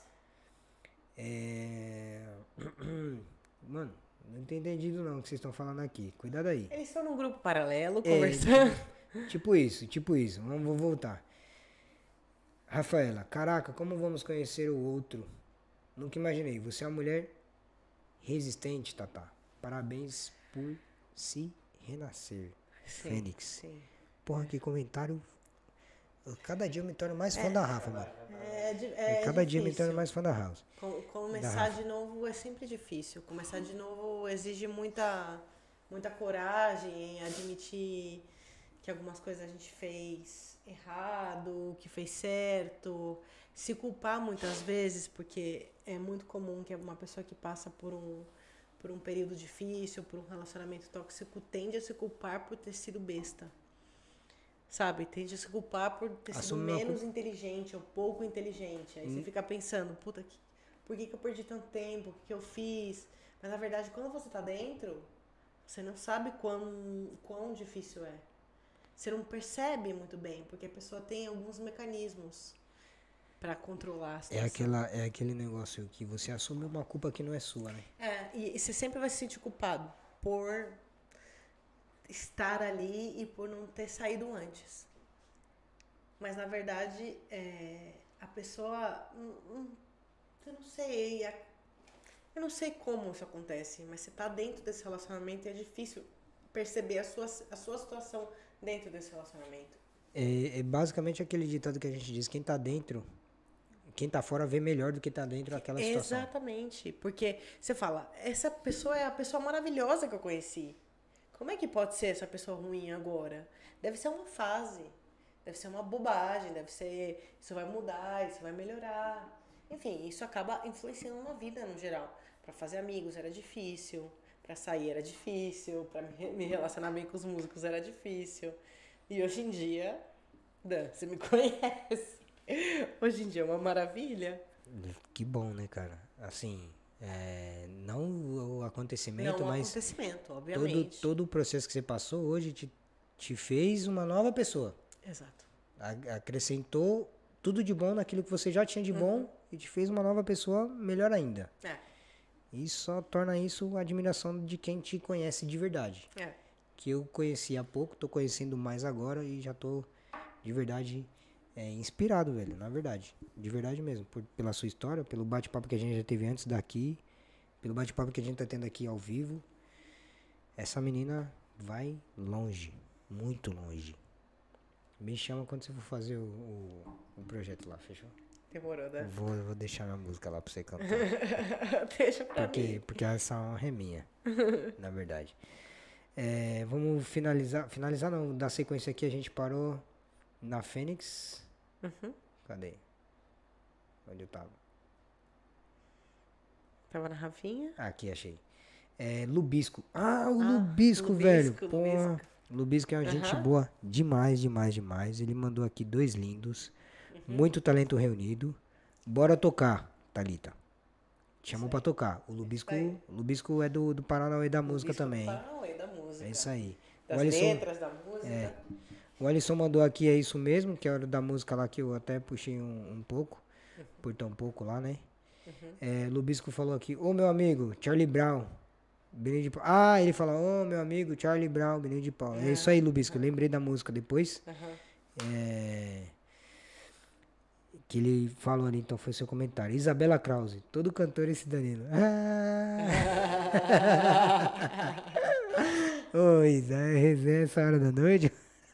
É... Mano, não tenho entendido não o que vocês estão falando aqui. Cuidado aí. Eles estão num grupo paralelo, É, conversando. Tipo isso, tipo isso. Vamos vou voltar. Rafaela, caraca, como vamos conhecer o outro? Nunca imaginei. Você é uma mulher resistente, Tatá. Parabéns por se renascer. Sim, Fênix. sim. Porra, que comentário. Eu- Cada dia eu me torno mais fã da Rafa, mano. É, di- Eu é cada dia me difícil. torno mais fã da House. Com- Da Começar Rafa. de novo é sempre difícil. Começar de novo exige muita, muita coragem em admitir que algumas coisas a gente fez errado, que fez certo. Se culpar muitas vezes, porque é muito comum que uma pessoa que passa por um, por um período difícil, por um relacionamento tóxico, tende a se culpar por ter sido besta. Sabe? Tende a se culpar por ter sido Assume uma menos inteligente ou pouco inteligente. Aí você fica pensando, puta, que, por que, que eu perdi tanto tempo? O que, que eu fiz? Mas na verdade, quando você tá dentro, você não sabe quão, quão difícil é. Você não percebe muito bem, porque a pessoa tem alguns mecanismos pra controlar a É, situação. aquela, é aquele negócio que você assume uma culpa que não é sua, né? É, e, e você sempre vai se sentir culpado por estar ali e por não ter saído antes. Mas na verdade, é, a pessoa. hum, hum, Eu não sei. a- Eu não sei como isso acontece, mas você tá dentro desse relacionamento e é difícil perceber a sua, a sua situação dentro desse relacionamento. É, é basicamente aquele ditado que a gente diz, quem tá dentro, quem tá fora vê melhor do que tá dentro daquela situação. Exatamente. Porque você fala, essa pessoa é a pessoa maravilhosa que eu conheci. Como é que pode ser essa pessoa ruim agora? Deve ser uma fase, deve ser uma bobagem, deve ser, isso vai mudar, isso vai melhorar. Enfim, isso acaba influenciando na vida no geral. Pra fazer amigos era difícil, pra sair era difícil, pra me me relacionar bem com os músicos era difícil. E hoje em dia, Dan, você me conhece. Hoje em dia é uma maravilha. Que bom, né, cara? Assim, é, não o acontecimento, Não um mas acontecimento, todo, obviamente. todo o processo que você passou hoje te, te fez uma nova pessoa. Exato. A- acrescentou tudo de bom naquilo que você já tinha de bom e te fez uma nova pessoa melhor ainda. É, E só torna isso a admiração de quem te conhece de verdade. é. Que eu conheci há pouco, tô conhecendo mais agora e já tô de verdade é, inspirado, velho, na verdade. De verdade mesmo, por- pela sua história, pelo bate-papo que a gente já teve antes daqui, pelo bate-papo que a gente tá tendo aqui ao vivo. Essa menina vai longe, muito longe. Me chama quando você for fazer o, o, o projeto lá, fechou? Demorou, né? Vou, vou deixar minha música lá pra você cantar. Deixa pra Porque, mim. porque essa honra é minha, na verdade. É, vamos finalizar. Finalizar não, da sequência aqui a gente parou na Fênix. Uhum. Cadê? Onde eu tava? Tava na Rafinha. Ah, aqui, achei. É, Lubisco. Ah, o Ah, Lubisco, velho. Lubisco, Pô, Lubisco. Lubisco é uma gente Aham. boa demais, demais, demais. Ele mandou aqui dois lindos. Uhum. Muito talento reunido. Bora tocar, Thalita. Chamou pra tocar. O Lubisco, aí. o Lubisco é do, do Paranauê da música Lubisco do também. Paranauê, da música. É isso aí. O Das Alisson, letras da música. o Alisson mandou aqui, é isso mesmo, que é a hora da música lá que eu até puxei um, um pouco, por tão pouco lá, né? É, Lubisco falou aqui, ô meu amigo, Charlie Brown, Benê de Paula. Ah, ele fala, ô meu amigo, Charlie Brown, Benê de Paula. É isso aí, Lubisco, eu lembrei da música depois. Aham. É, que ele falou ali, então foi seu comentário. Isabela Krause, todo cantor esse Danilo. Ah. Ô, Isa, é resenha essa hora da noite?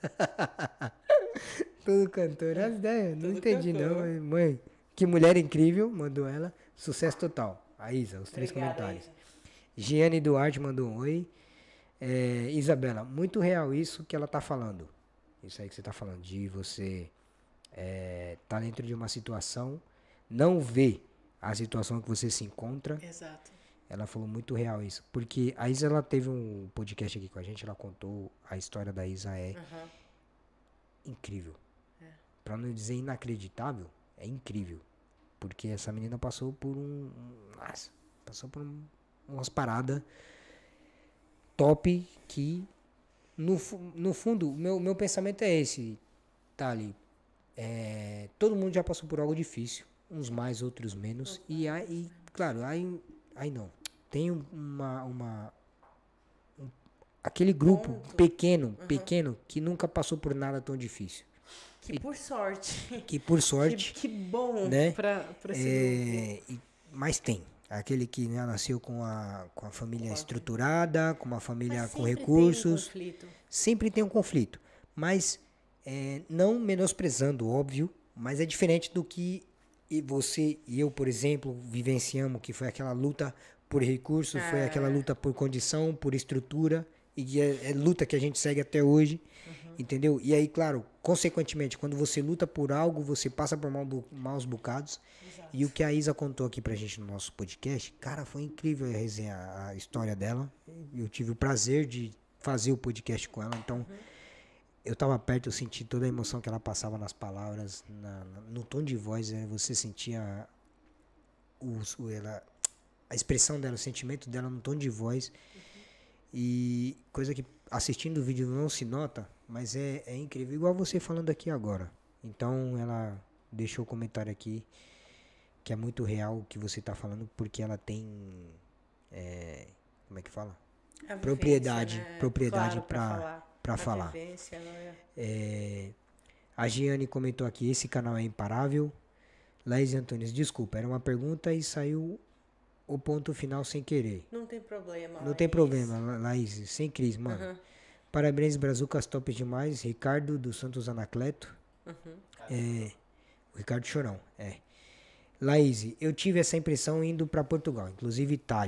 Todo cantor, as ideias, não Todo entendi cantor. não, mas, mãe. Que mulher incrível, mandou ela. Sucesso total. A Isa, os três Obrigada, comentários. Isa. Giane Duarte mandou um oi. É, Isabela, muito real isso que ela tá falando. Isso aí que você tá falando, de você é, tá dentro de uma situação, não vê a situação que você se encontra. Exato. Ela falou muito real isso. Porque a Isa, ela teve um podcast aqui com a gente, ela contou a história da Isa, é Aham. incrível. Pra não dizer inacreditável, é incrível. Porque essa menina passou por um... um- Nossa, passou por um- umas paradas top que, no, fu- no fundo, o meu, meu pensamento é esse, Thali. É, todo mundo já passou por algo difícil. Uns mais, outros menos. E aí, claro, aí, aí não. Tem um- uma... uma um- aquele grupo Ponto. pequeno, pequeno, que nunca passou por nada tão difícil. Que por sorte. Que por sorte... Que, que bom né? pra, pra esse É, e- mas tem. Aquele que né, nasceu com a, com a família estruturada, com uma grupo. família Mas com sempre recursos. Tem um conflito. Sempre tem um conflito. Mas é, não menosprezando, óbvio, mas é diferente do que e você e eu, por exemplo, vivenciamos, que foi aquela luta por recursos, foi aquela luta por condição, por estrutura, e que é, é luta que a gente segue até hoje. Entendeu? E aí, claro, consequentemente, quando você luta por algo, você passa por mal, maus bocados. Exato. E o que a Isa contou aqui pra gente no nosso podcast, cara, foi incrível a resenha, a história dela. Eu tive o prazer de fazer o podcast com ela, então eu tava perto, eu senti toda a emoção que ela passava nas palavras, na- na- no tom de voz, né? Você sentia o, o- ela, a expressão dela, o sentimento dela no tom de voz. E coisa que assistindo o vídeo não se nota, mas é, é incrível, igual você falando aqui agora. Então ela deixou o comentário aqui que é muito real o que você tá falando, porque ela tem é, como é que fala? A vivência, Propriedade, né? propriedade Claro, pra- falar. pra A falar. vivência, não é? É, a Giane comentou aqui, esse canal é imparável. Laís Antunes, desculpa, era uma pergunta e saiu o ponto final sem querer. Não tem problema. Não tem Laís. problema, La- Laís, sem crise, mano. Aham. Parabéns, Brazucas, top demais. Ricardo dos Santos Anacleto. Uhum. É, o Ricardo Chorão, é. Laís, eu tive essa impressão indo pra Portugal, inclusive Itália.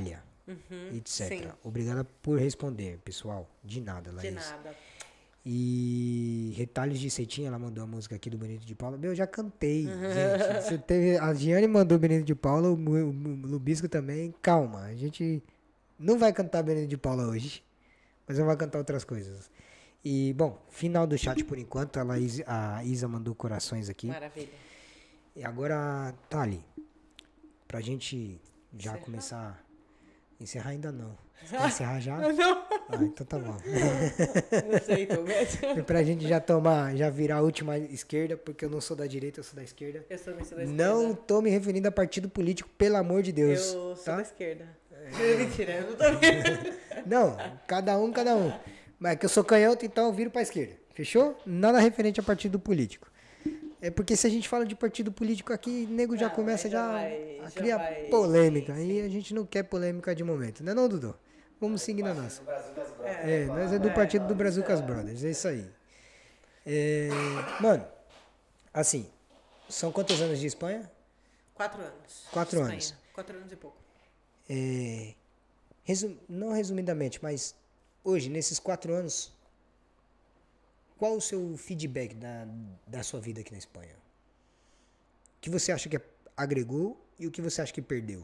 Uhum, etcétera. sim. Obrigada por responder, pessoal. De nada, Laís. De nada. E Retalhos de Cetim, ela mandou a música aqui do Benito de Paula. Meu, eu já cantei, gente. Você teve, a Giane mandou Benito de Paula, o, Mu- o Lubisco também. Calma, a gente não vai cantar Benito de Paula hoje, mas vai cantar outras coisas. E, bom, final do chat por enquanto. A, Laís, a Isa mandou corações aqui. Maravilha. E agora, Thali, pra gente já Encerrar? começar. Encerrar ainda não. Você quer encerrar já? Não, Ah, então tá bom. não sei, tô E pra gente já tomar, já virar a última esquerda, porque eu não sou da direita, eu sou da esquerda. Eu sou da esquerda. Não tô me referindo a partido político, pelo amor de Deus. Eu sou tá? da esquerda. Mentira, eu não tô vendo. Não, cada um, cada um. Mas é que eu sou canhoto, então eu viro pra esquerda. Fechou? Nada referente a partido político. É porque se a gente fala de partido político aqui, o nego já Não, começa aí já, já vai- a já criar vai- polêmica. sim, E a gente não quer polêmica de momento, né não, Dudu? Vamos seguir na nossa. Do Brasil das Brothers. É, nós é do partido do Brazucas Brothers, é isso aí. É, mano, assim, são quantos anos de Espanha? Quatro anos. Quatro Espanha. anos. Quatro anos e pouco. É, resu- não resumidamente, mas hoje, nesses quatro anos, qual o seu feedback da, da sua vida aqui na Espanha? O que você acha que agregou e o que você acha que perdeu?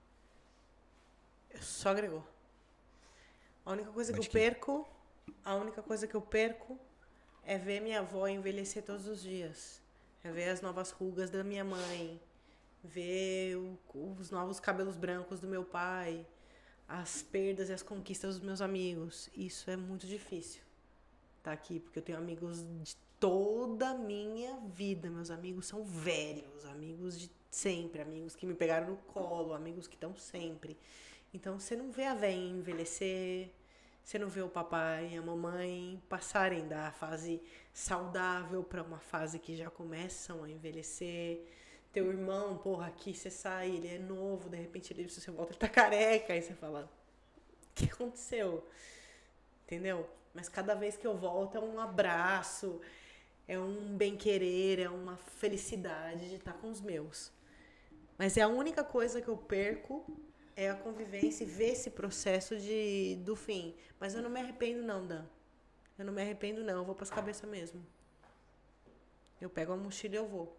Só agregou. A única coisa que Mas eu que- perco, a única coisa que eu perco é ver minha avó envelhecer todos os dias. É ver as novas rugas da minha mãe, ver o- os novos cabelos brancos do meu pai, as perdas e as conquistas dos meus amigos. Isso é muito difícil. Tá aqui, porque eu tenho amigos de toda a minha vida. Meus amigos são velhos, amigos de sempre, amigos que me pegaram no colo, amigos que estão sempre. Então você não vê a véia envelhecer, você não vê o papai e a mamãe passarem da fase saudável para uma fase que já começam a envelhecer. Teu irmão, porra, aqui você sai, ele é novo, de repente ele, você volta, ele tá careca, aí você fala, o que aconteceu? Entendeu? Mas cada vez que eu volto é um abraço, é um bem-querer, é uma felicidade de estar com os meus. Mas é a única coisa que eu perco é a convivência e ver esse processo de, do fim. Mas eu não me arrependo não, Dan. Eu não me arrependo não, eu vou pras cabeças mesmo. Eu pego a mochila e eu vou.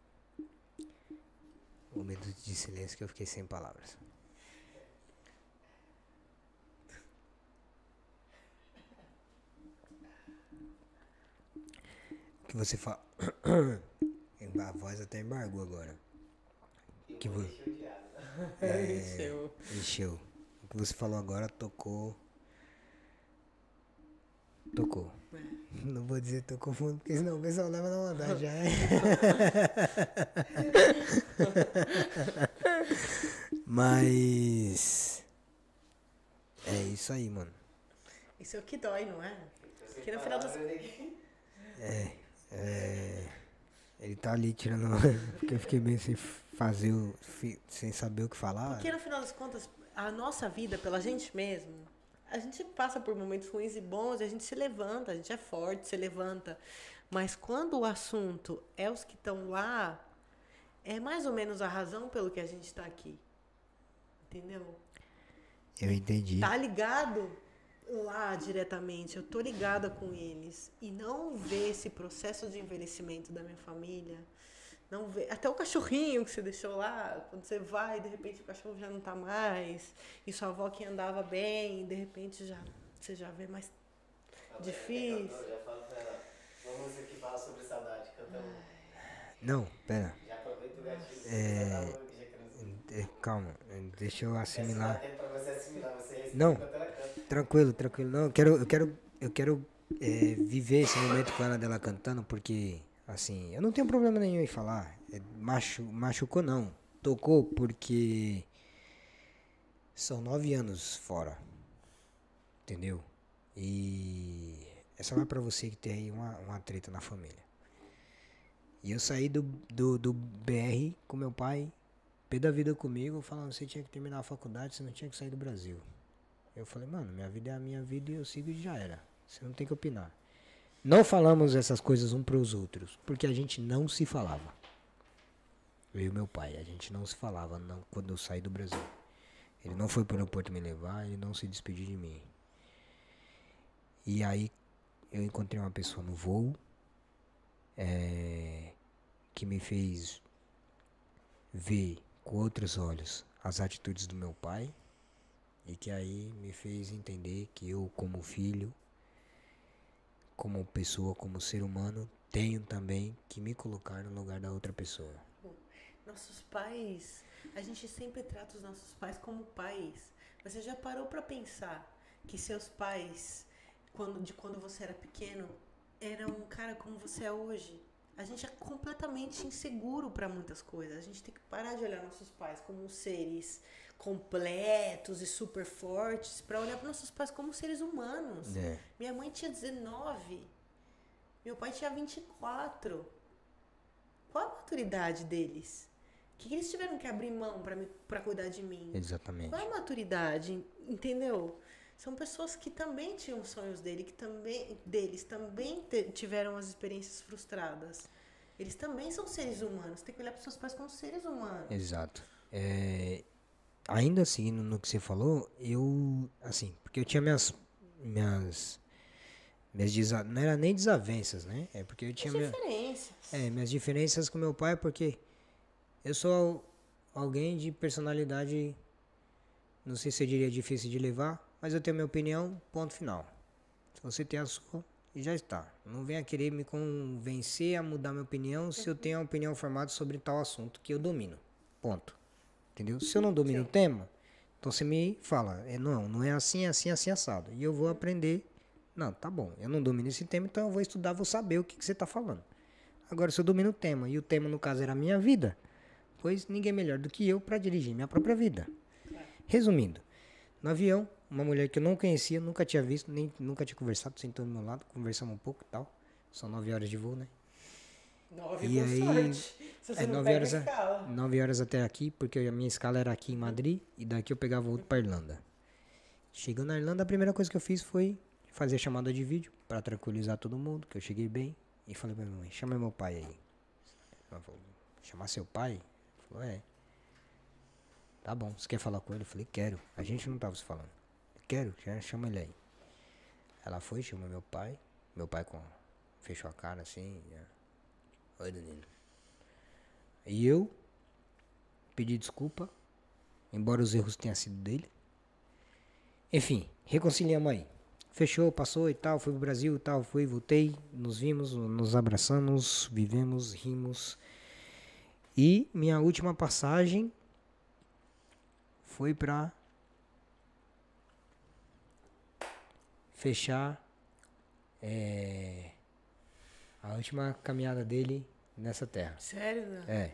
Um minuto de silêncio que eu fiquei sem palavras. O que você fala? A voz até embargou agora. Que vo... É isso. Encheu. O que você falou agora tocou. Tocou. Não vou dizer tocou fundo, porque senão o pessoal leva na maldade já. É? Mas. É isso aí, mano. Isso é o que dói, não é? Porque no final das É. É. Ele tá ali tirando. Porque eu fiquei bem sem fazer o. Sem saber o que falar. Porque no final das contas, a nossa vida, pela gente mesmo, a gente passa por momentos ruins e bons, e a gente se levanta, a gente é forte, se levanta. Mas quando o assunto é os que estão lá, é mais ou menos a razão pelo que a gente está aqui. Entendeu? Eu entendi. Tá ligado lá diretamente, eu tô ligada com eles. E não ver esse processo de envelhecimento da minha família. Não ver, até o cachorrinho que você deixou lá, quando você vai, de repente o cachorro já não tá mais, e sua avó que andava bem, de repente já, você já vê mais difícil. Já falo pra ela. Uma música que fala sobre saudade, cantando. Não, pera. Já aproveita o gatilho. É, Já tá louco, já querendo- é, calma, deixa eu Essa dá assimilar. tempo pra você assimilar, você respeita Não. enquanto ela canta. Tranquilo, tranquilo. Não, eu quero, eu quero, eu quero é, viver esse momento com ela dela cantando, porque, assim, eu não tenho problema nenhum em falar. É, machu, machucou não. Tocou porque são nove anos fora. Entendeu? E essa vai pra você que tem aí uma, uma treta na família. E eu saí do, do, do B R com meu pai, pé da vida comigo, falando, você tinha que terminar a faculdade, você não tinha que sair do Brasil. Eu falei, mano, minha vida é a minha vida e eu sigo e já era. Você não tem que opinar. Não falamos essas coisas um pros outros, porque a gente não se falava. Eu e meu pai, a gente não se falava não, quando eu saí do Brasil. Ele não foi pro aeroporto me levar, ele não se despediu de mim. E aí eu encontrei uma pessoa no voo é, que me fez ver com outros olhos as atitudes do meu pai e que aí me fez entender que eu, como filho, como pessoa, como ser humano, tenho também que me colocar no lugar da outra pessoa. Nossos pais, a gente sempre trata os nossos pais como pais. Você já parou pra pensar que seus pais, quando, de quando você era pequeno, eram um cara como você é hoje? A gente é completamente inseguro pra muitas coisas. A gente tem que parar de olhar nossos pais como seres completos e super fortes pra olhar para nossos pais como seres humanos. É. Minha mãe tinha dezenove, meu pai tinha vinte e quatro. Qual a maturidade deles? O que, que eles tiveram que abrir mão pra, me, pra cuidar de mim? Exatamente. Qual é a maturidade? Entendeu? São pessoas que também tinham sonhos dele, que também, deles, também te, tiveram as experiências frustradas. Eles também são seres humanos. Tem que olhar para seus pais como seres humanos. Exato. É, ainda assim, no, no que você falou, eu, assim, porque eu tinha minhas, minhas, minhas desa, não era nem desavenças, né? É porque eu tinha As minha, diferenças. é, minhas diferenças com meu pai, porque eu sou alguém de personalidade, não sei se eu diria difícil de levar, mas eu tenho minha opinião, ponto final. Se você tem a sua, já está. Não venha querer me convencer a mudar minha opinião se eu tenho a opinião formada sobre tal assunto que eu domino. Ponto. Entendeu? Se eu não domino Sim. o tema, então você me fala, é, não, não é assim, assim, assim, assado. E eu vou aprender. Não, tá bom, eu não domino esse tema, então eu vou estudar, vou saber o que, que você está falando. Agora, se eu domino o tema, e o tema, no caso, era a minha vida, pois ninguém melhor do que eu para dirigir minha própria vida. Resumindo, no avião, uma mulher que eu não conhecia, nunca tinha visto, nem nunca tinha conversado, sentou do meu lado, conversamos um pouco e tal. São nove horas de voo, né? Nove E com aí, sorte. Se você é não nove pega horas, a a- escala. nove horas até aqui, porque a minha escala era aqui em Madrid, e daqui eu pegava outro pra Irlanda. Chegando na Irlanda, a primeira coisa que eu fiz foi fazer chamada de vídeo, pra tranquilizar todo mundo, que eu cheguei bem, e falei pra minha mãe, chama meu pai aí. Ela falou, chamar seu pai? Ela falou, é. Tá bom, você quer falar com ele? Eu falei, quero. A gente não tava se falando. Quero, já chama ele aí. Ela foi, chamou meu pai. Meu pai com, fechou a cara assim. Já. Oi, Danilo. E eu pedi desculpa, embora os erros tenham sido dele. Enfim, reconciliamos aí. Fechou, passou e tal, fui pro Brasil e tal, fui, voltei, nos vimos, nos abraçamos, vivemos, rimos. E minha última passagem foi pra fechar é, a última caminhada dele nessa terra. Sério, né? É.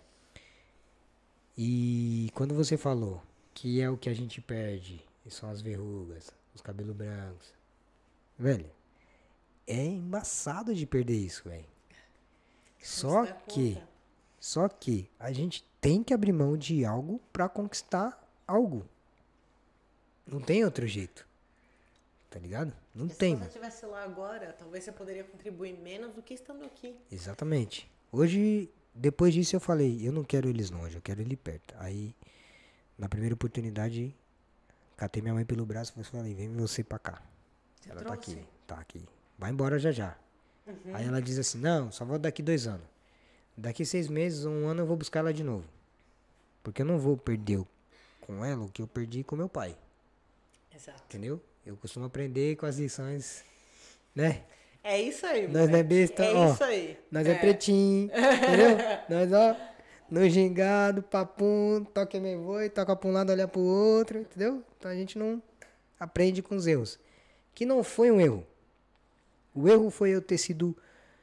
E quando você falou que é o que a gente perde, e são as verrugas, os cabelos brancos, velho, é embaçado de perder isso, velho. Só Você dá que, conta. só que a gente tem que abrir mão de algo pra conquistar algo. Não tem outro jeito. Tá ligado? Não E se tem. você estivesse lá agora, talvez você poderia contribuir menos do que estando aqui. Exatamente. Hoje, depois disso eu falei, eu não quero eles longe, eu quero ele perto. Aí, na primeira oportunidade, catei minha mãe pelo braço e falei, vem você pra cá. Você Ela trouxe? tá aqui, tá aqui. Vai embora já já. Uhum. Aí ela diz assim, não, só volto daqui dois anos. Daqui seis meses, um ano eu vou buscar ela de novo. Porque eu não vou perder o- com ela o que eu perdi com meu pai. Exato. Entendeu? Eu costumo aprender com as lições, né? É isso aí, Nós não é moleque. besta, É ó. isso aí. Nós é, pretinho, entendeu? Nós, ó, no gingado, papum, toca meu boi, toca pra um lado, olha pro outro, entendeu? Então a gente não aprende com os erros. Que não foi um erro. O erro foi eu ter sido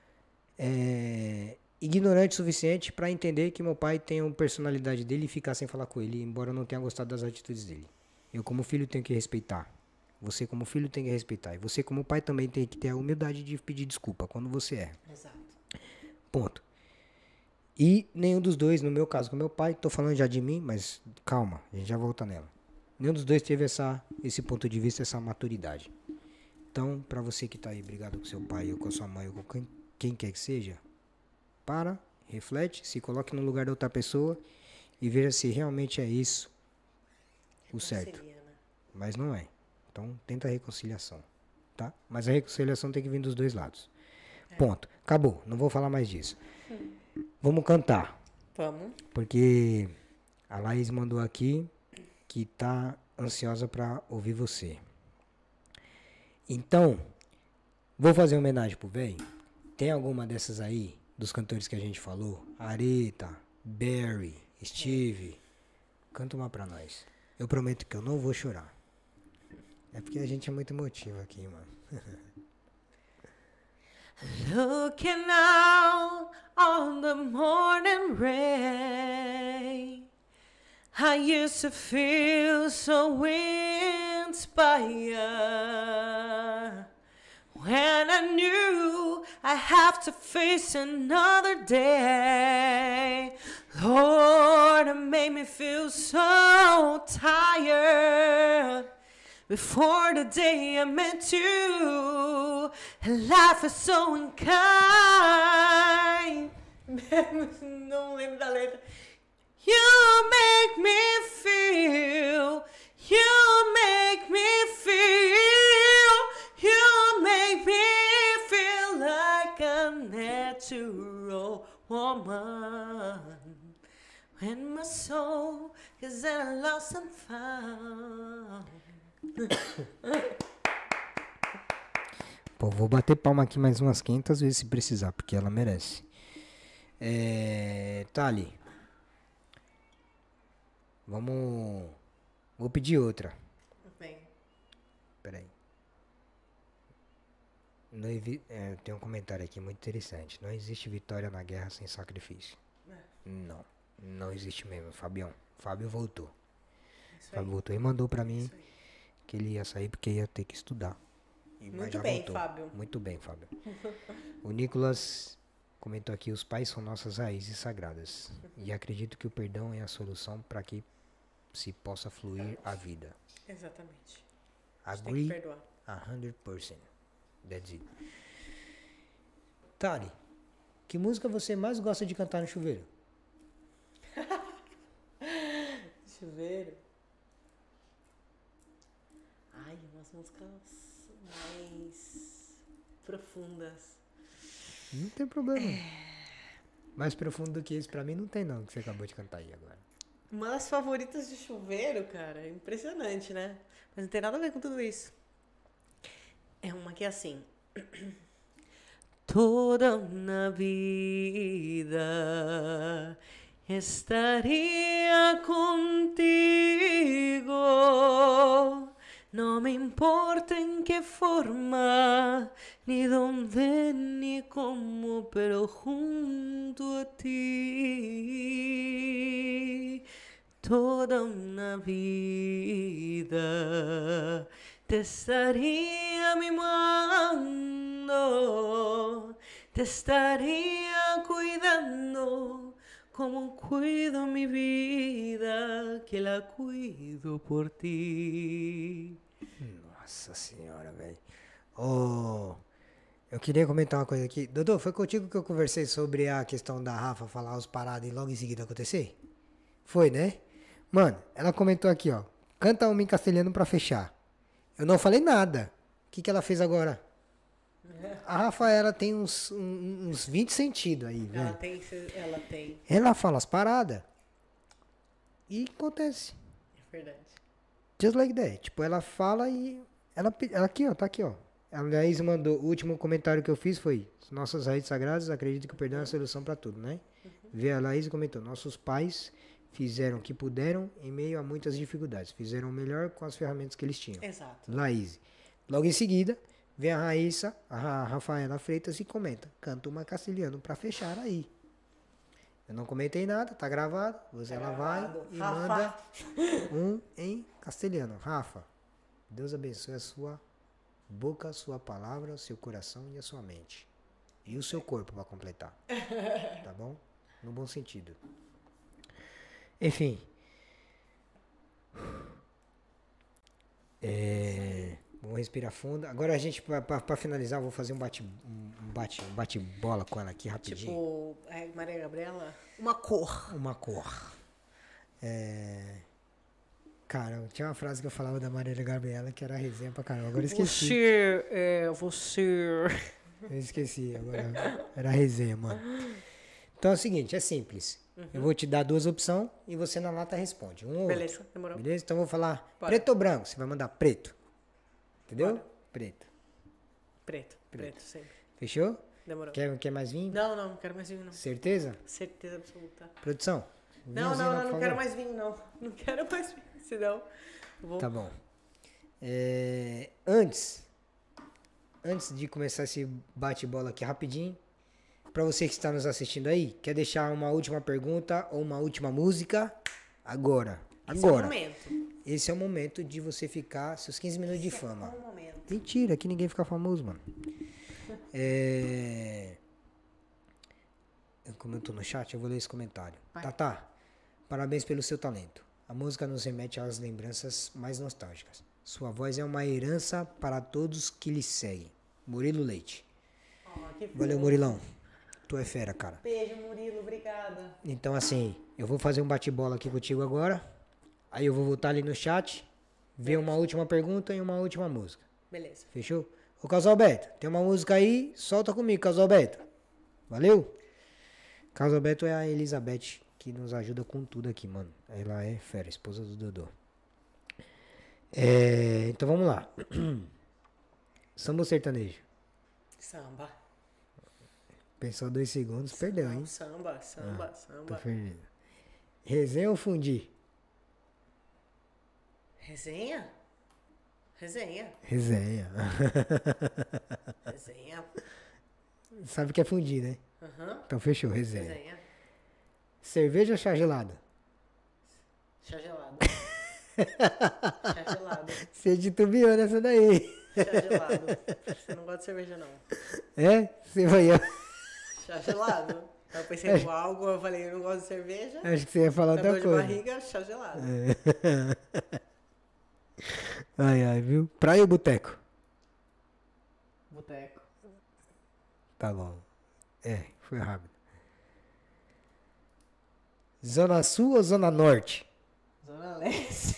é, ignorante o suficiente pra entender que meu pai tem uma personalidade dele e ficar sem falar com ele, embora eu não tenha gostado das atitudes dele. Eu, como filho, tenho que respeitar. Você, como filho, tem que respeitar. E você, como pai, também tem que ter a humildade de pedir desculpa quando você erra. Exato. Ponto. E nenhum dos dois, no meu caso com meu pai, tô falando já de mim, mas calma, a gente já volta nela. Nenhum dos dois teve essa, esse ponto de vista, essa maturidade. Então, pra você que tá aí brigado com seu pai, ou com a sua mãe, ou com quem, quem quer que seja, para, reflete, se coloque no lugar da outra pessoa e veja se realmente é isso o certo. Seria, né? Mas não é. Então tenta a reconciliação, tá? Mas a reconciliação tem que vir dos dois lados. É. Ponto. Acabou. Não vou falar mais disso. Hum. Vamos cantar. Vamos. Porque a Laís mandou aqui que tá ansiosa pra ouvir você. Então, vou fazer uma homenagem pro véi. Tem alguma dessas aí, dos cantores que a gente falou? Aretha, Barry, Steve. Canta uma pra nós. Eu prometo que eu não vou chorar. É porque a gente é muito emotivo aqui, mano. Looking out on the morning rain, I used to feel so inspired. When I knew I have to face another day, Lord, it made me feel so tired. Before the day I met you, and life is so unkind. Não lembro da letra. You make me feel, you make me feel, you make me feel like a natural woman. When my soul is at a lost and found. Pô, vou bater palma aqui mais umas quinhentas vezes se precisar, porque ela merece. É... Thali. Vamos... Vou pedir outra. Bem. Peraí. Não evi... é, tem um comentário aqui muito interessante. Não existe vitória na guerra sem sacrifício. É. Não. Não existe mesmo, Fabião. Fábio voltou. Isso Fábio aí. voltou e mandou pra mim Isso aí. que ele ia sair porque ia ter que estudar. E- mas Muito já bem, voltou. Fábio. Muito bem, Fábio. O Nicolas comentou aqui: os pais são nossas raízes sagradas. E acredito que o perdão é a solução para que se possa fluir a vida. Exatamente. A gente tem que Agree perdoar. a hundred percent. That's it. Tari, que música você mais gosta de cantar no chuveiro? Chuveiro. Ai, umas músicas mais profundas. Não tem problema. Mais profundo do que isso pra mim não tem não, que você acabou de cantar aí agora. Uma das favoritas de chuveiro, cara, é impressionante, né? Mas não tem nada a ver com tudo isso. É uma que é assim. Toda una vida estaría contigo. No me importa en qué forma, ni dónde, ni cómo, pero junto a ti. Toda una vida te estaría mimando, te estaría cuidando, como cuido mi vida, que la cuido por ti. Nossa senhora, velho. Oh, eu queria comentar uma coisa aqui. Dodô, foi contigo que eu conversei sobre a questão da Rafa falar os paradas e logo em seguida acontecer? Foi, né? Mano, ela comentou aqui, ó. Canta uma em castelhano pra fechar. Eu não falei nada. O que, que ela fez agora? A Rafaela tem uns, um- uns vinte sentidos aí, velho. Ela tem, ela tem, Ela fala as paradas e acontece. é verdade. Just like that. Tipo, ela fala e... Ela, pe- ela aqui, ó. Tá aqui, ó. A Laís mandou... O último comentário que eu fiz foi... Nossas raízes sagradas, acredito que o perdão é a solução pra tudo, né? Vê a Laís comentou... Nossos pais fizeram o que puderam em meio a muitas dificuldades. Fizeram o melhor com as ferramentas que eles tinham. Exato. Laís. Logo em seguida, vem a Raíssa, a Ra- Rafaela Freitas e comenta. Canta uma castelhano pra fechar aí. Eu não comentei nada, tá gravado. Você ela vai gravado. e Rafa. manda um em castelhano. Rafa, Deus abençoe a sua boca, a sua palavra, o seu coração e a sua mente. E o seu corpo para completar. Tá bom? No bom sentido. Enfim. É, vamos respirar fundo. Agora a gente, para finalizar, eu vou fazer um bate, um bate, um bate bola com ela aqui rapidinho. Tipo, é, Maria Gabriela, uma cor. Uma cor. É, Cara, tinha uma frase que eu falava da Marília Gabriela que era resenha pra caramba. Agora eu esqueci. Você, é, você... Eu esqueci, agora era resenha, mano. Então é o seguinte, é simples. Uhum. Eu vou te dar duas opções e você na lata responde. Um ou Beleza, outro. demorou. Beleza? Então eu vou falar Bora. preto ou branco. Você vai mandar preto. Entendeu? Bora. Preto. Preto, preto, sempre. Fechou? Demorou. Quer, quer mais vinho? Não, não, não quero mais vinho, não. Certeza? Certeza absoluta. Produção? Não, vinhozinho não, lá, não, por não favor. quero mais vinho, não. Não quero mais vinho, senão... eu Vou... Tá bom. É, antes, antes de começar esse bate-bola aqui rapidinho, pra você que está nos assistindo aí, quer deixar uma última pergunta ou uma última música? Agora. Esse é o Agora. momento. Esse é o momento de você ficar seus quinze minutos de Esse fama. É o momento. Mentira, aqui ninguém fica famoso, mano. É... Como eu tô no chat, eu vou ler esse comentário. Vai. Tatá, parabéns pelo seu talento. A música nos remete às lembranças mais nostálgicas. Sua voz é uma herança para todos que lhe seguem. Murilo Leite. Oh, que Valeu, fofo. Murilão. Tu é fera, cara. Beijo, Murilo, obrigada. Então, assim, eu vou fazer um bate-bola aqui contigo agora. Aí eu vou voltar ali no chat, ver uma última pergunta e uma última música. Beleza. Fechou? Ô, Casalberto, tem uma música aí, solta comigo, Casalberto. Valeu? Casalberto é a Elizabeth, que nos ajuda com tudo aqui, mano. Ela é fera, esposa do Dodô. É, então vamos lá. Samba ou sertanejo? Samba. Pensou dois segundos, perdeu, hein? Samba, samba, Tô samba. perdendo. Resenha ou fundir? Resenha? Resenha. Resenha. Resenha. Sabe o que é fundir, né? Aham. Então fechou, resenha. Resenha. Cerveja ou chá gelado? Chá gelado. Chá gelado. Você titubeou nessa daí. Chá gelado. Você não gosta de cerveja, não. É? Você vai... Chá gelado. Eu pensei em algo, eu falei, eu não gosto de cerveja. Acho que você ia falar Tá outra dor de coisa. barriga, chá gelado. É. Ai, ai, viu? Praia ou boteco? Boteco. Tá bom. É, foi rápido. Zona Sul ou Zona Norte? Zona Leste.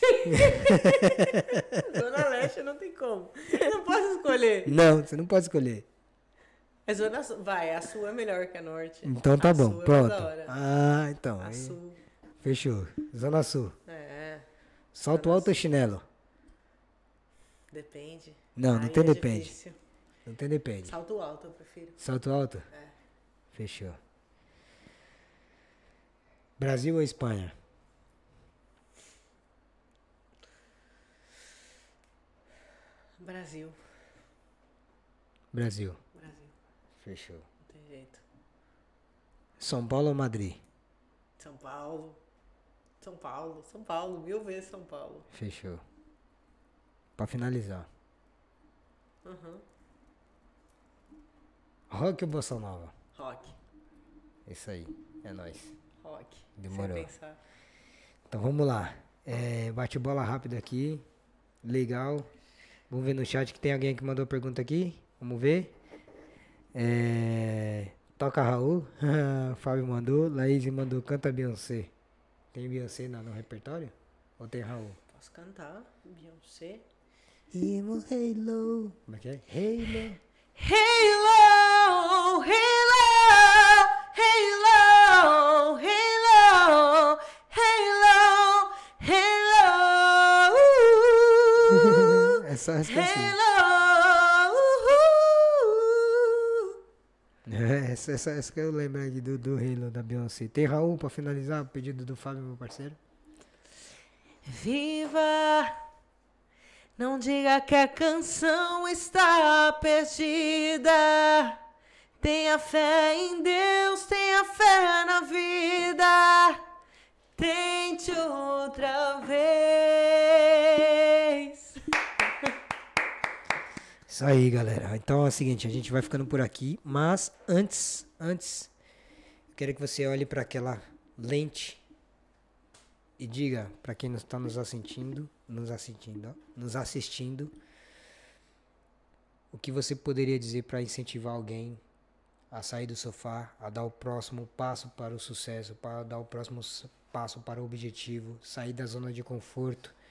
Zona Leste não tem como. Eu não posso escolher. Não, você não pode escolher. É Zona Sul. Vai, a Sul é melhor que a Norte. Então tá A bom, Sul é pronto. mais da hora. Ah, então. A aí- Sul. Fechou. Zona Sul. É. Salto Zona alto ou chinelo? Depende. Não, não Aí tem é depende. difícil. Não tem depende. Salto alto eu prefiro. Salto alto? É. Fechou. Brasil ou Espanha? Brasil. Brasil. Brasil. Fechou. Não tem jeito. São Paulo ou Madrid? São Paulo. São Paulo. São Paulo. Mil vezes São Paulo. Fechou. Pra finalizar. Uhum. Rock ou Bossa Nova? Rock. Isso aí. É nóis. Rock. Demorou. Sem pensar. Então vamos lá. É, bate bola rápido aqui. Legal. Vamos ver no chat que tem alguém que mandou pergunta aqui. Vamos ver. É, toca Raul. Fábio mandou. Laís mandou canta Beyoncé. Tem Beyoncé no, no repertório? Ou tem Raul? Posso cantar? Beyoncé. Emo Halo. Como é que é? Halo. Halo, Halo, Halo, Halo, Halo, Halo. É só essa assim. Hello! É, essa, essa, essa que eu lembro aqui do, do Halo da Beyoncé. Tem Raul pra finalizar o pedido do Fábio, meu parceiro? Viva! Não diga que a canção está perdida. Tenha fé em Deus, tenha fé na vida. Tente outra vez. Isso aí, galera. Então é o seguinte, a gente vai ficando por aqui, mas antes, antes, eu quero que você olhe para aquela lente e diga para quem está nos assistindo, nos assistindo, ó, nos assistindo, o que você poderia dizer para incentivar alguém a sair do sofá, a dar o próximo passo para o sucesso, para dar o próximo s- passo para o objetivo, sair da zona de conforto,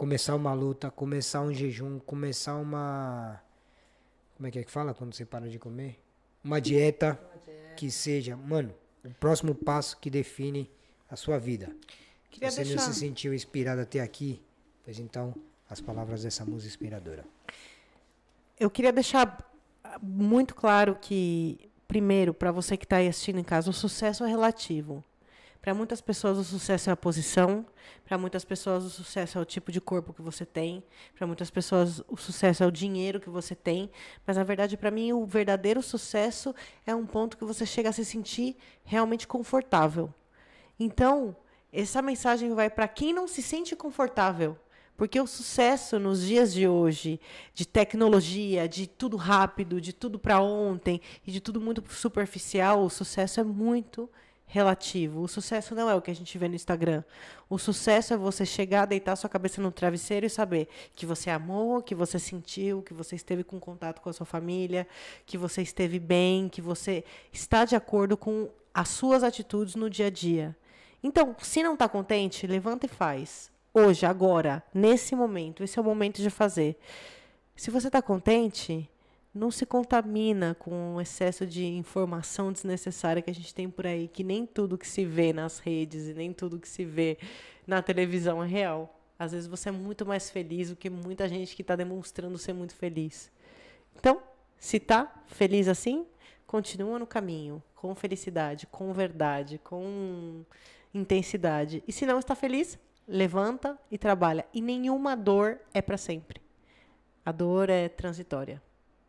começar uma luta, começar um jejum, começar uma... Como é que é que fala quando você para de comer? Uma dieta, uma dieta. Que seja, mano, o próximo passo que define a sua vida. Queria Se você deixar... não se sentiu inspirado até aqui, pois então, as palavras dessa música inspiradora. Eu queria deixar muito claro que, primeiro, para você que está aí assistindo em casa, o sucesso é relativo. Para muitas pessoas o sucesso é a posição, para muitas pessoas o sucesso é o tipo de corpo que você tem, para muitas pessoas o sucesso é o dinheiro que você tem, mas na verdade para mim o verdadeiro sucesso é um ponto que você chega a se sentir realmente confortável. Então, essa mensagem vai para quem não se sente confortável, porque o sucesso nos dias de hoje, de tecnologia, de tudo rápido, de tudo para ontem e de tudo muito superficial, o sucesso é muito relativo. O sucesso não é o que a gente vê no Instagram. O sucesso é você chegar, deitar sua cabeça no travesseiro e saber que você amou, que você sentiu, que você esteve com contato com a sua família, que você esteve bem, que você está de acordo com as suas atitudes no dia a dia. Então, se não está contente, levanta e faz. Hoje, agora, nesse momento. Esse é o momento de fazer. Se você está contente, não se contamina com o excesso de informação desnecessária que a gente tem por aí, que nem tudo que se vê nas redes e nem tudo que se vê na televisão é real. Às vezes você é muito mais feliz do que muita gente que está demonstrando ser muito feliz. Então, se está feliz assim, continua no caminho, com felicidade, com verdade, com intensidade. E se não está feliz, levanta e trabalha. E nenhuma dor é para sempre. A dor é transitória.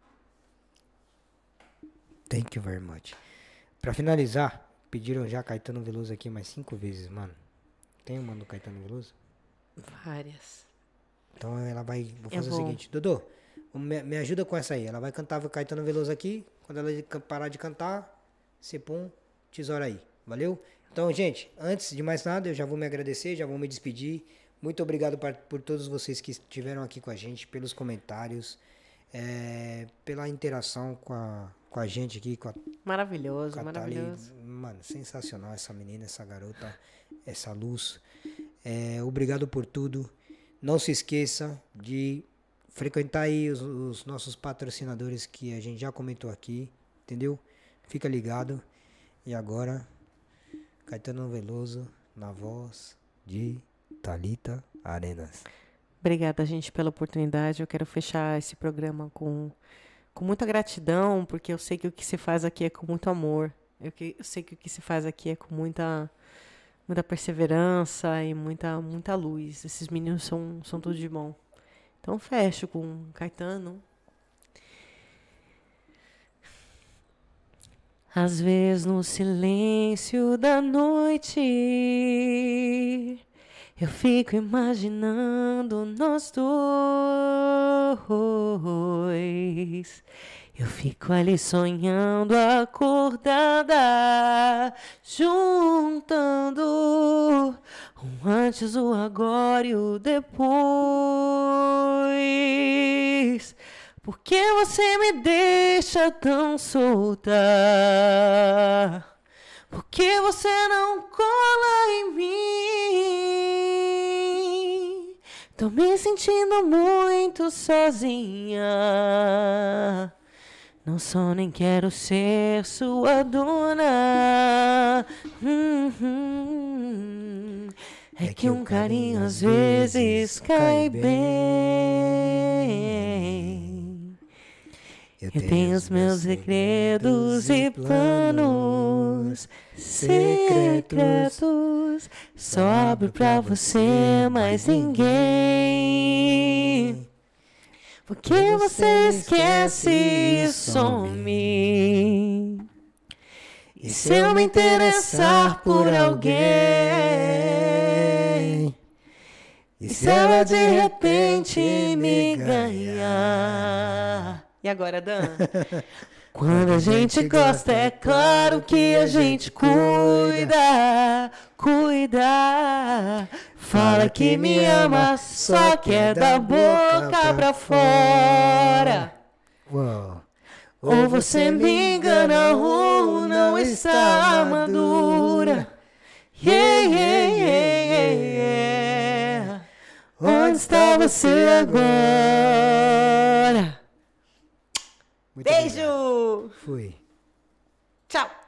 Thank you very much. Pra finalizar, pediram já Caetano Veloso aqui mais cinco vezes, mano. Tem uma do Caetano Veloso? Várias. Então ela vai... Vou fazer Eu o vou. seguinte. Dodô, me, me ajuda com essa aí. Ela vai cantar o Caetano Veloso aqui. Quando ela parar de cantar, você pum, tesoura aí. Valeu? Então, gente, antes de mais nada, eu já vou me agradecer, já vou me despedir. Muito obrigado por, por todos vocês que estiveram aqui com a gente, pelos comentários, é, pela interação com a, com a gente aqui, com a Maravilhoso, com a maravilhoso. Thali. Mano, sensacional essa menina, essa garota, essa luz. É, obrigado por tudo. Não se esqueça de frequentar aí os, os nossos patrocinadores que a gente já comentou aqui, entendeu? Fica ligado. E agora, Caetano Veloso na voz de Thalita Arenas. Obrigada, gente, pela oportunidade. Eu quero fechar esse programa com, com muita gratidão, porque eu sei que o que se faz aqui é com muito amor. Eu, que, eu sei que o que se faz aqui é com muita, muita perseverança e muita, muita luz. Esses meninos são, são tudo de bom. Então, fecho com Caetano. Às vezes, no silêncio da noite, eu fico imaginando nós dois. Eu fico ali sonhando, acordada, juntando o antes, o agora e o depois. Por que você me deixa tão solta? Por que você não cola em mim? Tô me sentindo muito sozinha. Não sou nem quero ser sua dona. Hum, hum. É que um carinho às vezes cai bem. Eu tenho os meus segredos e planos secretos. Só abro pra você, mas ninguém. Porque você esquece e some. E se eu me interessar por alguém, e se ela de repente me ganhar? E agora, Dan? Quando a gente gosta, é claro que a gente cuida, cuida. Fala que me ama, só quer da boca pra fora. Uau. Ou você me engana ou não está madura. Yeah, yeah, yeah, yeah. Onde está você agora? Muito Beijo! obrigado. Fui. Tchau!